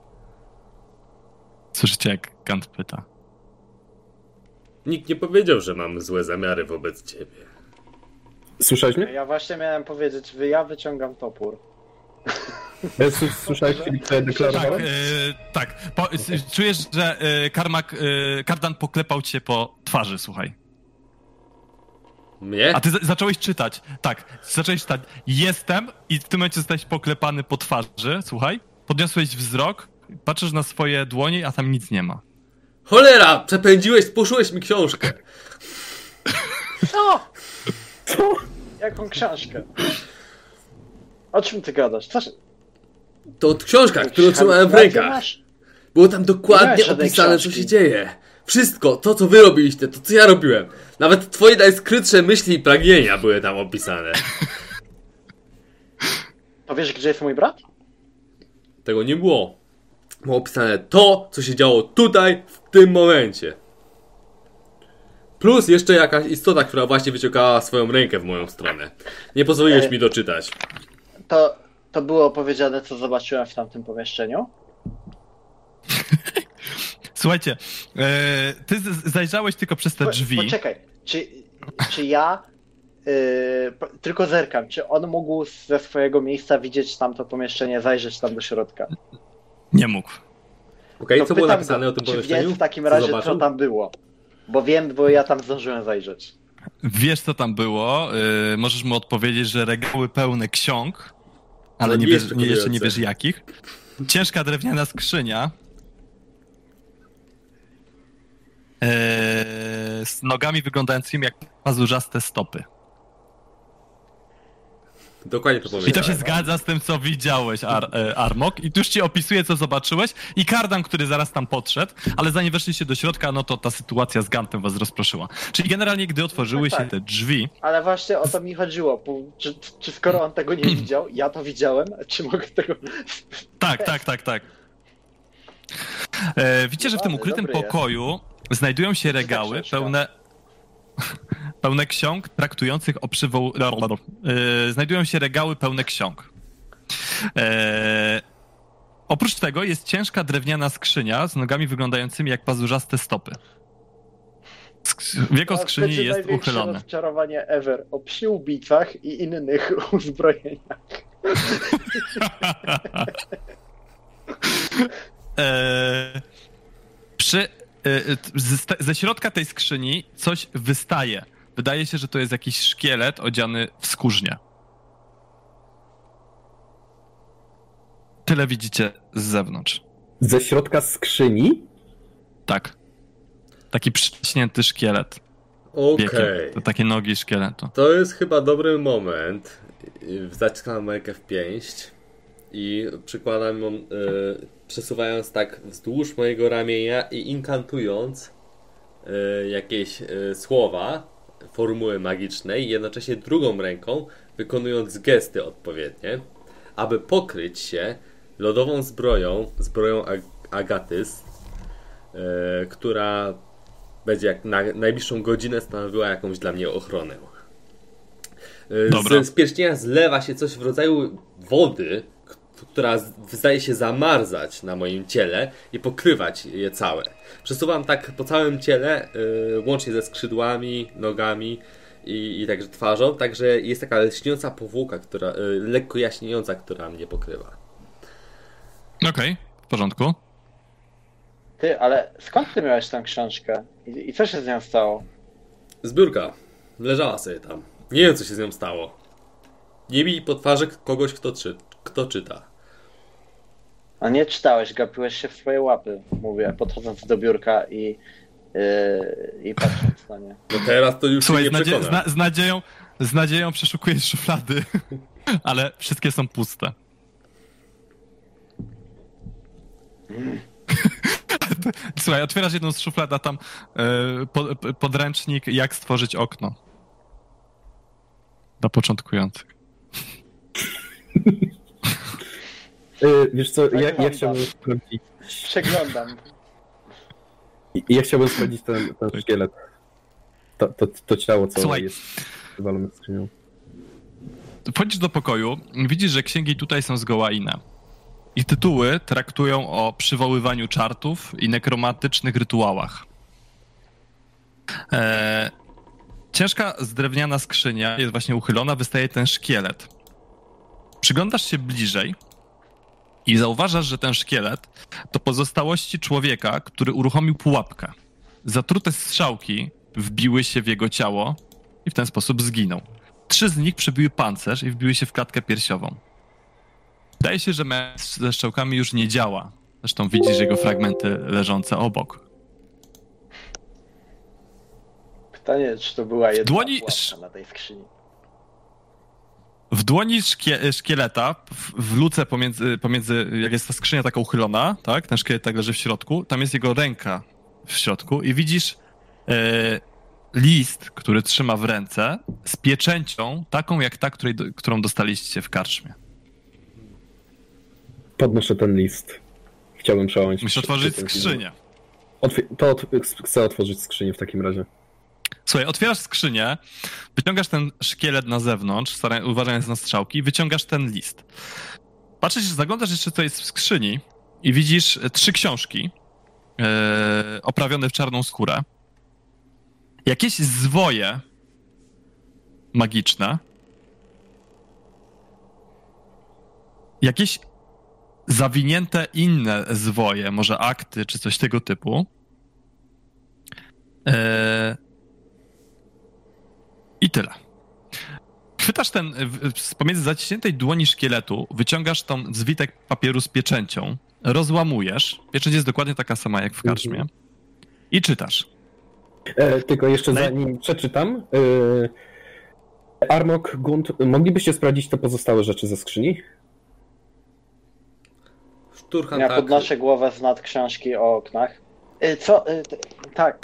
Słyszycie, jak Gant pyta. Nikt nie powiedział, że mam złe zamiary wobec ciebie. Słyszałeś mnie? Ja właśnie miałem powiedzieć, ja wyciągam topór. Słyszałeś, Filip, co ja deklarowałem? Tak. Czujesz, że Kardan poklepał cię po twarzy, słuchaj. Mnie? A ty zacząłeś czytać. Tak, zacząłeś czytać. Jestem i w tym momencie zostałeś poklepany po twarzy, słuchaj. Podniosłeś wzrok, patrzysz na swoje dłonie, a tam nic nie ma. Cholera! Przepędziłeś, spuszyłeś mi książkę. Co? Co? Jaką książkę? O czym ty gadasz? Co? To książka, którą trzymałem w rękach. Masz? Było tam dokładnie Nie miałeś żadnej opisane, co książki. się dzieje. Wszystko, to co wy robiliście, to co ja robiłem. Nawet twoje najskrytsze myśli i pragnienia były tam opisane. To wiesz, gdzie jest mój brat? Tego nie było. Było opisane to, co się działo tutaj, w tym momencie. Plus jeszcze jakaś istota, która właśnie wyciągała swoją rękę w moją stronę. Nie pozwoliłeś mi doczytać. To było powiedziane, co zobaczyłem w tamtym pomieszczeniu? Słuchajcie, ty zajrzałeś tylko przez te drzwi. Poczekaj, czy ja tylko zerkam, czy on mógł ze swojego miejsca widzieć tamto pomieszczenie, zajrzeć tam do środka? Nie mógł. Okej, To co było pytam napisane go, o tym czy pomieszczeniu? wie w takim Co razie, zobaczył? co tam było? Bo wiem, bo ja tam zdążyłem zajrzeć. Wiesz, co tam było. Możesz mu odpowiedzieć, że regały pełne ksiąg, ale No, nie jest wiesz, jeszcze nie przekonujące. wiesz jakich. Ciężka drewniana skrzynia. Z nogami wyglądającymi jak pazurzaste stopy. Dokładnie to I to powiedziałem. się zgadza z tym, co widziałeś, Armok. I tu już ci opisuję, co zobaczyłeś. I Kardan, który zaraz tam podszedł, ale zanim weszliście do środka, no to ta sytuacja z Gantem was rozproszyła. Czyli generalnie, gdy otworzyły Tak, się tak. te drzwi, Ale właśnie o to mi chodziło. Czy skoro on tego nie widział, ja to widziałem, czy mogę tego... Tak. Widzicie, że w tym ukrytym Dobry jest. pokoju znajdują się regały książka. pełne ksiąg traktujących o znajdują się regały pełne ksiąg. Oprócz tego jest ciężka drewniana skrzynia z nogami wyglądającymi jak pazurzaste stopy. Wieko skrzyni będzie jest największe uchylone. rozczarowanie ever o przyłbicach i innych uzbrojeniach. Ze środka tej skrzyni coś wystaje. Wydaje się, że to jest jakiś szkielet odziany w skórznię. Tyle widzicie z zewnątrz. Ze środka skrzyni? Tak. Taki przyciśnięty szkielet. Okej. Wiekiem. To takie nogi szkieletu. To jest chyba dobry moment. Zaciskam rękę w pięść i przykładam ją, przesuwając tak wzdłuż mojego ramienia i inkantując jakieś słowa, formuły magicznej, jednocześnie drugą ręką wykonując gesty odpowiednie, aby pokryć się lodową zbroją Agatys, która będzie jak na najbliższą godzinę stanowiła jakąś dla mnie ochronę. Dobra. Z pierścienia zlewa się coś w rodzaju wody, która zdaje się zamarzać na moim ciele i pokrywać je całe. Przesuwam tak po całym ciele, łącznie ze skrzydłami, nogami i także twarzą, także jest taka lśniąca powłoka, która, lekko jaśniejąca, która mnie pokrywa. Okej, w porządku. Ty, ale skąd ty miałeś tę książkę? I co się z nią stało? Zbiórka. Leżała sobie tam. Nie wiem, co się z nią stało. Nie bij po twarzy kogoś, kto czyta. A nie czytałeś, gapiłeś się w swoje łapy, mówię, podchodząc do biurka i patrząc na nie. No teraz to już Słuchaj, się nie przekonam. z nadzieją przeszukujesz szuflady, ale wszystkie są puste. Słuchaj, otwierasz jedną z szuflad, a tam podręcznik, jak stworzyć okno. Dla początkujących. Wiesz co, ja chciałbym sprawdzić. Przeglądam. Ja chciałbym sprawdzić ten szkielet. To ciało, co Słuchaj. jest wywalone skrzynią. Wchodzisz do pokoju, widzisz, że księgi tutaj są zgoła inne. Ich tytuły traktują o przywoływaniu czartów i nekromantycznych rytuałach. Ciężka drewniana skrzynia jest właśnie uchylona, wystaje ten szkielet. Przyglądasz się bliżej i zauważasz, że ten szkielet to pozostałości człowieka, który uruchomił pułapkę. Zatrute strzałki wbiły się w jego ciało i w ten sposób zginął. 3 z nich przebiły pancerz i wbiły się w klatkę piersiową. Wydaje się, że mecz ze strzałkami już nie działa. Zresztą widzisz jego fragmenty leżące obok. Pytanie, czy to była jedna dłoni- pułapka na tej skrzyni. W dłoni szkieleta, w luce pomiędzy, jak jest ta skrzynia taka uchylona, tak? Ten szkielet tak leży w środku, tam jest jego ręka w środku i widzisz list, który trzyma w ręce z pieczęcią, taką jak ta, którą dostaliście w karczmie. Podnoszę ten list. Chciałbym przełamać. Musisz otworzyć skrzynię. Chcę otworzyć skrzynię w takim razie. Słuchaj, otwierasz skrzynię, wyciągasz ten szkielet na zewnątrz, uważając na strzałki, wyciągasz ten list. Patrzysz, zaglądasz jeszcze, co jest w skrzyni i widzisz 3 książki oprawione w czarną skórę. Jakieś zwoje magiczne. Jakieś zawinięte inne zwoje, może akty, czy coś tego typu. I tyle. Chwytasz pomiędzy zaciśniętej dłoni szkieletu, wyciągasz tą zwitek papieru z pieczęcią, rozłamujesz, pieczęć jest dokładnie taka sama jak w karczmie, i czytasz. Tylko jeszcze zanim przeczytam, Armok, Gund, moglibyście sprawdzić te pozostałe rzeczy ze skrzyni? Szturchan, Ja tak. podnoszę głowę z nad książki o oknach. Tak.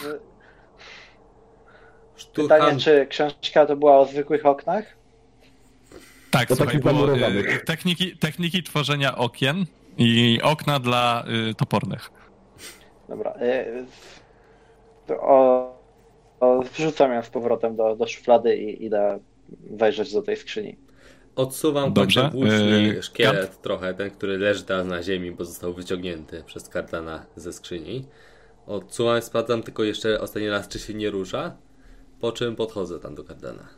Szturchan, Pytanie, czy książka to była o zwykłych oknach? Tak, To słuchaj, takich było zamurowanych. techniki tworzenia okien i okna dla topornych. Dobra. Wrzucam ją z powrotem do szuflady i idę wejrzeć do tej skrzyni. odsuwam Dobrze, kończem włóczni szkielet Gant? trochę, ten, który leży teraz na ziemi, bo został wyciągnięty przez Kardana ze skrzyni. Odsuwam, sprawdzam tylko jeszcze ostatni raz, czy się nie rusza, po czym podchodzę tam do Kardana.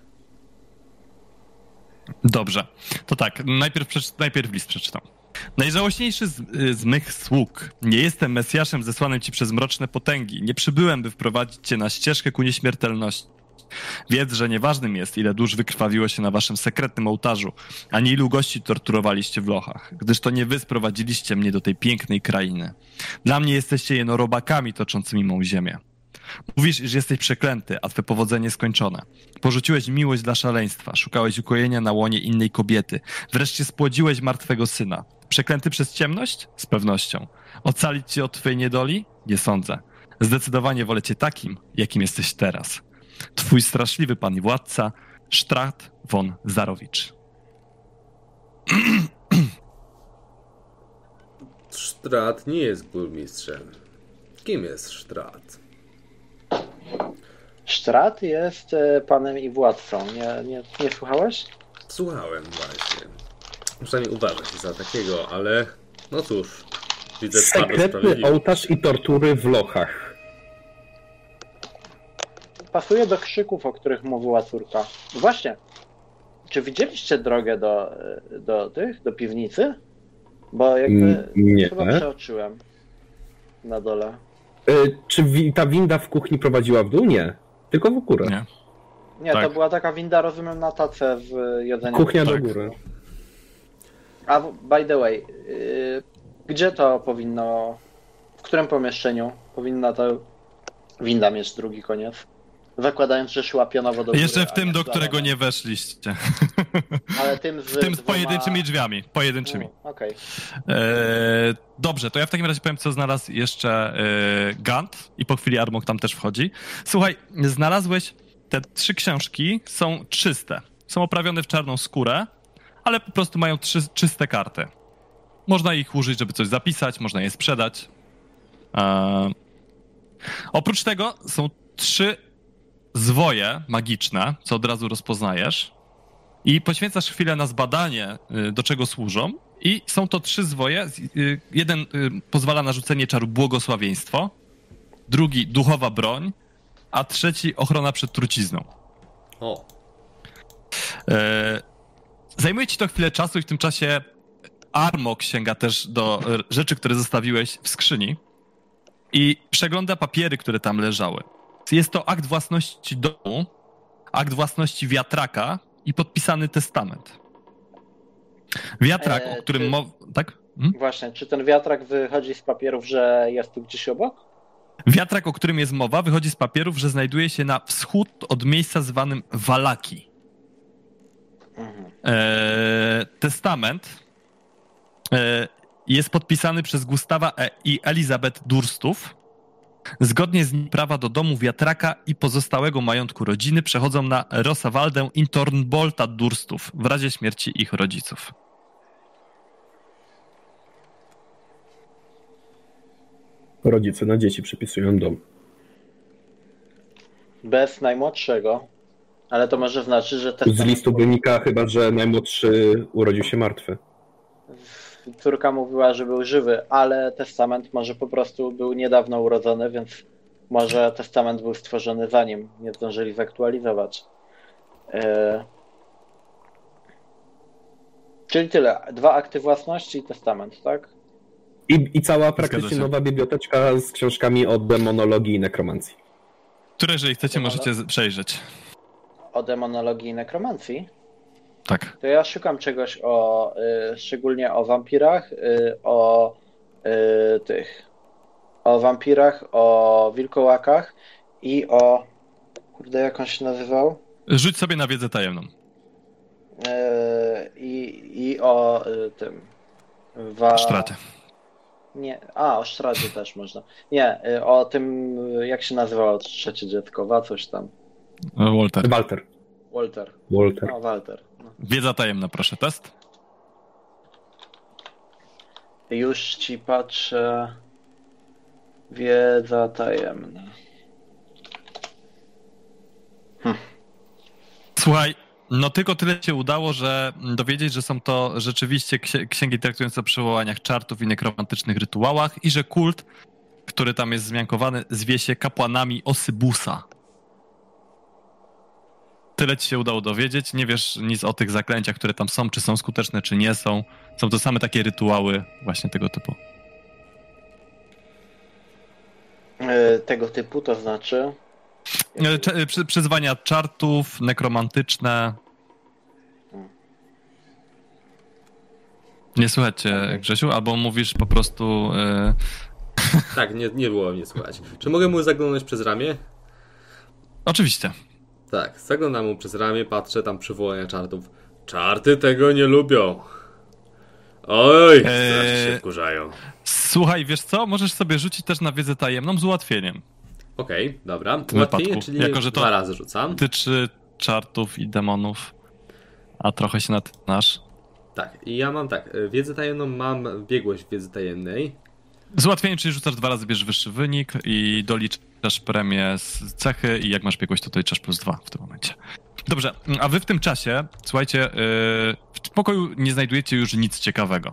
Dobrze, to tak, najpierw list przeczytam. Najżałośniejszy z mych sług. Nie jestem Mesjaszem zesłanym ci przez mroczne potęgi. Nie przybyłem, by wprowadzić cię na ścieżkę ku nieśmiertelności. Wiedz, że nieważnym jest, ile dusz wykrwawiło się na waszym sekretnym ołtarzu, ani ilu gości torturowaliście w lochach, gdyż to nie wy sprowadziliście mnie do tej pięknej krainy. Dla mnie jesteście jednorobakami toczącymi mą ziemię. Mówisz, że jesteś przeklęty, a twe powodzenie skończone. Porzuciłeś miłość dla szaleństwa, szukałeś ukojenia na łonie innej kobiety, wreszcie spłodziłeś martwego syna. Przeklęty przez ciemność? Z pewnością. Ocalić cię od twojej niedoli? Nie sądzę. Zdecydowanie wolę cię takim, jakim jesteś teraz. Twój straszliwy pan i władca, Strahd von Zarowicz. Strahd nie jest burmistrzem. Kim jest Strahd? Strahd jest panem i władcą. Nie słuchałeś? Słuchałem właśnie. Przynajmniej uważa się za takiego, ale no cóż, widzę twardo Sekretny sprawiedliwość. ołtarz i tortury w lochach. Pasuje do krzyków, o których mówiła córka. Właśnie. Czy widzieliście drogę do piwnicy? Bo jakby Nie. chyba przeoczyłem na dole. Czy ta winda w kuchni prowadziła w dół? Nie. Tylko w górę. Nie. Nie, Tak. to była taka winda, rozumiem, na tacę z jedzeniem. Kuchnia Tak. do góry. A by the way, gdzie to powinno, w którym pomieszczeniu powinna ta winda mieć drugi koniec? Zakładając, że szła pionowo do góry. Jeszcze w a tym, nie do szła którego na- nie weszliście. Ale tym W tym z pojedynczymi drzwiami. Pojedynczymi. Okej. Dobrze, to ja w takim razie powiem, co znalazł jeszcze Gant i po chwili Armok tam też wchodzi. Słuchaj, znalazłeś te 3 książki, są czyste. Są oprawione w czarną skórę, ale po prostu mają czyste karty. Można ich użyć, żeby coś zapisać, można je sprzedać. Oprócz tego są 3 zwoje magiczne, co od razu rozpoznajesz. I poświęcasz chwilę na zbadanie, do czego służą. I są to 3 zwoje. Jeden pozwala na rzucenie czaru błogosławieństwo, drugi duchowa broń, a trzeci ochrona przed trucizną. O, Zajmuje ci to chwilę czasu i w tym czasie Armok sięga też do rzeczy, które zostawiłeś w skrzyni i przegląda papiery, które tam leżały. Jest to akt własności domu, akt własności wiatraka i podpisany testament. Wiatrak, o którym czy- mowa... Tak? Właśnie, czy ten wiatrak wychodzi z papierów, że jest tu gdzieś obok? Wiatrak, o którym jest mowa, wychodzi z papierów, że znajduje się na wschód od miejsca zwanym Valaki. Testament jest podpisany przez Gustawa i Elizabeth Durstów. Zgodnie z nim prawa do domu wiatraka i pozostałego majątku rodziny przechodzą na Rosawaldę i Thornbolta Durstów w razie śmierci ich rodziców. Rodzice na dzieci przypisują dom. Bez najmłodszego. Ale to może znaczyć, że Z testament... listu wynika chyba, że najmłodszy urodził się martwy. Córka mówiła, że był żywy, ale testament może po prostu był niedawno urodzony, więc może testament był stworzony zanim nie zdążyli zaktualizować. Czyli tyle. 2 akty własności i testament, tak? I cała Zgadza praktycznie się. nowa biblioteczka z książkami o demonologii i nekromancji. Które, jeżeli chcecie, możecie przejrzeć. O demonologii i nekromancji. Tak. To ja szukam czegoś szczególnie o wampirach, o wampirach, o wilkołakach i o... Kurde, jak on się nazywał? Rzuć sobie na wiedzę tajemną. I o tym... Sztraty. Nie, o Sztradzie też można. Nie, o tym, jak się nazywało trzecie dziecko, coś tam. Walter. Walter. Walter. No, Walter. No. Wiedza tajemna, proszę, test. Już ci patrzę. Wiedza tajemna. Słuchaj, no tylko tyle się udało, że dowiedzieć, że są to rzeczywiście księgi traktujące o przywołaniach czartów i nekromantycznych rytuałach i że kult, który tam jest wzmiankowany, zwie się kapłanami Osybusa. Tyle ci się udało dowiedzieć. Nie wiesz nic o tych zaklęciach, które tam są, czy są skuteczne, czy nie są. Są to same takie rytuały właśnie tego typu. Tego typu, to znaczy... Przyzwania czartów, nekromantyczne. Nie słychać cię, Grzesiu? Albo mówisz po prostu... Tak, nie było mnie słychać. Czy mogę mu zaglądać przez ramię? Oczywiście. Tak, zaglądam mu przez ramię, patrzę tam przywołania czartów. Czarty tego nie lubią. Oj, strasznie się wkurzają. Słuchaj, wiesz co? Możesz sobie rzucić też na wiedzę tajemną z ułatwieniem. Okej, dobra. W tym Ułatwienie, wypadku. czyli Jako, że to 2 razy rzucam. dotyczy czartów i demonów, a trochę się nasz. Tak, i ja mam tak, wiedzę tajemną, mam biegłość wiedzy tajemnej. Z ułatwieniem, czyli rzucasz 2 razy, bierzesz wyższy wynik i doliczasz premię z cechy i jak masz biegłość, to doliczasz +2 w tym momencie. Dobrze, a wy w tym czasie, słuchajcie, w pokoju nie znajdujecie już nic ciekawego.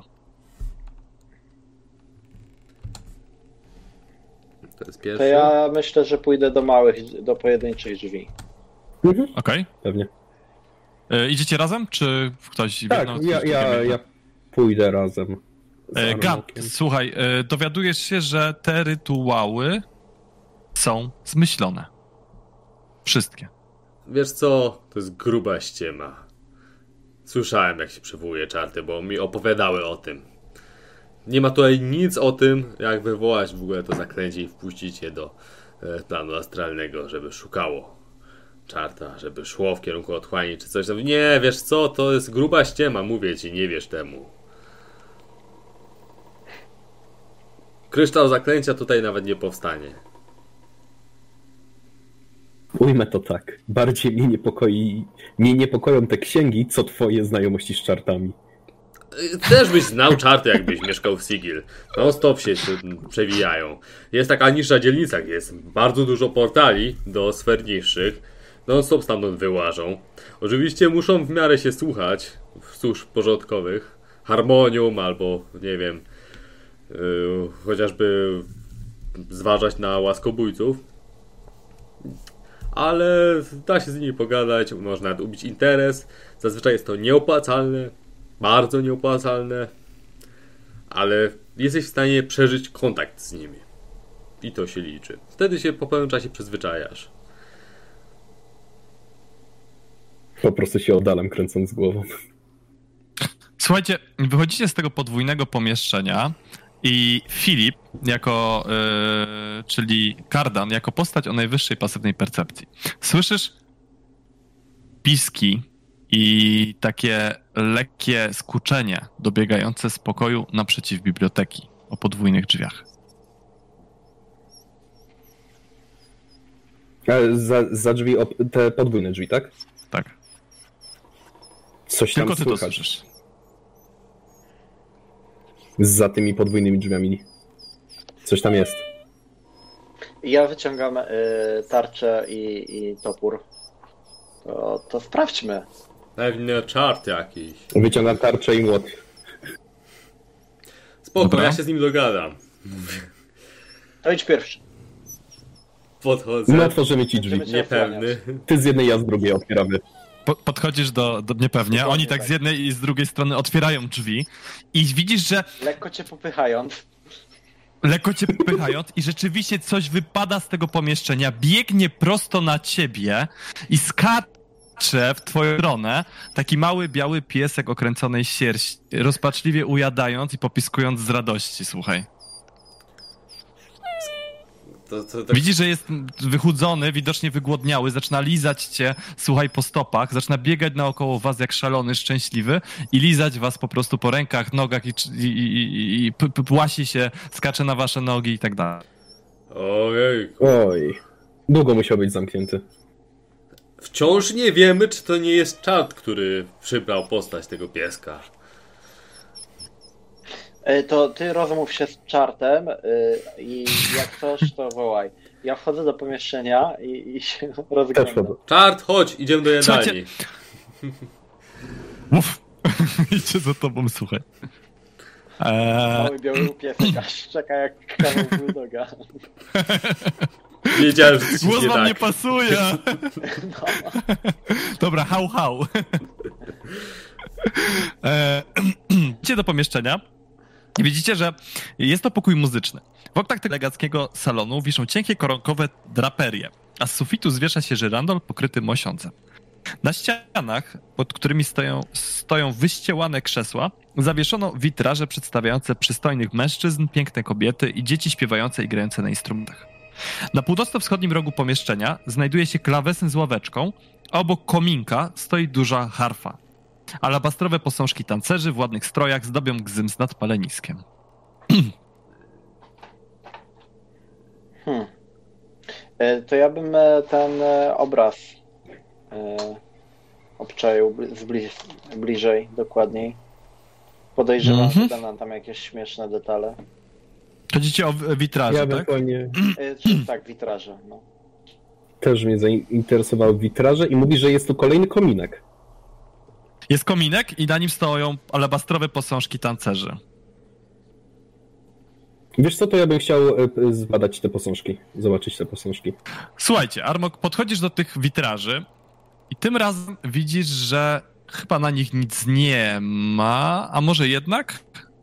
To jest To pierwszy. ja myślę, że pójdę do pojedynczych drzwi. Okej. Pewnie. Idziecie razem, czy ktoś... w Tak, jedną, ktoś ja pójdę razem. z Gab, Arnokiem. słuchaj, dowiadujesz się, że te rytuały są zmyślone. Wszystkie. Wiesz co, to jest gruba ściema. Słyszałem, jak się przywołuje czarty, bo mi opowiadały o tym. Nie ma tutaj nic o tym, jak wywołać w ogóle to zaklęcie i wpuścić je do planu astralnego, żeby szukało czarta, żeby szło w kierunku otchłani czy coś. Nie, wiesz co, to jest gruba ściema, mówię ci, nie wiesz temu. Kryształ zaklęcia tutaj nawet nie powstanie. Ujmę to tak. Bardziej mnie niepokoją te księgi, co twoje znajomości z czartami. Też byś znał czarty, jakbyś mieszkał w Sigil. Non stop się tu przewijają. Jest taka niższa dzielnica, gdzie jest bardzo dużo portali do sfer niższych. Non stop stamtąd wyłażą. Oczywiście muszą w miarę się słuchać służb porządkowych. Harmonium albo, nie wiem, chociażby zważać na łaskobójców. Ale da się z nimi pogadać, można nawet ubić interes. Zazwyczaj jest to nieopłacalne, bardzo nieopłacalne, ale jesteś w stanie przeżyć kontakt z nimi. I to się liczy. Wtedy się po pewnym czasie przyzwyczajasz. Po prostu się oddalam, kręcąc głową. Słuchajcie, wychodzicie z tego podwójnego pomieszczenia I Filip, czyli Kardan, jako postać o najwyższej pasywnej percepcji. Słyszysz piski i takie lekkie skuczenie dobiegające z pokoju naprzeciw biblioteki o podwójnych drzwiach. Za drzwi, te podwójne drzwi, tak? Tak. Coś tam Tylko ty to słychać. słyszysz. Za tymi podwójnymi drzwiami. Coś tam jest. Ja wyciągam tarczę i topór. To sprawdźmy. Pewnie czart jakiś. Wyciągam tarczę i młot. Spoko, Dobra. ja się z nim dogadam. To idź pierwszy. Podchodzę. My otworzymy ci drzwi. Będziemy cię Niepewny. Ty z jednej, ja z drugiej otwieramy. Podchodzisz do niepewnie, Dokładnie oni tak tak. z jednej i z drugiej strony otwierają drzwi i widzisz, że Lekko cię popychając. lekko cię popychając i rzeczywiście coś wypada z tego pomieszczenia, biegnie prosto na ciebie i skacze w twoją stronę taki mały, biały piesek okręconej sierści, rozpaczliwie ujadając i popiskując z radości, słuchaj. To tak... Widzisz, że jest wychudzony, widocznie wygłodniały, zaczyna lizać cię, słuchaj, po stopach, zaczyna biegać naokoło was jak szalony, szczęśliwy i lizać was po prostu po rękach, nogach i płasi się, skacze na wasze nogi i tak dalej. Ojej. Oj. Długo musiał być zamknięty. Wciąż nie wiemy, czy to nie jest czart, który przybrał postać tego pieska. To ty rozmów się z czartem i jak coś, to wołaj. Ja wchodzę do pomieszczenia i się Też rozglądam. chodzę. Czart, chodź, idziemy do jadalni. Słuchajcie- Mów! Idźcie za tobą, słuchaj. Mały biały piesek aż czeka jak kawał bulldoga. Wiedziałem, że coś Głos nie wam tak. nie pasuje! Dobra, hał. Idźcie do pomieszczenia i widzicie, że jest to pokój muzyczny. W oknach tego elegackiego salonu wiszą cienkie koronkowe draperie, a z sufitu zwiesza się żyrandol pokryty mosiądzem. Na ścianach, pod którymi stoją wyściełane krzesła, zawieszono witraże przedstawiające przystojnych mężczyzn, piękne kobiety i dzieci śpiewające i grające na instrumentach. Na północno-wschodnim rogu pomieszczenia znajduje się klawesyn z ławeczką, a obok kominka stoi duża harfa. Alabastrowe posążki tancerzy w ładnych strojach zdobią gzyms nad paleniskiem. To ja bym ten obraz obczaił bliżej, dokładniej. Podejrzewam, że będą tam jakieś śmieszne detale. Chodzicie o witraże, Ja tak? ewentualnie Tak, witraże. No. też mnie zainteresowały witraże i mówi, że jest tu kolejny kominek. Jest kominek i na nim stoją alabastrowe posążki tancerzy. Wiesz co, to ja bym chciał zbadać te posążki, zobaczyć te posążki. Słuchajcie, Armok, podchodzisz do tych witraży i tym razem widzisz, że chyba na nich nic nie ma, a może jednak?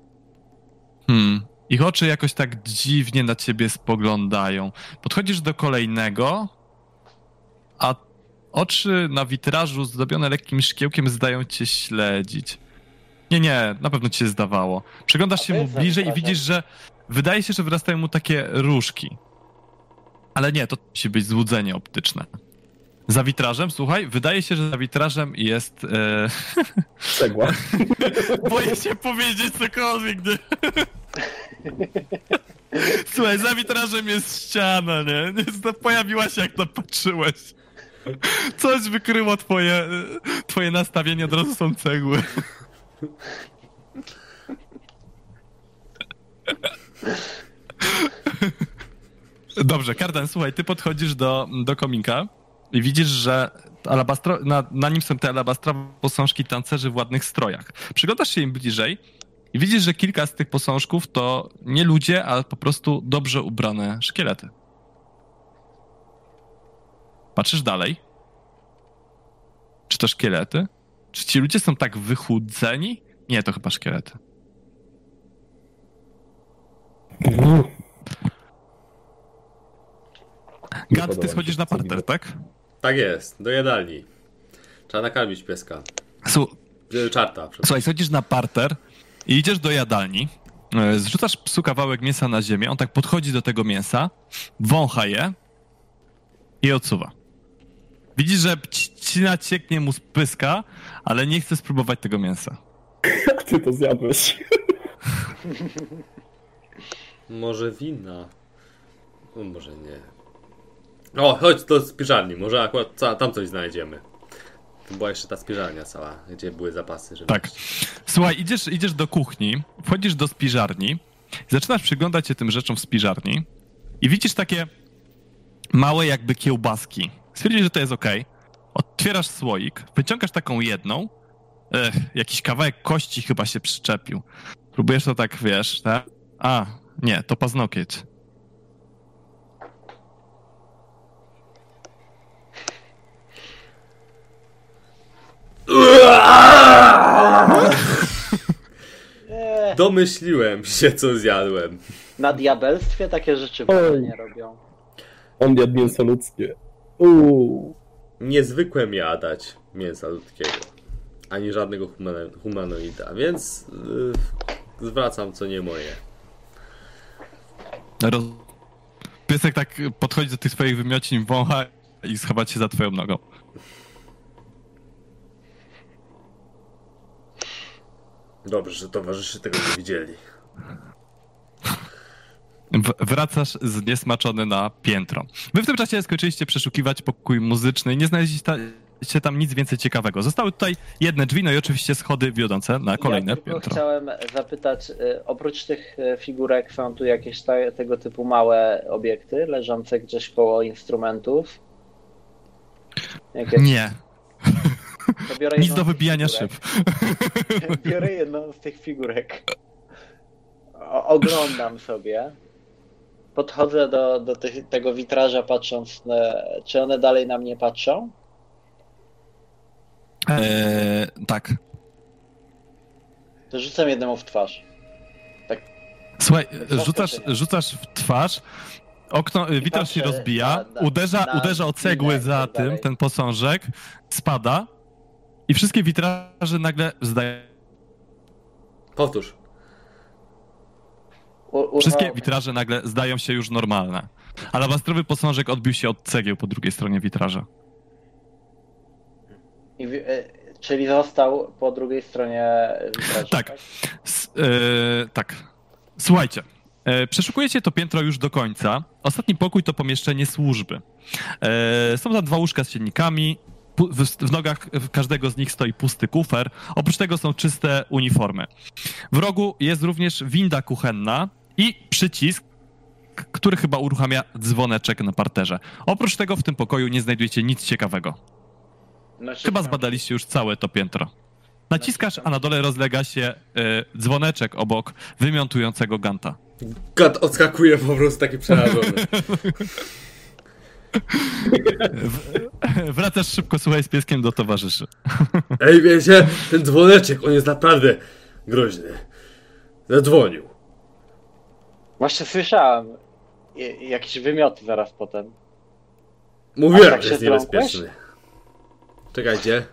Ich oczy jakoś tak dziwnie na ciebie spoglądają. Podchodzisz do kolejnego, a oczy na witrażu zdobione lekkim szkiełkiem zdają cię śledzić. Nie, na pewno ci się zdawało. Przyglądasz A się to mu jest za bliżej i witrażem. widzisz, że wydaje się, że wyrastają mu takie różki. Ale nie, to musi być złudzenie optyczne. Za witrażem, słuchaj, wydaje się, że za witrażem jest... Cegła. Boję się powiedzieć cokolwiek, gdy... Słuchaj, za witrażem jest ściana, nie? Pojawiła się, jak to patrzyłeś. Coś wykryło twoje nastawienie, od razu są cegły. Dobrze, Kardan, słuchaj, ty podchodzisz do kominka i widzisz, że na nim są te alabastrowe posążki tancerzy w ładnych strojach. Przyglądasz się im bliżej i widzisz, że kilka z tych posążków to nie ludzie, ale po prostu dobrze ubrane szkielety. Patrzysz dalej. Czy to szkielety? Czy ci ludzie są tak wychudzeni? Nie, to chyba szkielety. Gant, ty schodzisz na parter, tak? Tak jest, do jadalni. Trzeba nakarmić pieska. Czarta, przepraszam. Słuchaj, schodzisz na parter i idziesz do jadalni Zrzucasz psu kawałek mięsa na ziemię, on tak podchodzi do tego mięsa, wącha je i odsuwa. Widzisz, że trzcina cieknie mu z pyska, ale nie chce spróbować tego mięsa. Jak ty to zjadłeś? Może wina? No, może nie. O, chodź do spiżarni, może akurat tam coś znajdziemy. To była jeszcze ta spiżarnia cała, gdzie były zapasy żywności. Tak. Słuchaj, idziesz do kuchni, wchodzisz do spiżarni, zaczynasz przyglądać się tym rzeczom w spiżarni i widzisz takie małe jakby kiełbaski. Stwierdzisz, że to jest okej. Otwierasz słoik, wyciągasz taką jedną, jakiś kawałek kości chyba się przyczepił. Próbujesz to tak, wiesz, tak? A, nie, to paznokieć. Domyśliłem się, co zjadłem. Na diabelstwie takie rzeczy nie robią. On jadł mięso ludzkie. Niezwykle mi jadać mięsa ludzkiego, ani żadnego humanoida, więc zwracam, co nie moje. Piesek tak podchodzi do tych swoich wymiocin, wącha i schować się za twoją nogą. Dobrze, że towarzysze tego nie widzieli. Wracasz zniesmaczony na piętro. Wy w tym czasie skończyliście przeszukiwać pokój muzyczny i nie znaleźliście tam nic więcej ciekawego. Zostały tutaj jedne drzwi, no i oczywiście schody wiodące na kolejne Ja tylko piętro. chciałem zapytać, oprócz tych figurek są tu jakieś tego typu małe obiekty leżące gdzieś koło instrumentów? Jakieś... Nie. To biorę Nic jedną do z tych wybijania figurek. szyb. Biorę jedną z tych figurek. Oglądam sobie. Podchodzę do tego witraża patrząc, czy one dalej na mnie patrzą? Tak. To rzucam jednemu w twarz. Tak. Słuchaj, Zaskoczenie. rzucasz w twarz, okno, witraż się patrzę rozbija, na uderza o cegły minę i za tak dalej. ten posążek, spada i wszystkie witraże nagle zdają. Powtórz. Wszystkie witraże nagle zdają się już normalne. Alabastrowy posążek odbił się od cegieł po drugiej stronie witraża. Czyli został po drugiej stronie witraża, Tak. Tak. Słuchajcie. Przeszukujecie to piętro już do końca. Ostatni pokój to pomieszczenie służby. Są tam 2 łóżka z siennikami. W nogach każdego z nich stoi pusty kufer. Oprócz tego są czyste uniformy. W rogu jest również winda kuchenna i przycisk, który chyba uruchamia dzwoneczek na parterze. Oprócz tego w tym pokoju nie znajdujecie nic ciekawego. Chyba zbadaliście już całe to piętro. Naciskasz, a na dole rozlega się dzwoneczek obok wymiątującego ganta. Gad odskakuje po prostu taki przerażony. Wracasz szybko, słuchaj, z pieskiem do towarzyszy. Ej, wiecie, ten dzwoneczek, on jest naprawdę groźny. Zadzwonił. Właśnie słyszałem jakieś wymioty zaraz potem. Mówiłem, tak że się jest niebezpieczny. Czekajcie.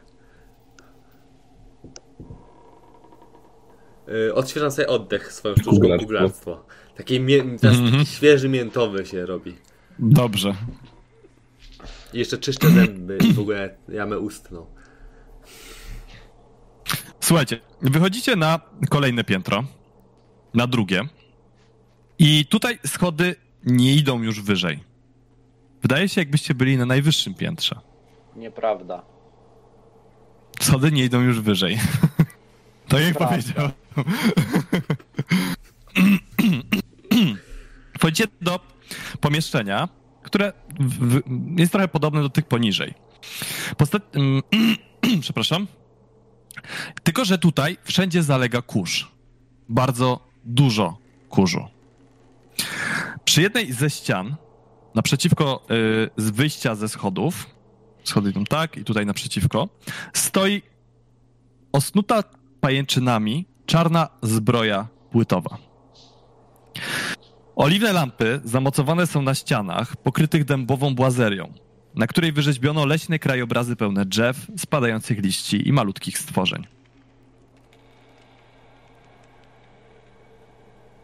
Odświeżam sobie oddech swoją sztuczką googlarstwo. Taki świeży miętowy się robi. Dobrze. I jeszcze czyszczę zęby i w ogóle jamę ustną. Słuchajcie, wychodzicie na kolejne piętro, na drugie i tutaj schody nie idą już wyżej. Wydaje się, jakbyście byli na najwyższym piętrze. Nieprawda. Schody nie idą już wyżej. Tak jak Prawda. powiedział. Wchodzicie do pomieszczenia, które jest trochę podobne do tych poniżej. Przepraszam. Tylko że tutaj wszędzie zalega kurz. Bardzo dużo kurzu. Przy jednej ze ścian, naprzeciwko z wyjścia ze schodów, schody idą tak i tutaj naprzeciwko, stoi osnuta pajęczynami czarna zbroja płytowa. Oliwne lampy zamocowane są na ścianach, pokrytych dębową błazerią, na której wyrzeźbiono leśne krajobrazy pełne drzew, spadających liści i malutkich stworzeń.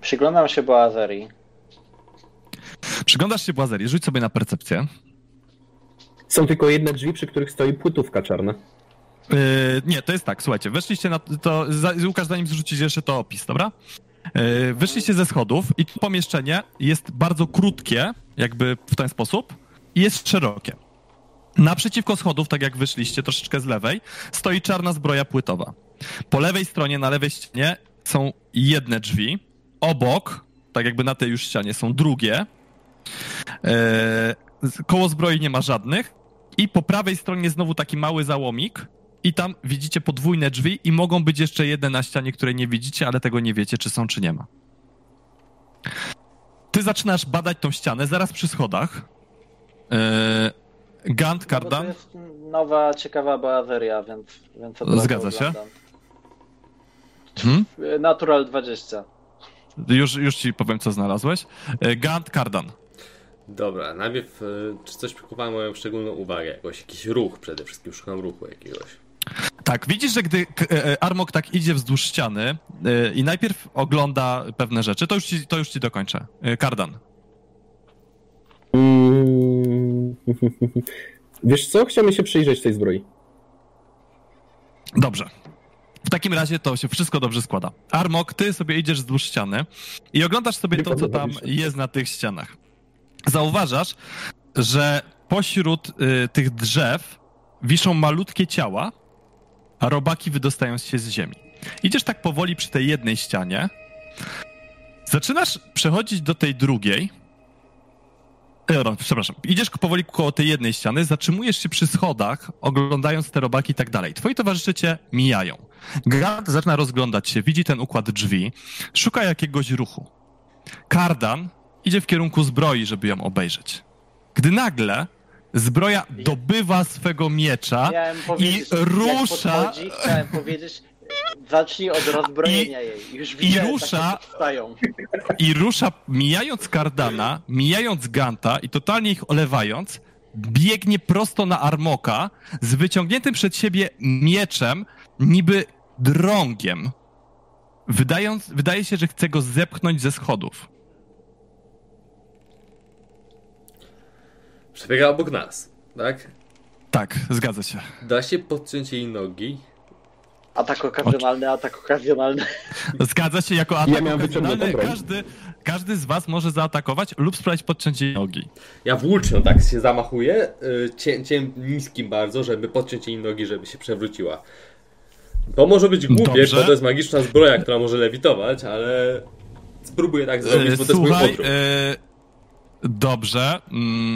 Przyglądam się Boazerii. Przyglądasz się Błazerii, rzuć sobie na percepcję. Są tylko jedne drzwi, przy których stoi płytówka czarna. Nie, to jest tak, słuchajcie, weszliście na to, Łukasz, zanim zrzucicie jeszcze to opis, dobra? Wyszliście ze schodów i to pomieszczenie jest bardzo krótkie, jakby w ten sposób, i jest szerokie. Naprzeciwko schodów, tak jak wyszliście, troszeczkę z lewej, stoi czarna zbroja płytowa. Po lewej stronie, na lewej ścianie są jedne drzwi, obok, tak jakby na tej już ścianie, są drugie. Koło zbroi nie ma żadnych i po prawej stronie znowu taki mały załomik i tam widzicie podwójne drzwi i mogą być jeszcze jedne na ścianie, które nie widzicie, ale tego nie wiecie, czy są, czy nie ma. Ty zaczynasz badać tą ścianę zaraz przy schodach. Gant, Kardan. No to jest nowa, ciekawa Boazeria, więc od razu Zgadza się. oglądam. Natural 20. Już ci powiem, co znalazłeś. Gant, Kardan. Dobra, najpierw czy coś przykuwa moją szczególną uwagę? Jakiś ruch przede wszystkim, szukam ruchu jakiegoś. Tak, widzisz, że gdy Armok tak idzie wzdłuż ściany i najpierw ogląda pewne rzeczy, to już ci dokończę. Kardan. Wiesz co? Chciałbym się przyjrzeć tej zbroi. Dobrze. W takim razie to się wszystko dobrze składa. Armok, ty sobie idziesz wzdłuż ściany i oglądasz sobie to, co tam jest na tych ścianach. Zauważasz, że pośród tych drzew wiszą malutkie ciała, a robaki wydostają się z ziemi. Idziesz tak powoli przy tej jednej ścianie, zaczynasz przechodzić do tej drugiej, przepraszam, idziesz powoli koło tej jednej ściany, zatrzymujesz się przy schodach, oglądając te robaki i tak dalej. Twoi towarzysze cię mijają. Gant zaczyna rozglądać się, widzi ten układ drzwi, szuka jakiegoś ruchu. Kardan idzie w kierunku zbroi, żeby ją obejrzeć. Gdy nagle zbroja dobywa swego miecza i rusza... Chciałem powiedzieć, zacznij od rozbrojenia jej. Już widzę, I rusza, mijając Kardana, mijając Ganta i totalnie ich olewając, biegnie prosto na Armoka z wyciągniętym przed siebie mieczem, niby drągiem. Wydaje się, że chce go zepchnąć ze schodów. Przebiega obok nas, tak? Tak, zgadza się. Da się podciąć jej nogi? Atak okazjonalny. Zgadza się, jako atak miałem okazjonalny. Każdy z was może zaatakować lub spróbować podciąć jej nogi. Ja włócznią tak się zamachuję, cięciem niskim bardzo, żeby podciąć jej nogi, żeby się przewróciła. To może być głupie, Dobrze. bo to jest magiczna zbroja, która może lewitować, ale spróbuję tak zrobić, bo to jest mój odruch. Dobrze.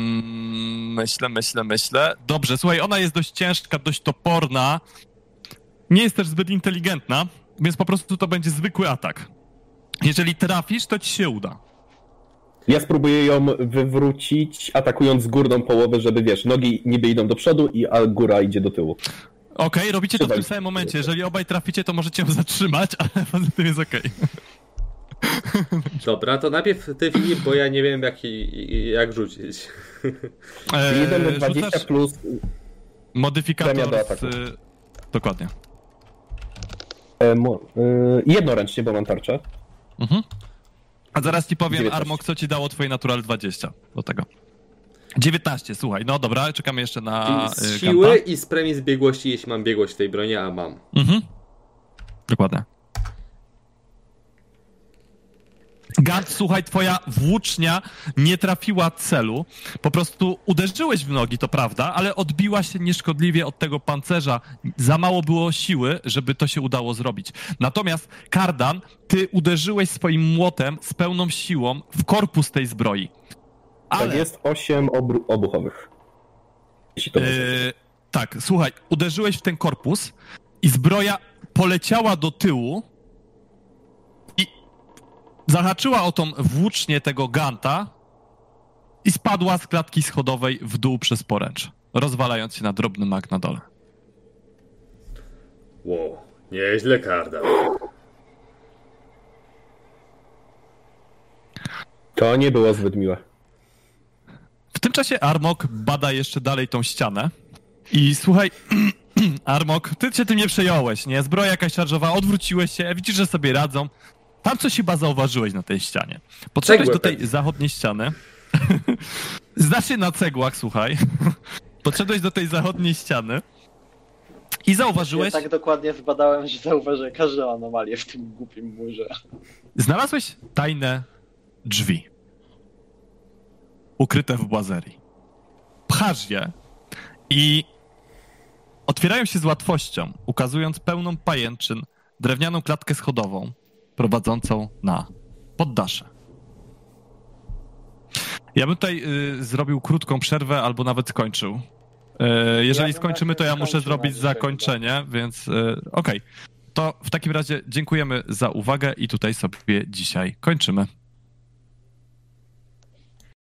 Myślę. Dobrze, słuchaj, ona jest dość ciężka, dość toporna. Nie jest też zbyt inteligentna, więc po prostu to będzie zwykły atak. Jeżeli trafisz, to ci się uda. Ja spróbuję ją wywrócić, atakując górną połowę, żeby, wiesz, nogi niby idą do przodu, a góra idzie do tyłu. Okej, robicie to w tym samym momencie. Jeżeli obaj traficie, to możecie ją zatrzymać, ale poza tym jest okej. Dobra, to najpierw ty, Filip, bo ja nie wiem jak rzucić. 1d20 plus modyfikator do ataku. Dokładnie. Jednoręcznie, bo mam tarczę. Mhm. A zaraz ci powiem, 19. Armok, co ci dało twoje natural 20 do tego. 19, słuchaj, no dobra, czekamy jeszcze na z siły Ganta. i z premii z biegłości, jeśli mam biegłość w tej broni, a mam. Mhm. Dokładnie. Gant, słuchaj, twoja włócznia nie trafiła celu. Po prostu uderzyłeś w nogi, to prawda, ale odbiła się nieszkodliwie od tego pancerza. Za mało było siły, żeby to się udało zrobić. Natomiast, Kardan, ty uderzyłeś swoim młotem z pełną siłą w korpus tej zbroi. Ale... Tak jest 8 obuchowych. Jeśli to tak, słuchaj, uderzyłeś w ten korpus i zbroja poleciała do tyłu i zahaczyła o tą włócznię tego Ganta i spadła z klatki schodowej w dół przez poręcz, rozwalając się na drobny mak na dole. Wow, nieźle, Kardan. To nie było zbyt miłe. W tym czasie Armok bada jeszcze dalej tą ścianę i słuchaj, Armok, ty się tym nie przejąłeś, nie? Zbroja jakaś szarżowa, odwróciłeś się, widzisz, że sobie radzą. Tam coś chyba zauważyłeś na tej ścianie. Podszedłeś Cegłę do tej pewnie. zachodniej ściany. Znacznie na cegłach, słuchaj. Podszedłeś do tej zachodniej ściany i zauważyłeś... Ja tak dokładnie zbadałem, że zauważyłem każdą anomalię w tym głupim murze. Znalazłeś tajne drzwi. Ukryte w błazerii. Pchasz je i otwierają się z łatwością, ukazując pełną pajęczyn drewnianą klatkę schodową prowadzącą na poddasze. Ja bym tutaj zrobił krótką przerwę albo nawet skończył. Jeżeli bym skończymy, to ja właśnie muszę skończył zrobić na dzisiaj zakończenie, więc okej. To w takim razie dziękujemy za uwagę i tutaj sobie dzisiaj kończymy.